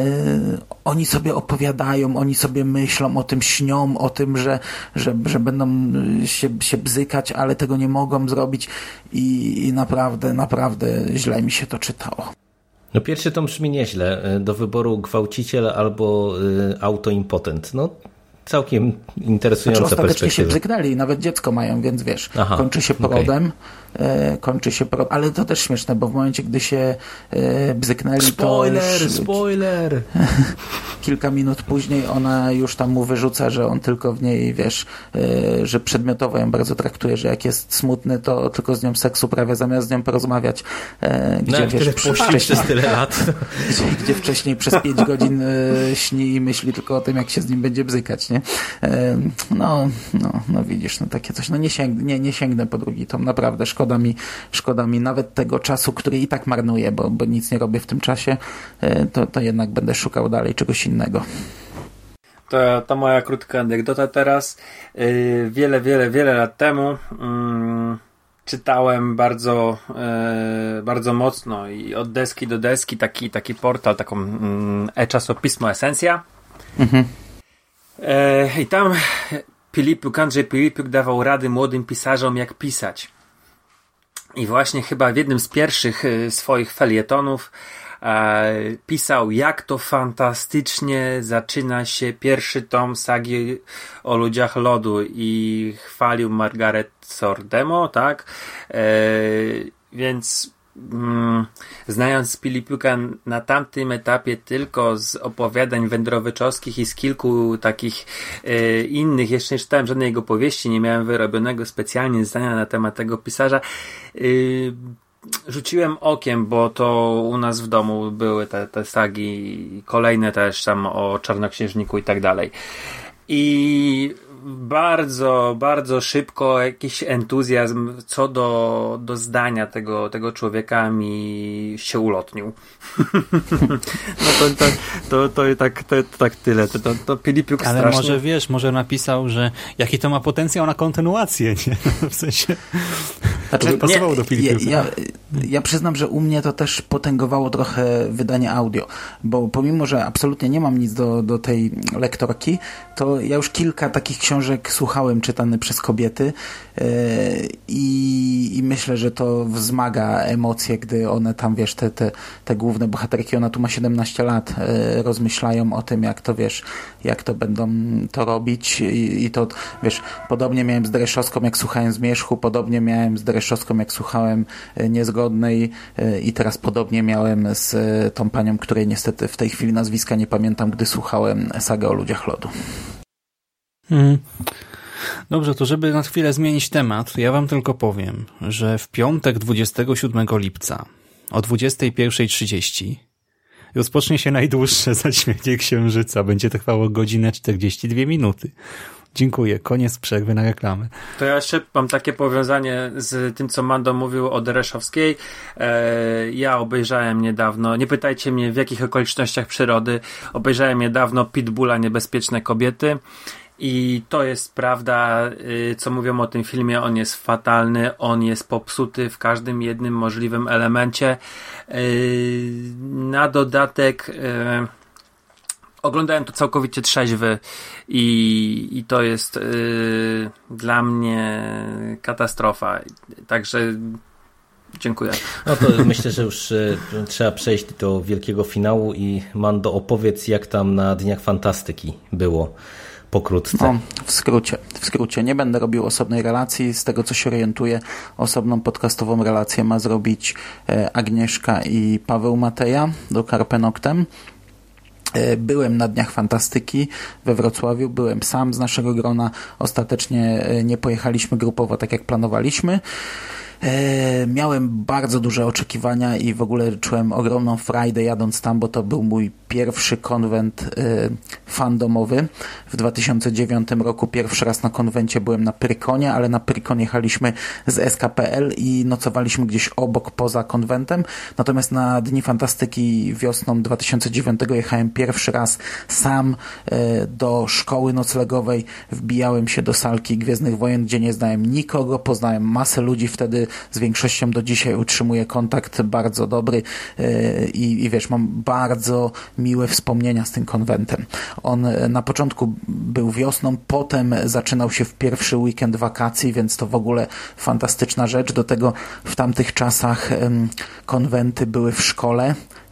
oni sobie opowiadają, oni sobie myślą o tym, śnią o tym, że, że, że będą się, się bzykać, ale tego nie mogą zrobić i, i naprawdę, naprawdę źle mi się to czytało. No pierwszy tom brzmi nieźle. Do wyboru gwałciciel albo y, autoimpotent. No całkiem interesująca znaczy, ostatecznie perspektywa. się bzyknęli i nawet dziecko mają, więc wiesz, Aha, kończy się porodem, okay. e, kończy się porodem, ale to też śmieszne, bo w momencie, gdy się e, bzyknęli, spoiler, to już, spoiler! kilka minut później ona już tam mu wyrzuca, że on tylko w niej, wiesz, e, że przedmiotowo ją bardzo traktuje, że jak jest smutny, to tylko z nią seks uprawia, zamiast z nią porozmawiać. E, gdzie, no, wiesz, przy, wcześniej, przez tyle lat. Gdzie, gdzie wcześniej przez pięć godzin e, śni i myśli tylko o tym, jak się z nim będzie bzykać, nie? E, no, no, no widzisz, no takie coś, no nie, sięg, nie, nie sięgnę po drugi tom, naprawdę szkoda mi, szkoda mi nawet tego czasu, który i tak marnuję, bo, bo nic nie robię w tym czasie, e, to, to jednak będę szukał dalej czegoś innego. To, to moja krótka anegdota teraz. Yy, wiele, wiele, wiele lat temu yy, czytałem bardzo, yy, bardzo mocno i od deski do deski taki, taki portal, taką yy, e-czasopismo Esencja. Mhm. Yy, I tam Pilipiuk, Andrzej Pilipiuk dawał rady młodym pisarzom, jak pisać. I właśnie chyba w jednym z pierwszych yy, swoich felietonów pisał, jak to fantastycznie zaczyna się pierwszy tom sagi o Ludziach Lodu i chwalił Margaret Sordemo, tak? E, więc mm, znając Pilipiuka na tamtym etapie tylko z opowiadań wędrowyczowskich i z kilku takich e, innych, jeszcze nie czytałem żadnej jego powieści, nie miałem wyrobionego specjalnie zdania na temat tego pisarza, e, rzuciłem okiem, bo to u nas w domu były te, te sagi, kolejne też tam o Czarnoksiężniku i tak dalej. I bardzo, bardzo szybko jakiś entuzjazm co do, do zdania tego, tego człowieka mi się ulotnił. No to, to, to, to, tak, to, to tak tyle. To, to, to Pilipiuk ale strasznie... może wiesz, może napisał, że jaki to ma potencjał na kontynuację, nie? W sensie znaczy, to pasowało nie, do Pilipiuka. Ja, ja, ja przyznam, że u mnie to też potęgowało trochę wydanie audio, bo pomimo, że absolutnie nie mam nic do, do tej lektorki, to ja już kilka takich książek słuchałem czytane przez kobiety yy, i, i myślę, że to wzmaga emocje, gdy one tam, wiesz, te, te, te główne bohaterki, ona tu ma siedemnaście lat, yy, rozmyślają o tym, jak to, wiesz, jak to będą to robić i, i to, wiesz, podobnie miałem z Dreszowską, jak słuchałem Zmierzchu, podobnie miałem z Dreszowską, jak słuchałem yy, Niezgodnej yy, i teraz podobnie miałem z yy, tą panią, której niestety w tej chwili nazwiska nie pamiętam, gdy słuchałem sagę o Ludziach Lodu. Hmm. Dobrze, to żeby na chwilę zmienić temat, ja wam tylko powiem, że w piątek dwudziestego siódmego lipca o dwudziestej pierwszej trzydzieści rozpocznie się najdłuższe zaćmienie Księżyca. Będzie trwało godzinę czterdzieści dwie minuty. Dziękuję. Koniec przerwy na reklamę. To ja jeszcze mam takie powiązanie z tym, co Mando mówił o Dereszowskiej. E, ja obejrzałem niedawno, nie pytajcie mnie w jakich okolicznościach przyrody, obejrzałem niedawno Pitbulla Niebezpieczne kobiety. I to jest prawda, co mówią o tym filmie, on jest fatalny, on jest popsuty w każdym jednym możliwym elemencie. Na dodatek oglądałem to całkowicie trzeźwy i, i to jest dla mnie katastrofa. Także dziękuję. No to myślę, że już trzeba przejść do wielkiego finału i Mando, opowiedz, jak tam na Dniach Fantastyki było. Pokrótce. No, w skrócie. W skrócie. Nie będę robił osobnej relacji. Z tego, co się orientuję, osobną podcastową relację ma zrobić Agnieszka i Paweł Mateja do Carpe Noctem. Byłem na Dniach Fantastyki we Wrocławiu, byłem sam z naszego grona. Ostatecznie nie pojechaliśmy grupowo tak, jak planowaliśmy. E, miałem bardzo duże oczekiwania i w ogóle czułem ogromną frajdę jadąc tam, bo to był mój pierwszy konwent e, fandomowy. W dwa tysiące dziewiątym roku pierwszy raz na konwencie byłem na Pyrkonie, ale na Pyrkon jechaliśmy z S K P L i nocowaliśmy gdzieś obok, poza konwentem. Natomiast na Dni Fantastyki wiosną dwa tysiące dziewiątego jechałem pierwszy raz sam e, do szkoły noclegowej. Wbijałem się do salki Gwiezdnych Wojen, gdzie nie znałem nikogo, poznałem masę ludzi wtedy, z większością do dzisiaj utrzymuję kontakt bardzo dobry yy, i wiesz, mam bardzo miłe wspomnienia z tym konwentem. On na początku był wiosną, potem zaczynał się w pierwszy weekend wakacji, więc to w ogóle fantastyczna rzecz. Do tego w tamtych czasach yy, konwenty były w szkole,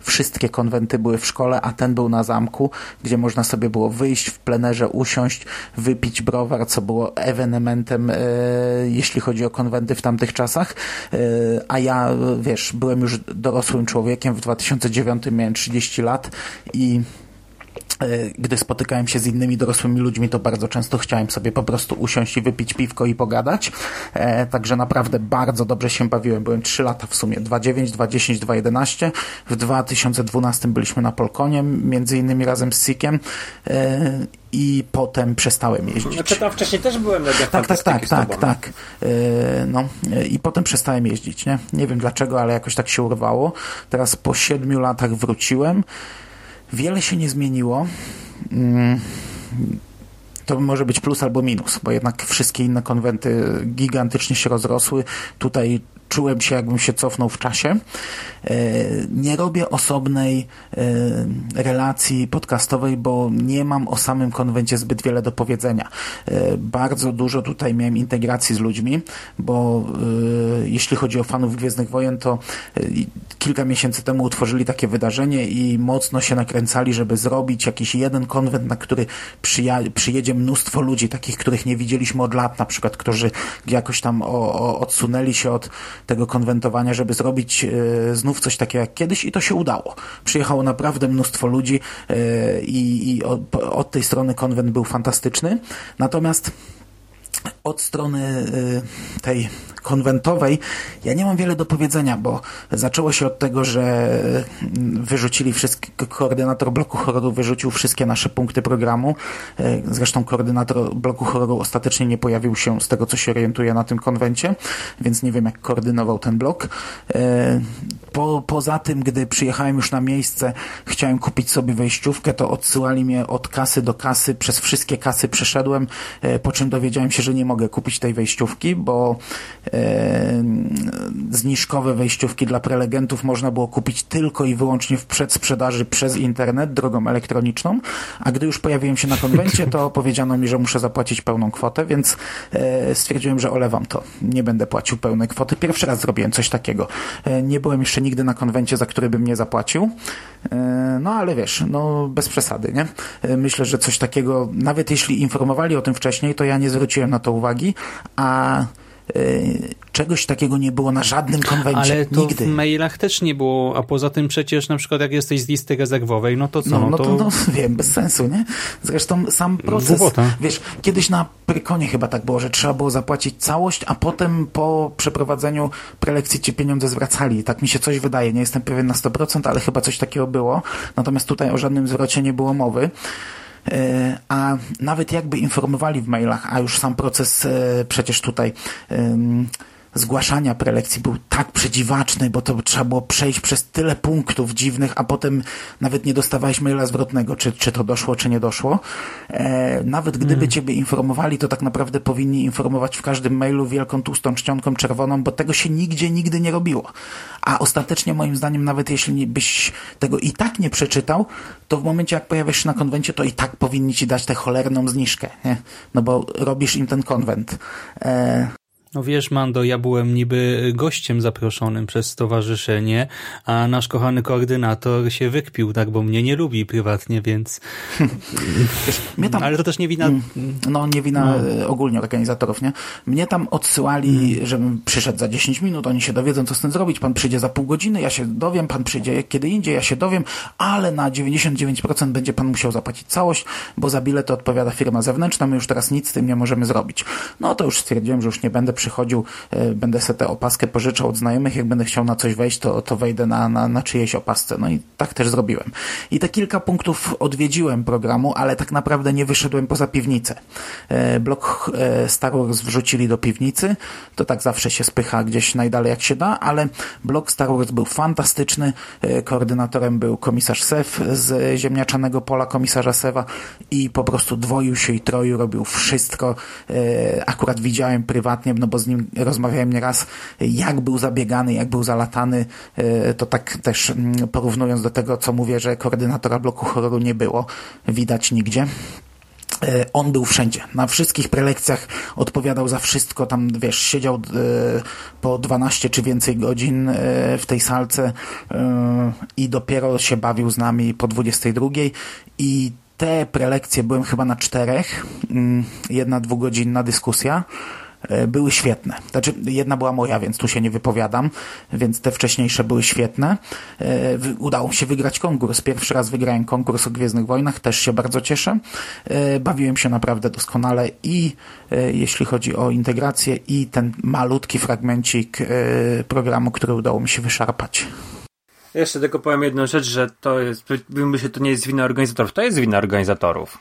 wszystkie konwenty były w szkole, a ten był na zamku, gdzie można sobie było wyjść w plenerze, usiąść, wypić browar, co było ewenementem, e, jeśli chodzi o konwenty w tamtych czasach. E, a ja, wiesz, byłem już dorosłym człowiekiem, w dwa tysiące dziewiątym miałem trzydzieści lat i gdy spotykałem się z innymi dorosłymi ludźmi, to bardzo często chciałem sobie po prostu usiąść i wypić piwko i pogadać. E, także naprawdę bardzo dobrze się bawiłem. Byłem trzy lata w sumie. dwa dziewięć, dwa dziesięć, dwa jedenaście. W dwa tysiące dwunastym byliśmy na Polkonie, między innymi razem z Sikiem. E, I potem przestałem jeździć. Znaczy tam wcześniej też byłem na Tak, tak, tak, tak, tak. E, no. I potem przestałem jeździć, nie? Nie wiem dlaczego, ale jakoś tak się urwało. Teraz po siedmiu latach wróciłem. Wiele się nie zmieniło. To może być plus albo minus, bo jednak wszystkie inne konwenty gigantycznie się rozrosły. Tutaj czułem się, jakbym się cofnął w czasie. Nie robię osobnej relacji podcastowej, bo nie mam o samym konwencie zbyt wiele do powiedzenia. Bardzo dużo tutaj miałem integracji z ludźmi, bo jeśli chodzi o fanów Gwiezdnych Wojen, to kilka miesięcy temu utworzyli takie wydarzenie i mocno się nakręcali, żeby zrobić jakiś jeden konwent, na który przyja- przyjedzie mnóstwo ludzi, takich, których nie widzieliśmy od lat, na przykład, którzy jakoś tam o, o, odsunęli się od tego konwentowania, żeby zrobić e, znów coś takiego jak kiedyś i to się udało. Przyjechało naprawdę mnóstwo ludzi e, i, i od, od tej strony konwent był fantastyczny. Natomiast od strony y, tej konwentowej ja nie mam wiele do powiedzenia, bo zaczęło się od tego, że wyrzucili wszystkie, koordynator bloku horroru wyrzucił wszystkie nasze punkty programu. Zresztą koordynator bloku horroru ostatecznie nie pojawił się, z tego co się orientuję, na tym konwencie, więc nie wiem, jak koordynował ten blok. Po, poza tym, gdy przyjechałem już na miejsce, chciałem kupić sobie wejściówkę, to odsyłali mnie od kasy do kasy, przez wszystkie kasy przeszedłem, po czym dowiedziałem się, że nie mogę kupić tej wejściówki, bo e, zniżkowe wejściówki dla prelegentów można było kupić tylko i wyłącznie w przedsprzedaży przez internet, drogą elektroniczną, a gdy już pojawiłem się na konwencie, to powiedziano mi, że muszę zapłacić pełną kwotę, więc e, stwierdziłem, że olewam to. Nie będę płacił pełnej kwoty. Pierwszy raz zrobiłem coś takiego. E, nie byłem jeszcze nigdy na konwencie, za który bym nie zapłacił. E, no ale wiesz, no bez przesady, nie? E, myślę, że coś takiego, nawet jeśli informowali o tym wcześniej, to ja nie zwróciłem na to uwagi, a y, czegoś takiego nie było na żadnym konwencie. Ale to nigdy. W mailach też nie było, a poza tym przecież na przykład jak jesteś z listy rezerwowej, no to co? No, no, no to, to no wiem, bez sensu, nie? Zresztą sam proces, Głupota. wiesz, kiedyś na Prykonie chyba tak było, że trzeba było zapłacić całość, a potem po przeprowadzeniu prelekcji ci pieniądze zwracali. Tak mi się coś wydaje, nie jestem pewien na sto procent, ale chyba coś takiego było. Natomiast tutaj o żadnym zwrocie nie było mowy. A nawet jakby informowali w mailach, a już sam proces przecież tutaj zgłaszania prelekcji był tak przedziwaczny, bo to trzeba było przejść przez tyle punktów dziwnych, a potem nawet nie dostawałeś maila zwrotnego, czy, czy to doszło, czy nie doszło. E, nawet gdyby mm. ciebie informowali, to tak naprawdę powinni informować w każdym mailu wielką tłustą czcionką czerwoną, bo tego się nigdzie, nigdy nie robiło. A ostatecznie moim zdaniem, nawet jeśli byś tego i tak nie przeczytał, to w momencie, jak pojawiasz się na konwencie, to i tak powinni ci dać tę cholerną zniżkę, nie? No bo robisz im ten konwent. E, No wiesz, Mando, ja byłem niby gościem zaproszonym przez stowarzyszenie, a nasz kochany koordynator się wykpił, tak, bo mnie nie lubi prywatnie, więc... Wiesz, mnie tam... Ale to też nie wina... No, nie wina no. ogólnie organizatorów, nie? Mnie tam odsyłali, hmm. żebym przyszedł za dziesięć minut, oni się dowiedzą, co z tym zrobić, pan przyjdzie za pół godziny, ja się dowiem, pan przyjdzie kiedy indziej, ja się dowiem, ale na dziewięćdziesiąt dziewięć procent będzie pan musiał zapłacić całość, bo za bilety odpowiada firma zewnętrzna, my już teraz nic z tym nie możemy zrobić. No to już stwierdziłem, że już nie będę przychodził, będę sobie tę opaskę pożyczał od znajomych, jak będę chciał na coś wejść, to, to wejdę na, na, na czyjejś opasce. No i tak też zrobiłem. I te kilka punktów odwiedziłem programu, ale tak naprawdę nie wyszedłem poza piwnicę. Blok Star Wars wrzucili do piwnicy, to tak zawsze się spycha gdzieś najdalej jak się da, ale blok Star Wars był fantastyczny, koordynatorem był komisarz Sef z ziemniaczanego pola komisarza Sewa i po prostu dwoił się i troił, robił wszystko. Akurat widziałem prywatnie, no bo z nim rozmawiałem nieraz, jak był zabiegany, jak był zalatany, to tak też porównując do tego, co mówię, że koordynatora bloku horroru nie było, widać nigdzie. On był wszędzie, na wszystkich prelekcjach odpowiadał za wszystko, tam wiesz, siedział po dwanaście czy więcej godzin w tej salce i dopiero się bawił z nami po dwudziestej drugiej i te prelekcje byłem chyba na czterech, jedna dwugodzinna dyskusja, były świetne. Znaczy, jedna była moja, więc tu się nie wypowiadam, więc te wcześniejsze były świetne. Udało mi się wygrać konkurs. Pierwszy raz wygrałem konkurs o Gwiezdnych Wojnach, też się bardzo cieszę. Bawiłem się naprawdę doskonale i jeśli chodzi o integrację i ten malutki fragmencik programu, który udało mi się wyszarpać. Jeszcze tylko powiem jedną rzecz, że to jest, myślę, to nie jest wina organizatorów, to jest wina organizatorów.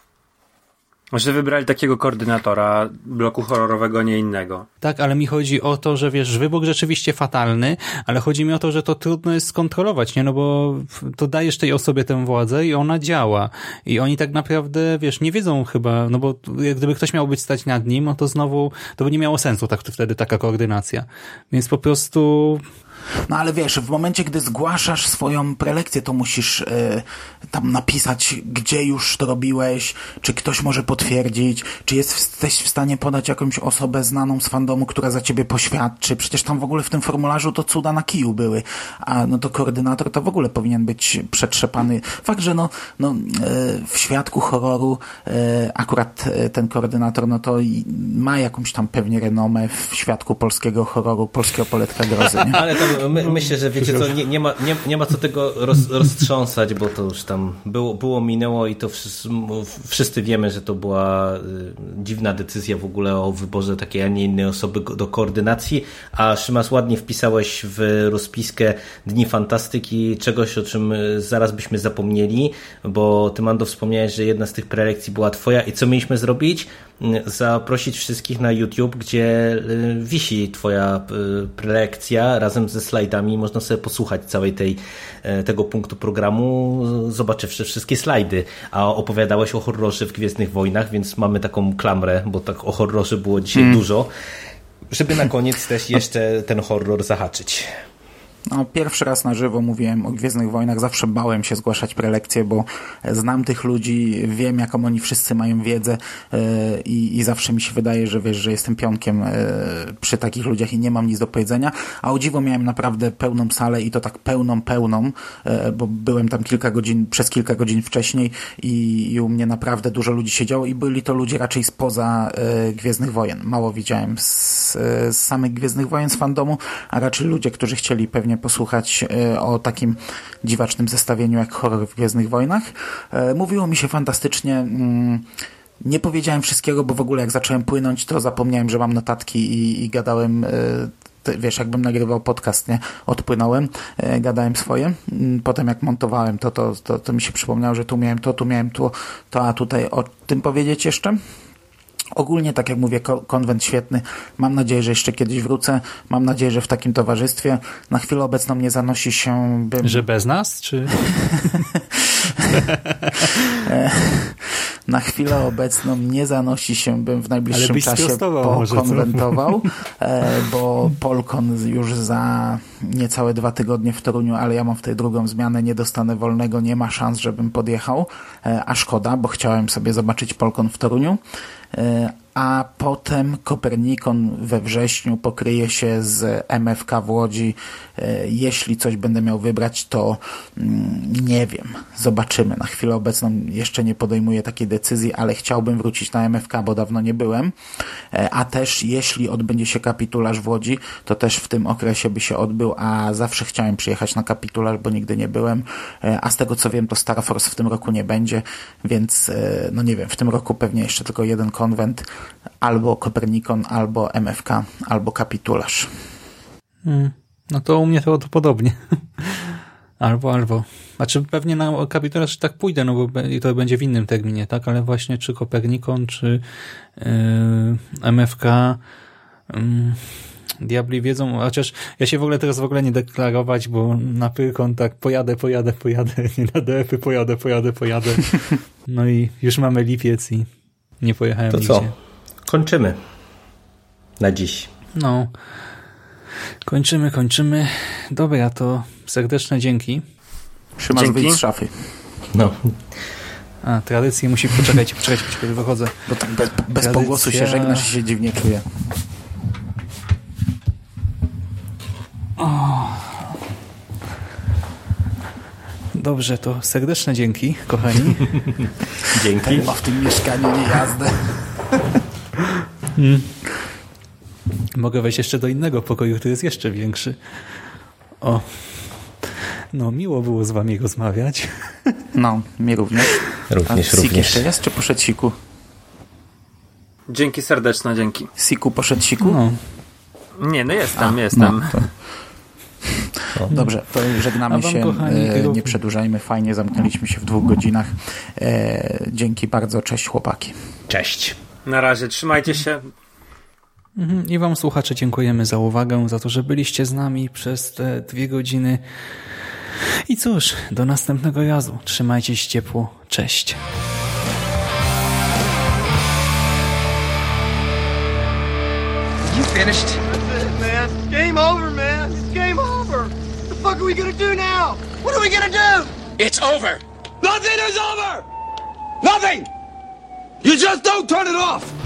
Że wybrali takiego koordynatora bloku horrorowego, nie innego. Tak, ale mi chodzi o to, że wiesz, wybór rzeczywiście fatalny, ale chodzi mi o to, że to trudno jest skontrolować, nie? No bo to dajesz tej osobie tę władzę i ona działa. I oni tak naprawdę, wiesz, nie wiedzą chyba, no bo gdyby ktoś miał być stać nad nim, no to znowu, to by nie miało sensu tak wtedy taka koordynacja. Więc po prostu... No ale wiesz, w momencie, gdy zgłaszasz swoją prelekcję, to musisz y, tam napisać, gdzie już to robiłeś, czy ktoś może potwierdzić, czy jesteś w stanie podać jakąś osobę znaną z fandomu, która za ciebie poświadczy. Przecież tam w ogóle w tym formularzu to cuda na kiju były. A no to koordynator to w ogóle powinien być przetrzepany. Fakt, że no, no y, w świadku horroru y, akurat y, ten koordynator no to ma jakąś tam pewnie renomę w świadku polskiego horroru, polskiego poletka grozy, nie? Ale tam My, myślę, że wiecie co, nie, nie, ma, nie, nie ma co tego roz, roztrząsać, bo to już tam było, było minęło i to wszyscy, wszyscy wiemy, że to była dziwna decyzja w ogóle o wyborze takiej, a nie innej osoby do koordynacji, a Szymas, ładnie wpisałeś w rozpiskę Dni Fantastyki czegoś, o czym zaraz byśmy zapomnieli, bo ty, Mando, wspomniałeś, że jedna z tych prelekcji była twoja i co mieliśmy zrobić? Zaprosić wszystkich na YouTube, gdzie wisi twoja prelekcja razem ze slajdami. Można sobie posłuchać całej tej, tego punktu programu, zobaczywszy wszystkie slajdy. A opowiadałeś o horrorze w Gwiezdnych Wojnach, więc mamy taką klamrę, bo tak o horrorze było dzisiaj mm. dużo, żeby na koniec też jeszcze ten horror zahaczyć. No, pierwszy raz na żywo mówiłem o Gwiezdnych Wojnach, zawsze bałem się zgłaszać prelekcje, bo znam tych ludzi, wiem jaką oni wszyscy mają wiedzę yy, i, i zawsze mi się wydaje, że wiesz, że jestem pionkiem yy, przy takich ludziach i nie mam nic do powiedzenia, a o dziwo miałem naprawdę pełną salę i to tak pełną, pełną, yy, bo byłem tam kilka godzin, przez kilka godzin wcześniej i, i u mnie naprawdę dużo ludzi siedziało i byli to ludzie raczej spoza yy, Gwiezdnych Wojen. Mało widziałem z, z samych Gwiezdnych Wojen, z fandomu, a raczej ludzie, którzy chcieli pewnie posłuchać e, o takim dziwacznym zestawieniu jak horror w Gwiezdnych Wojnach. E, mówiło mi się fantastycznie. Mm, nie powiedziałem wszystkiego, bo w ogóle jak zacząłem płynąć, to zapomniałem, że mam notatki i, i gadałem, e, te, wiesz, jakbym nagrywał podcast, nie? Odpłynąłem, e, gadałem swoje. Potem jak montowałem to, to, to, to mi się przypomniało, że tu miałem to, tu miałem to, to, a tutaj o tym powiedzieć jeszcze. Ogólnie, tak jak mówię, konwent świetny. Mam nadzieję, że jeszcze kiedyś wrócę. Mam nadzieję, że w takim towarzystwie. Na chwilę obecną nie zanosi się... Bym... Że bez nas, czy... Na chwilę obecną nie zanosi się, bym w najbliższym czasie pokonwentował, bo Polkon już za niecałe dwa tygodnie w Toruniu, ale ja mam w tej drugą zmianę, nie dostanę wolnego, nie ma szans, żebym podjechał, a szkoda, bo chciałem sobie zobaczyć Polkon w Toruniu. A potem Kopernikon we wrześniu pokryje się z M F K w Łodzi. Jeśli coś będę miał wybrać, to nie wiem. Zobaczymy. Na chwilę obecną jeszcze nie podejmuję takiej decyzji, ale chciałbym wrócić na M F K, bo dawno nie byłem. A też jeśli odbędzie się kapitularz w Łodzi, to też w tym okresie by się odbył, a zawsze chciałem przyjechać na kapitularz, bo nigdy nie byłem. A z tego co wiem, to Star Force w tym roku nie będzie, więc no nie wiem, w tym roku pewnie jeszcze tylko jeden konwent, albo Kopernikon, albo M F K, albo kapitularz. Hmm. No to u mnie to, to podobnie. Albo, albo. Znaczy pewnie na kapitularz tak pójdę, no bo to będzie w innym terminie, tak? Ale właśnie czy Kopernikon, czy yy, M F K yy, diabli wiedzą, chociaż ja się w ogóle teraz w ogóle nie deklarować, bo na Pyrkon tak pojadę, pojadę, pojadę, nie na D F-y pojadę, pojadę, pojadę. No i już mamy lipiec i nie pojechałem to nigdzie. Co? Kończymy na dziś. No. Kończymy, kończymy. Dobra, to serdeczne dzięki. Szymasz, wyjdź z szafy. No. A, tradycji musi poczekać, poczekać, poczekać, wychodzę. Bo tak bez, bez Tradycja... pogłosu się żegnasz i się dziwnie czuję. O. Dobrze, to serdeczne dzięki, kochani. Dzięki. O, w tym mieszkaniu nie jazdę. Hmm. Mogę wejść jeszcze do innego pokoju, który jest jeszcze większy. O. No, miło było z wami rozmawiać. No, mi również. Również, A Sik również. jeszcze jest, czy poszedł Siku? Dzięki serdeczne, dzięki. Siku poszedł Siku? No. Nie, no jestem, A, jestem. No, to... Dobrze, to żegnamy wam, się, kochani, e, nie przedłużajmy, fajnie zamknęliśmy się w dwóch godzinach. E, dzięki bardzo, cześć chłopaki. Cześć. Na razie, trzymajcie się. I wam, słuchacze, dziękujemy za uwagę, za to, że byliście z nami przez te dwie godziny. I cóż, do następnego razu. Trzymajcie się ciepło. Cześć. You finished? That's it, man. Game over, man. It's game over. What the fuck are we gonna do now? What are we gonna do? It's over. Nothing is over! Nothing! You just don't turn it off!